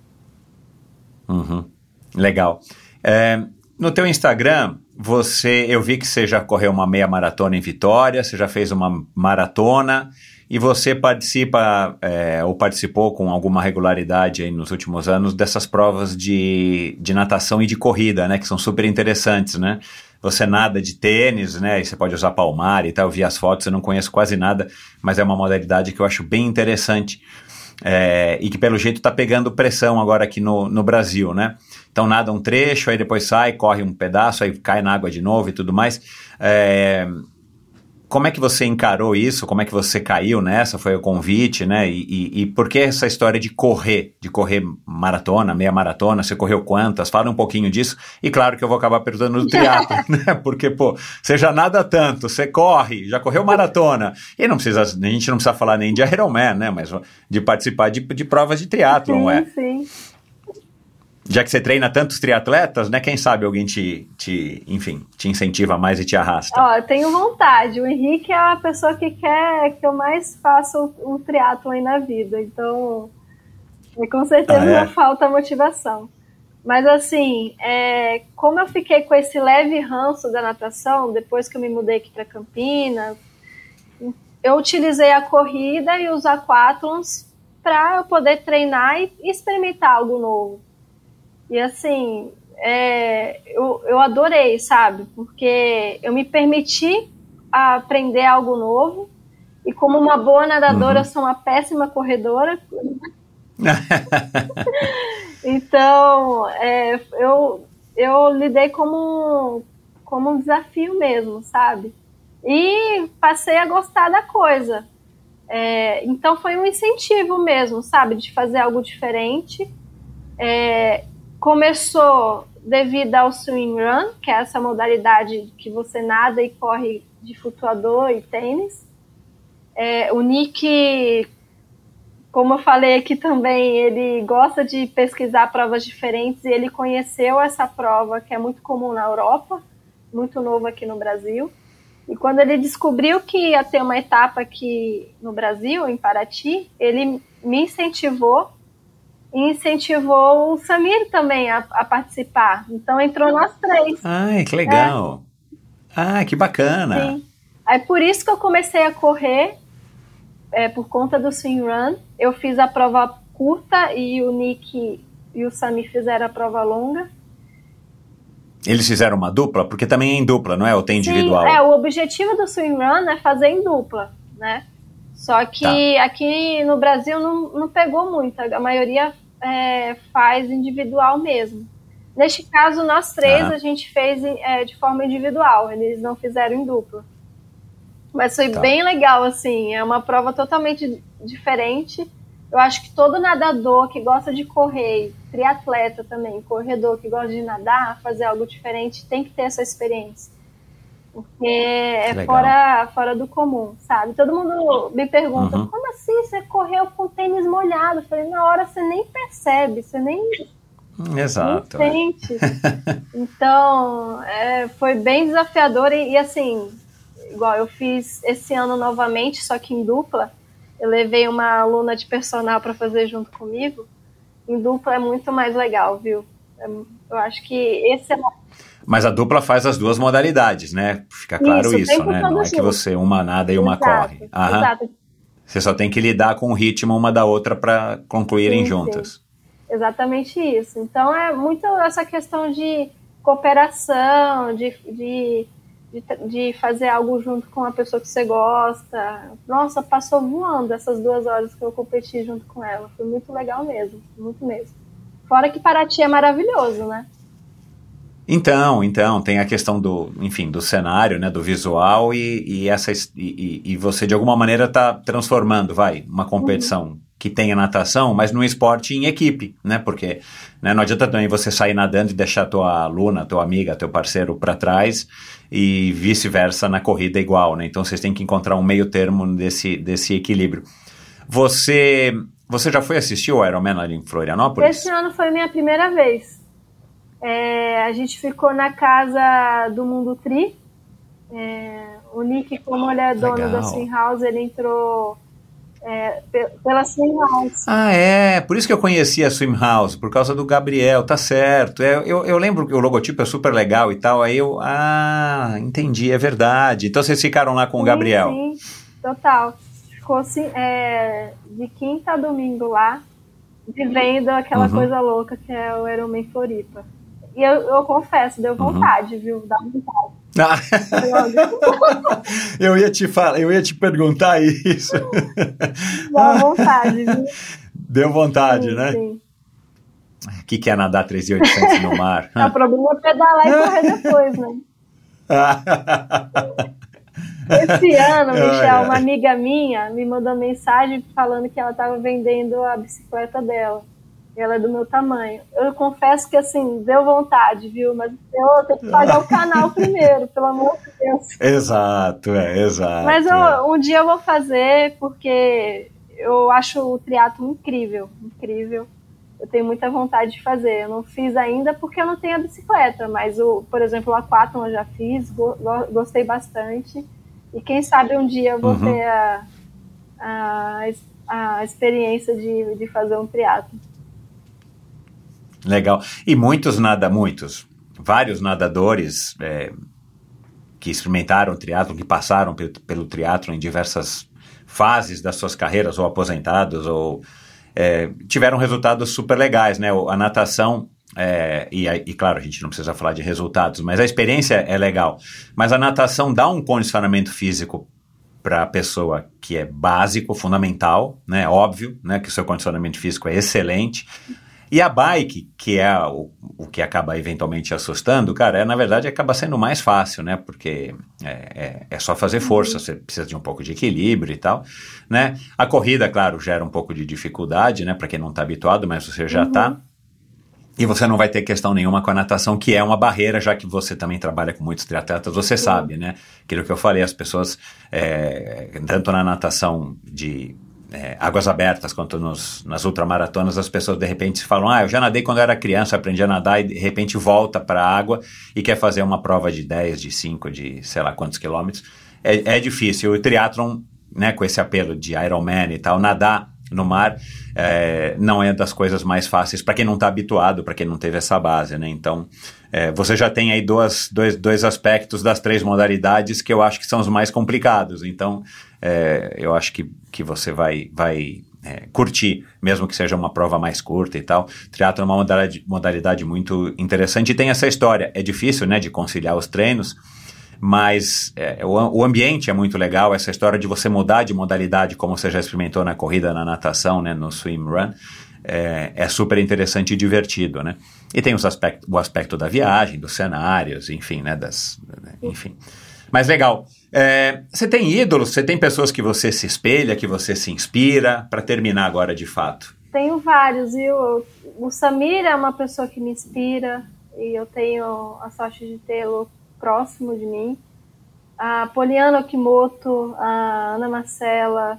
Uhum. Legal. É, no teu Instagram, você, eu vi que você já correu uma meia maratona em Vitória, você já fez uma maratona e você participa é, ou participou com alguma regularidade aí nos últimos anos dessas provas de, de natação e de corrida, né, que são super interessantes, né? Você nada de tênis, né, e você pode usar palmar e tal, eu vi as fotos, eu não conheço quase nada, mas é uma modalidade que eu acho bem interessante. é, e que pelo jeito está pegando pressão agora aqui no, no Brasil, né? Então nada um trecho, aí depois sai, corre um pedaço, aí cai na água de novo e tudo mais. É, como é que você encarou isso? Como é que você caiu nessa? Foi o convite, né? E, e, e por que essa história de correr, de correr maratona, meia maratona? Você correu quantas? Fala um pouquinho disso. E claro que eu vou acabar perguntando no triatlo, né? Porque, pô, você já nada tanto, você corre, já correu maratona. E não precisa, a gente não precisa falar nem de Ironman, né? Mas de participar de, de provas de triatlo, não é? Sim, sim. Já que você treina tantos triatletas, né? Quem sabe alguém te, te, enfim, te incentiva mais e te arrasta. Ó, eu tenho vontade. O Henrique é a pessoa que quer que eu mais faça um triatlo aí na vida. Então, com certeza ah, é? não falta motivação. Mas assim, é, como eu fiquei com esse leve ranço da natação, depois que eu me mudei aqui para Campinas, eu utilizei a corrida e os aquatlons para eu poder treinar e experimentar algo novo. E assim, é, eu, eu adorei, sabe? Porque eu me permiti aprender algo novo. E como uma boa nadadora, uhum. eu sou uma péssima corredora. Então, é, eu, eu lidei como, como um desafio mesmo, sabe? E passei a gostar da coisa. É, então, foi um incentivo mesmo, sabe? De fazer algo diferente. É, Começou devido ao swim run, que é essa modalidade que você nada e corre de flutuador e tênis. É, o Nick, como eu falei aqui também, ele gosta de pesquisar provas diferentes e ele conheceu essa prova que é muito comum na Europa, muito novo aqui no Brasil. E quando ele descobriu que ia ter uma etapa aqui no Brasil, em Paraty, ele me incentivou e incentivou o Samir também a, a participar. Então entrou nós três. Ai, que legal. É. Ah, que bacana. Sim. Aí por isso que eu comecei a correr, é, por conta do swim run. Eu fiz a prova curta e o Nick e o Samir fizeram a prova longa. Eles fizeram uma dupla? Porque também é em dupla, não é? Ou tem individual? Sim, é, o objetivo do swim run é fazer em dupla, né? Só que tá. Aqui no Brasil não, não pegou muito. A maioria É, faz individual mesmo. Neste caso, nós três ah. a gente fez é, de forma individual, eles não fizeram em dupla. Mas foi tá. bem legal, assim, é uma prova totalmente diferente. Eu acho que todo nadador que gosta de correr, triatleta também, corredor que gosta de nadar, fazer algo diferente, tem que ter essa experiência. Porque é fora, fora do comum, sabe? Todo mundo me pergunta, uhum. como assim você correu com tênis molhado? Eu falei, na hora você nem percebe, você nem, Exato, nem sente. É. Então, é, foi bem desafiador e, e assim, igual eu fiz esse ano novamente, só que em dupla. Eu levei uma aluna de personal para fazer junto comigo. Em dupla é muito mais legal, viu? Eu acho que esse é uma... Mas a dupla faz as duas modalidades, né? Fica claro isso, isso né? Não é que você uma nada e uma exato, corre. Aham. Exato. Você só tem que lidar com o ritmo uma da outra para concluírem sim, juntas. Sim. Exatamente isso. Então é muito essa questão de cooperação, de, de, de, de fazer algo junto com a pessoa que você gosta. Nossa, passou voando essas duas horas que eu competi junto com ela. Foi muito legal mesmo, muito mesmo. Fora que Paraty é maravilhoso, né? Então, então, tem a questão do, enfim, do cenário, né, do visual e, e, essa, e, e você de alguma maneira está transformando, vai, uma competição uhum. que tenha natação, mas num esporte em equipe, né, porque né, não adianta também você sair nadando e deixar tua aluna, tua amiga, teu parceiro para trás e vice-versa na corrida igual, né, então vocês têm que encontrar um meio termo desse, desse equilíbrio. Você, você já foi assistir o Ironman ali em Florianópolis? Esse ano foi minha primeira vez. É, a gente ficou na casa do Mundo Tri. É, o Nick, como ele é dono legal. Da Swim House, ele entrou é, pela Swim House. Ah, é. Por isso que eu conhecia a Swim House, por causa do Gabriel, tá certo. É, eu, eu lembro que o logotipo é super legal e tal. Aí eu, ah, entendi, é verdade. Então vocês ficaram lá com sim, o Gabriel. Sim, total. Ficou assim, é, de quinta a domingo lá, vivendo aquela uhum. coisa louca que é o Ironman Floripa. E eu, eu confesso, deu vontade, uhum. viu? Dá vontade. Ah. eu ia te falar, eu ia te perguntar isso. Dá vontade, viu? Deu vontade, sim, né? Sim. O que, que é nadar três mil e oitocentos no mar? O problema é pedalar e correr depois, né? Esse ano, Michel, uma amiga minha me mandou mensagem falando que ela estava vendendo a bicicleta dela. Ela é do meu tamanho. Eu confesso que, assim, deu vontade, viu? Mas eu tenho que pagar o canal primeiro, pelo amor de Deus. Exato, é, exato. Mas eu, é. um dia eu vou fazer, porque eu acho o triatlo incrível, incrível. Eu tenho muita vontade de fazer. Eu não fiz ainda porque eu não tenho a bicicleta, mas, o, por exemplo, o aquatlon eu já fiz, go, gostei bastante. E quem sabe um dia eu vou uhum. ter a, a, a experiência de, de fazer um triatlo. Legal. E muitos nada, muitos, vários nadadores é, que experimentaram o triatlo, que passaram pelo, pelo triatlo em diversas fases das suas carreiras, ou aposentados, ou é, tiveram resultados super legais, né? A natação, é, e, e claro, a gente não precisa falar de resultados, mas a experiência é legal. Mas a natação dá um condicionamento físico para a pessoa que é básico, fundamental, né? Óbvio, né? Que o seu condicionamento físico é excelente. E a bike, que é o, o que acaba eventualmente assustando, cara, é, na verdade acaba sendo mais fácil, né? Porque é, é, é só fazer força, você precisa de um pouco de equilíbrio e tal, né? A corrida, claro, gera um pouco de dificuldade, né? Para quem não está habituado, mas você já está. Uhum. E você não vai ter questão nenhuma com a natação, que é uma barreira, já que você também trabalha com muitos triatletas, você uhum. sabe, né? Aquilo que eu falei, as pessoas, é, tanto na natação de... É, águas abertas, quanto nos, nas ultramaratonas, as pessoas de repente falam, ah, eu já nadei quando eu era criança, aprendi a nadar, e de repente volta para a água e quer fazer uma prova de dez, de cinco, de sei lá quantos quilômetros. É, é difícil. O triatlon, né, com esse apelo de Ironman e tal, nadar no mar é, não é das coisas mais fáceis para quem não está habituado, para quem não teve essa base, né? Então, é, você já tem aí dois, dois, dois aspectos das três modalidades que eu acho que são os mais complicados. Então, é, eu acho que, que você vai, vai é, curtir, mesmo que seja uma prova mais curta e tal. Triatlo é uma modalidade, modalidade muito interessante e tem essa história. É difícil, né, de conciliar os treinos, mas é, o, o ambiente é muito legal, essa história de você mudar de modalidade, como você já experimentou na corrida, na natação, né, no swim run, é, é super interessante e divertido, né? E tem os aspecto, o aspecto da viagem, dos cenários, enfim, né, das, enfim. Mas legal. É, você tem ídolos? Você tem pessoas que você se espelha, que você se inspira? Para terminar agora, de fato. Tenho vários, viu? O Samir é uma pessoa que me inspira e eu tenho a sorte de tê-lo próximo de mim. A Poliana Okimoto, a Ana Marcela,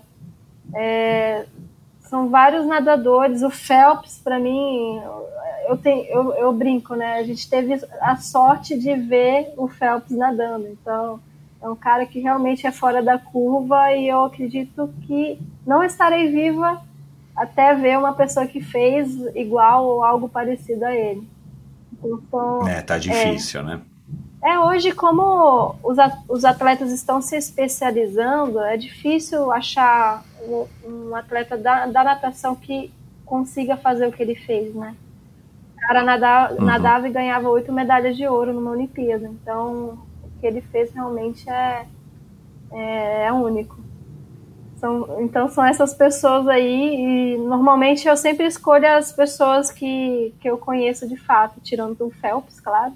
é, são vários nadadores. O Phelps, para mim, eu, tenho, eu, eu brinco, né? A gente teve a sorte de ver o Phelps nadando, então é um cara que realmente é fora da curva e eu acredito que não estarei viva até ver uma pessoa que fez igual ou algo parecido a ele. Então, é, tá difícil, é, né? É, hoje, como os atletas estão se especializando, é difícil achar um, um atleta da, da natação que consiga fazer o que ele fez, né? O cara nadava, uhum. nadava e ganhava oito medalhas de ouro numa Olimpíada. Então, o que ele fez realmente é, é, é único. São, então, são essas pessoas aí, e normalmente eu sempre escolho as pessoas que, que eu conheço de fato, tirando o Phelps, claro.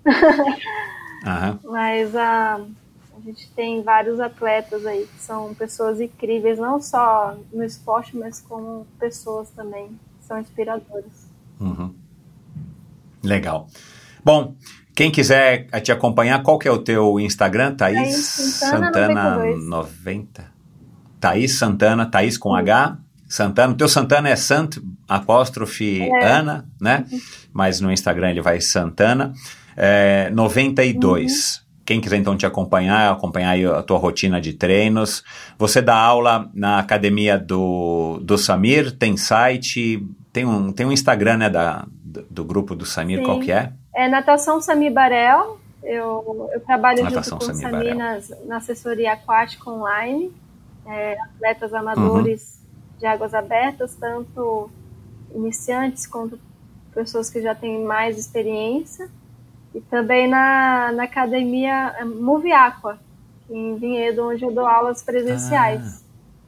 Uhum. Mas a, a gente tem vários atletas aí que são pessoas incríveis, não só no esporte, mas como pessoas também, são inspiradoras. Uhum. Legal. Bom, quem quiser te acompanhar, qual que é o teu Instagram? Thaís, Thaís Santana, Santana noventa. Thaís Santana, Thaís com H. Santana, o teu Santana é Sant, apóstrofe é. Ana, né? Uhum. Mas no Instagram ele vai Santana. É, noventa e dois. Uhum. Quem quiser então te acompanhar, acompanhar aí a tua rotina de treinos. Você dá aula na academia do, do Samir, tem site, tem um, tem um Instagram, né, da, do, do grupo do Samir. Sim. Qual que é? É Natação Samir Barel. Eu, eu trabalho Natação junto com o Samir Samir nas, na assessoria aquática online, é, atletas amadores uhum. de águas abertas, tanto iniciantes quanto pessoas que já têm mais experiência. E também na, na academia Move Aqua, em Vinhedo, onde eu dou aulas presenciais. Ah.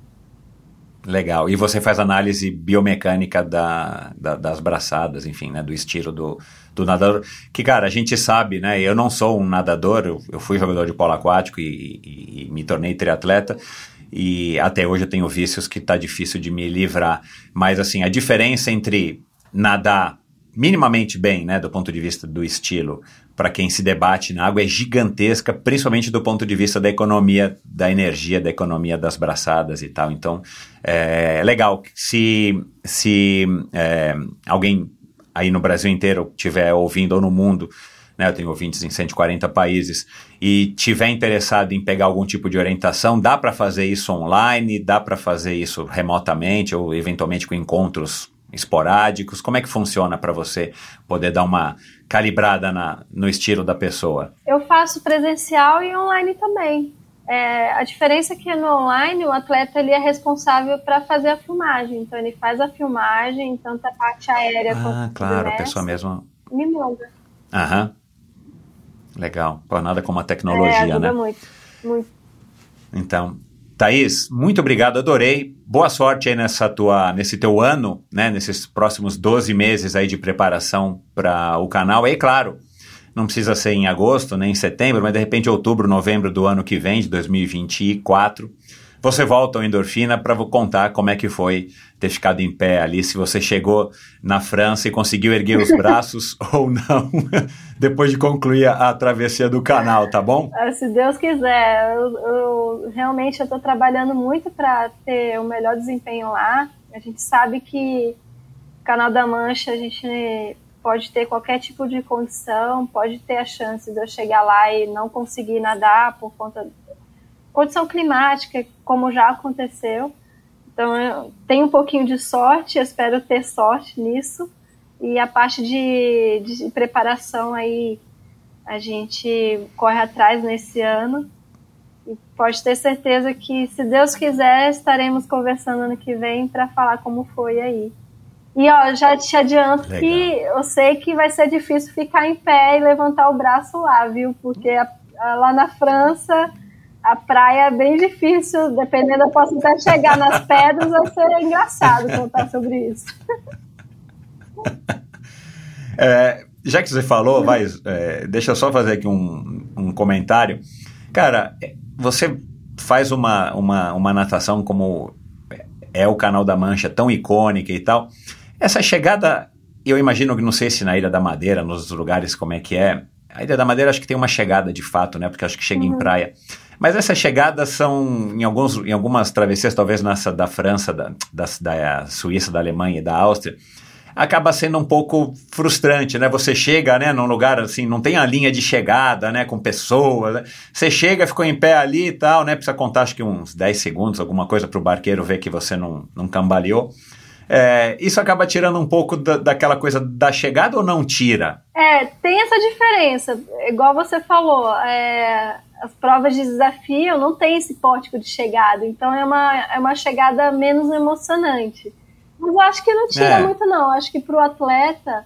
Legal. E você faz análise biomecânica da, da, das braçadas, enfim, né? Do estilo do, do nadador. Que, cara, a gente sabe, né? Eu não sou um nadador, eu, eu fui jogador de polo aquático e, e, e me tornei triatleta. E até hoje eu tenho vícios que tá difícil de me livrar. Mas, assim, a diferença entre nadar minimamente bem, né? Do ponto de vista do estilo, para quem se debate na água, é gigantesca, principalmente do ponto de vista da economia, da energia, da economia das braçadas e tal. Então, é legal. Se, se é, alguém aí no Brasil inteiro estiver ouvindo, ou no mundo, né, eu tenho ouvintes em cento e quarenta países, e tiver interessado em pegar algum tipo de orientação, dá para fazer isso online, dá para fazer isso remotamente, ou eventualmente com encontros esporádicos? Como é que funciona para você poder dar uma calibrada na, no estilo da pessoa? Eu faço presencial e online também. É, a diferença é que no online o atleta ele é responsável para fazer a filmagem. Então ele faz a filmagem, tanto a parte aérea ah, quanto a claro, a pessoa mesma me manda. Aham. Legal. Pô, nada como a tecnologia, é, ajuda né? muito, muito. Então, Thaís, muito obrigado, adorei. Boa sorte aí nessa tua, nesse teu ano, né? Nesses próximos doze meses aí de preparação para o canal. E claro, não precisa ser em agosto, nem em setembro, mas de repente outubro, novembro do ano que vem, de dois mil e vinte e quatro, você volta ao Endorfina para contar como é que foi ter ficado em pé ali, se você chegou na França e conseguiu erguer os braços ou não, depois de concluir a, a travessia do canal, tá bom? Se Deus quiser, eu, eu realmente estou trabalhando muito para ter o melhor desempenho lá. A gente sabe que o Canal da Mancha, a gente pode ter qualquer tipo de condição, pode ter a chance de eu chegar lá e não conseguir nadar por conta condição climática, como já aconteceu. Então, eu tenho um pouquinho de sorte, eu espero ter sorte nisso. E a parte de, de preparação aí, a gente corre atrás nesse ano. E pode ter certeza que, se Deus quiser, estaremos conversando ano que vem para falar como foi aí. E, ó, já te adianto Legal. Que eu sei que vai ser difícil ficar em pé e levantar o braço lá, viu? Porque a, a, lá na França... A praia é bem difícil, dependendo, eu posso até chegar nas pedras, vai ser engraçado contar sobre isso. É, já que você falou, vai, é, deixa eu só fazer aqui um, um comentário. Cara, você faz uma, uma, uma natação como é o Canal da Mancha, tão icônica e tal. Essa chegada, eu imagino que, não sei se na Ilha da Madeira, nos lugares como é que é, a Ilha da Madeira acho que tem uma chegada de fato, né, porque acho que chega uhum. em praia. Mas essas chegadas são, em, alguns, em algumas travessias, talvez nessa da França, da, da, da Suíça, da Alemanha e da Áustria, acaba sendo um pouco frustrante, né? Você chega, né, num lugar assim, não tem a linha de chegada, né, com pessoas, né? Você chega, ficou em pé ali e tal, né? Precisa contar acho que uns dez segundos, alguma coisa para o barqueiro ver que você não, não cambaleou. É, isso acaba tirando um pouco da, daquela coisa da chegada ou não tira? É, tem essa diferença, igual você falou, é, as provas de desafio não tem esse pórtico de chegada, então é uma, é uma chegada menos emocionante. Mas eu acho que não tira é. muito não, eu acho que para o atleta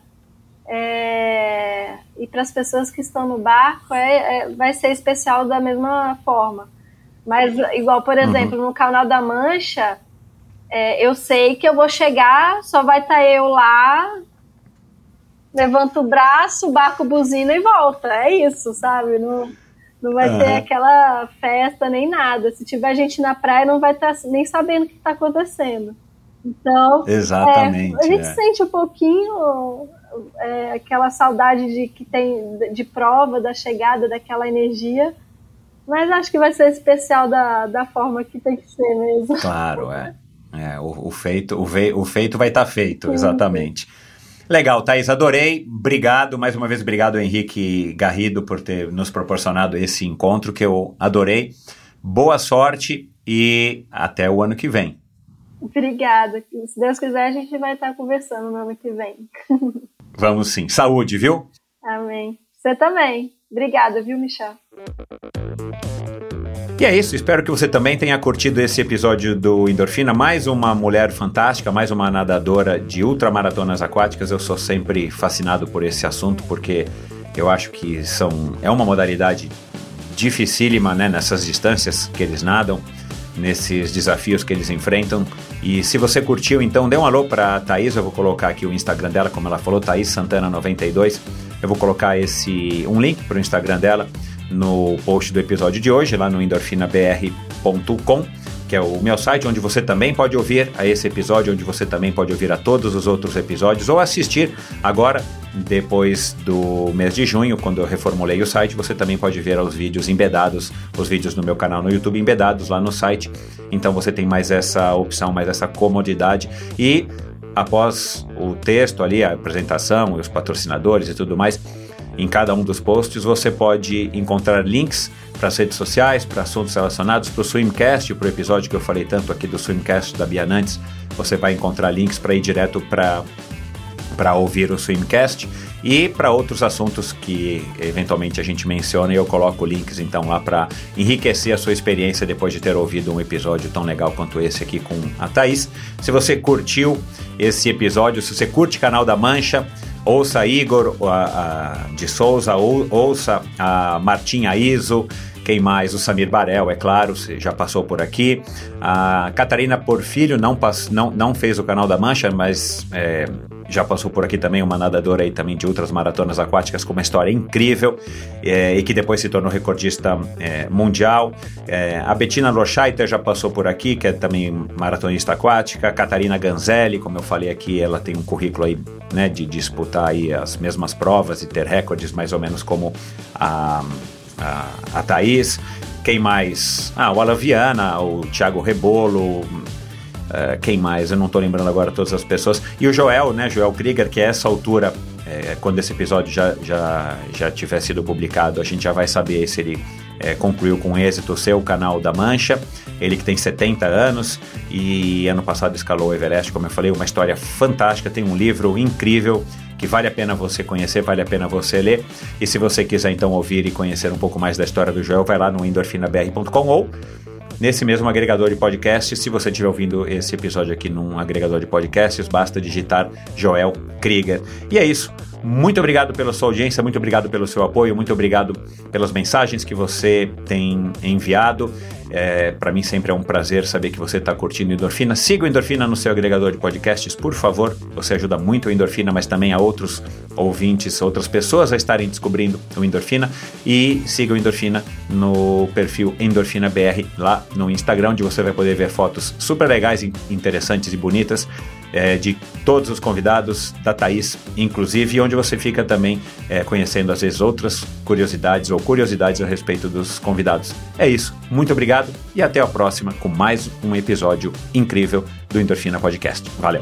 é, e para as pessoas que estão no barco é, é, vai ser especial da mesma forma. Mas igual, por exemplo, uhum. no Canal da Mancha, É, eu sei que eu vou chegar, só vai estar eu lá, levanto o braço, o barco buzina e volta. É isso, sabe? Não, não vai uhum. ter aquela festa nem nada. Se tiver gente na praia, não vai estar nem sabendo o que está acontecendo. Então, Exatamente, é, a gente é. sente um pouquinho é, aquela saudade de, que tem, de prova, da chegada, daquela energia. Mas acho que vai ser especial da, da forma que tem que ser mesmo. Claro, é. É, o, o, feito, o, ve, o feito vai estar tá feito, exatamente. Legal, Thaís, adorei, obrigado, mais uma vez obrigado Henrique Garrido por ter nos proporcionado esse encontro que eu adorei. Boa sorte e até o ano que vem. Obrigada, se Deus quiser a gente vai estar conversando no ano que vem. Vamos sim, saúde, viu? Amém, você também, obrigada, viu, Michel? E é isso, espero que você também tenha curtido esse episódio do Endorfina, mais uma mulher fantástica, mais uma nadadora de ultramaratonas aquáticas. Eu sou sempre fascinado por esse assunto, porque Eu acho que são, é uma modalidade dificílima, né, nessas distâncias que eles nadam, nesses desafios que eles enfrentam. E se você curtiu, então dê um alô para a Thaís. Eu vou colocar aqui o Instagram dela, como ela falou, Thaís Santana noventa e dois. Eu vou colocar esse, um link para o Instagram dela no post do episódio de hoje, lá no endorfina b r ponto com, que é o meu site, onde você também pode ouvir a esse episódio, onde você também pode ouvir a todos os outros episódios, ou assistir agora, depois do mês de junho, quando eu reformulei o site, você também pode ver os vídeos embedados, os vídeos no meu canal no YouTube embedados lá no site. Então você tem mais essa opção, mais essa comodidade. E após o texto ali, a apresentação, os patrocinadores e tudo mais, em cada um dos posts você pode encontrar links para as redes sociais, para assuntos relacionados, para o Swimcast, para o episódio que eu falei tanto aqui do Swimcast da Bia Nantes. Você vai encontrar links para ir direto para para ouvir o Swimcast e para outros assuntos que eventualmente a gente menciona, e eu coloco links então lá para enriquecer a sua experiência depois de ter ouvido um episódio tão legal quanto esse aqui com a Thaís. Se você curtiu esse episódio, se você curte o Canal da Mancha, ouça Igor a, a, de Souza, ou, ouça a Martinha Iso, quem mais? O Samir Barel, é claro, você já passou por aqui. A Catarina Porfírio não, pass, não, não fez o Canal da Mancha, mas é, já passou por aqui também, uma nadadora aí também de outras maratonas aquáticas com uma história incrível, é, e que depois se tornou recordista é, mundial. É, a Bettina Lorscheiter já passou por aqui, que é também maratonista aquática. A Catarina Ganzelli, como eu falei aqui, ela tem um currículo aí, né, de disputar aí as mesmas provas e ter recordes mais ou menos como a... A, a Thaís. Quem mais? Ah, o Alan Viana, o Thiago Rebolo, uh, quem mais? Eu não estou lembrando agora todas as pessoas. E o Joel, né? Joel Krieger, que a essa altura, é, quando esse episódio já, já, já tiver sido publicado, a gente já vai saber se ele é, concluiu com êxito o seu Canal da Mancha. Ele que tem setenta anos e ano passado escalou o Everest, como eu falei, uma história fantástica, tem um livro incrível que vale a pena você conhecer, vale a pena você ler. E se você quiser então ouvir e conhecer um pouco mais da história do Joel, vai lá no endorfina b r ponto com ou nesse mesmo agregador de podcast. Se você estiver ouvindo esse episódio aqui num agregador de podcasts, basta digitar Joel Krieger. E é isso. Muito obrigado pela sua audiência, muito obrigado pelo seu apoio, muito obrigado pelas mensagens que você tem enviado. É, para mim sempre é um prazer saber que você está curtindo Endorfina. Siga o Endorfina no seu agregador de podcasts, por favor. Você ajuda muito o Endorfina, mas também a outros ouvintes, outras pessoas a estarem descobrindo o Endorfina. E siga o Endorfina no perfil Endorfina B R lá no Instagram, onde você vai poder ver fotos super legais, interessantes e bonitas é, de todos os convidados, da Thaís inclusive, e onde você fica também é, conhecendo às vezes outras curiosidades ou curiosidades a respeito dos convidados. É isso, muito obrigado e até a próxima com mais um episódio incrível do Endorfina Podcast. Valeu!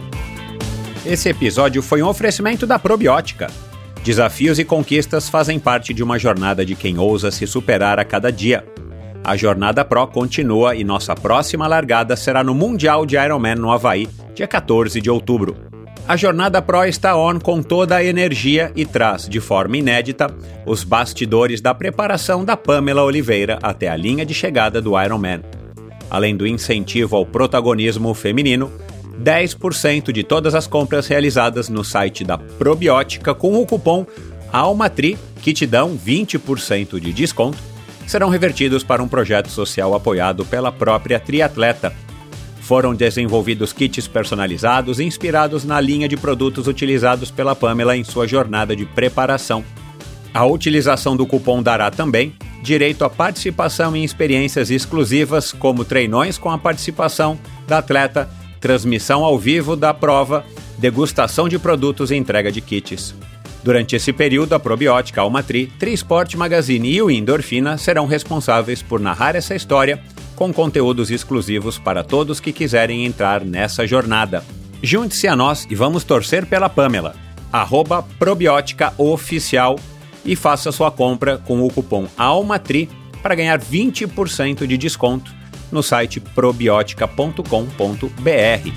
Esse episódio foi um oferecimento da Probiótica. Desafios e conquistas fazem parte de uma jornada de quem ousa se superar a cada dia. A Jornada Pro continua e nossa próxima largada será no Mundial de Ironman no Havaí, dia quatorze de outubro. A Jornada Pro está on com toda a energia e traz, de forma inédita, os bastidores da preparação da Pamela Oliveira até a linha de chegada do Ironman. Além do incentivo ao protagonismo feminino, dez por cento de todas as compras realizadas no site da Probiótica com o cupom ALMATRI, que te dão vinte por cento de desconto, serão revertidos para um projeto social apoiado pela própria triatleta. Foram desenvolvidos kits personalizados inspirados na linha de produtos utilizados pela Pamela em sua jornada de preparação. A utilização do cupom dará também direito à participação em experiências exclusivas, como treinões com a participação da atleta, transmissão ao vivo da prova, degustação de produtos e entrega de kits. Durante esse período, a Probiótica, Almatri, Trisport Magazine e o Endorfina serão responsáveis por narrar essa história com conteúdos exclusivos para todos que quiserem entrar nessa jornada. Junte-se a nós e vamos torcer pela Pamela. Arroba Probiótica Oficial e faça sua compra com o cupom ALMATRI para ganhar vinte por cento de desconto no site probiotica ponto com ponto b r.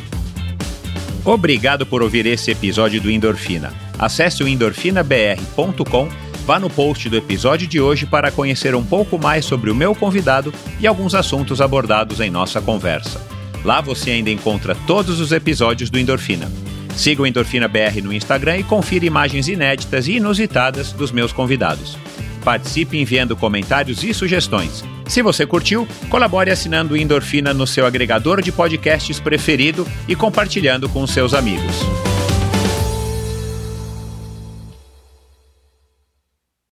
Obrigado por ouvir esse episódio do Endorfina. Acesse o endorfina b r ponto com, vá no post do episódio de hoje para conhecer um pouco mais sobre o meu convidado e alguns assuntos abordados em nossa conversa. Lá você ainda encontra todos os episódios do Endorfina. Siga o Endorfina B R no Instagram e confira imagens inéditas e inusitadas dos meus convidados. Participe enviando comentários e sugestões. Se você curtiu, colabore assinando o Endorfina no seu agregador de podcasts preferido e compartilhando com seus amigos.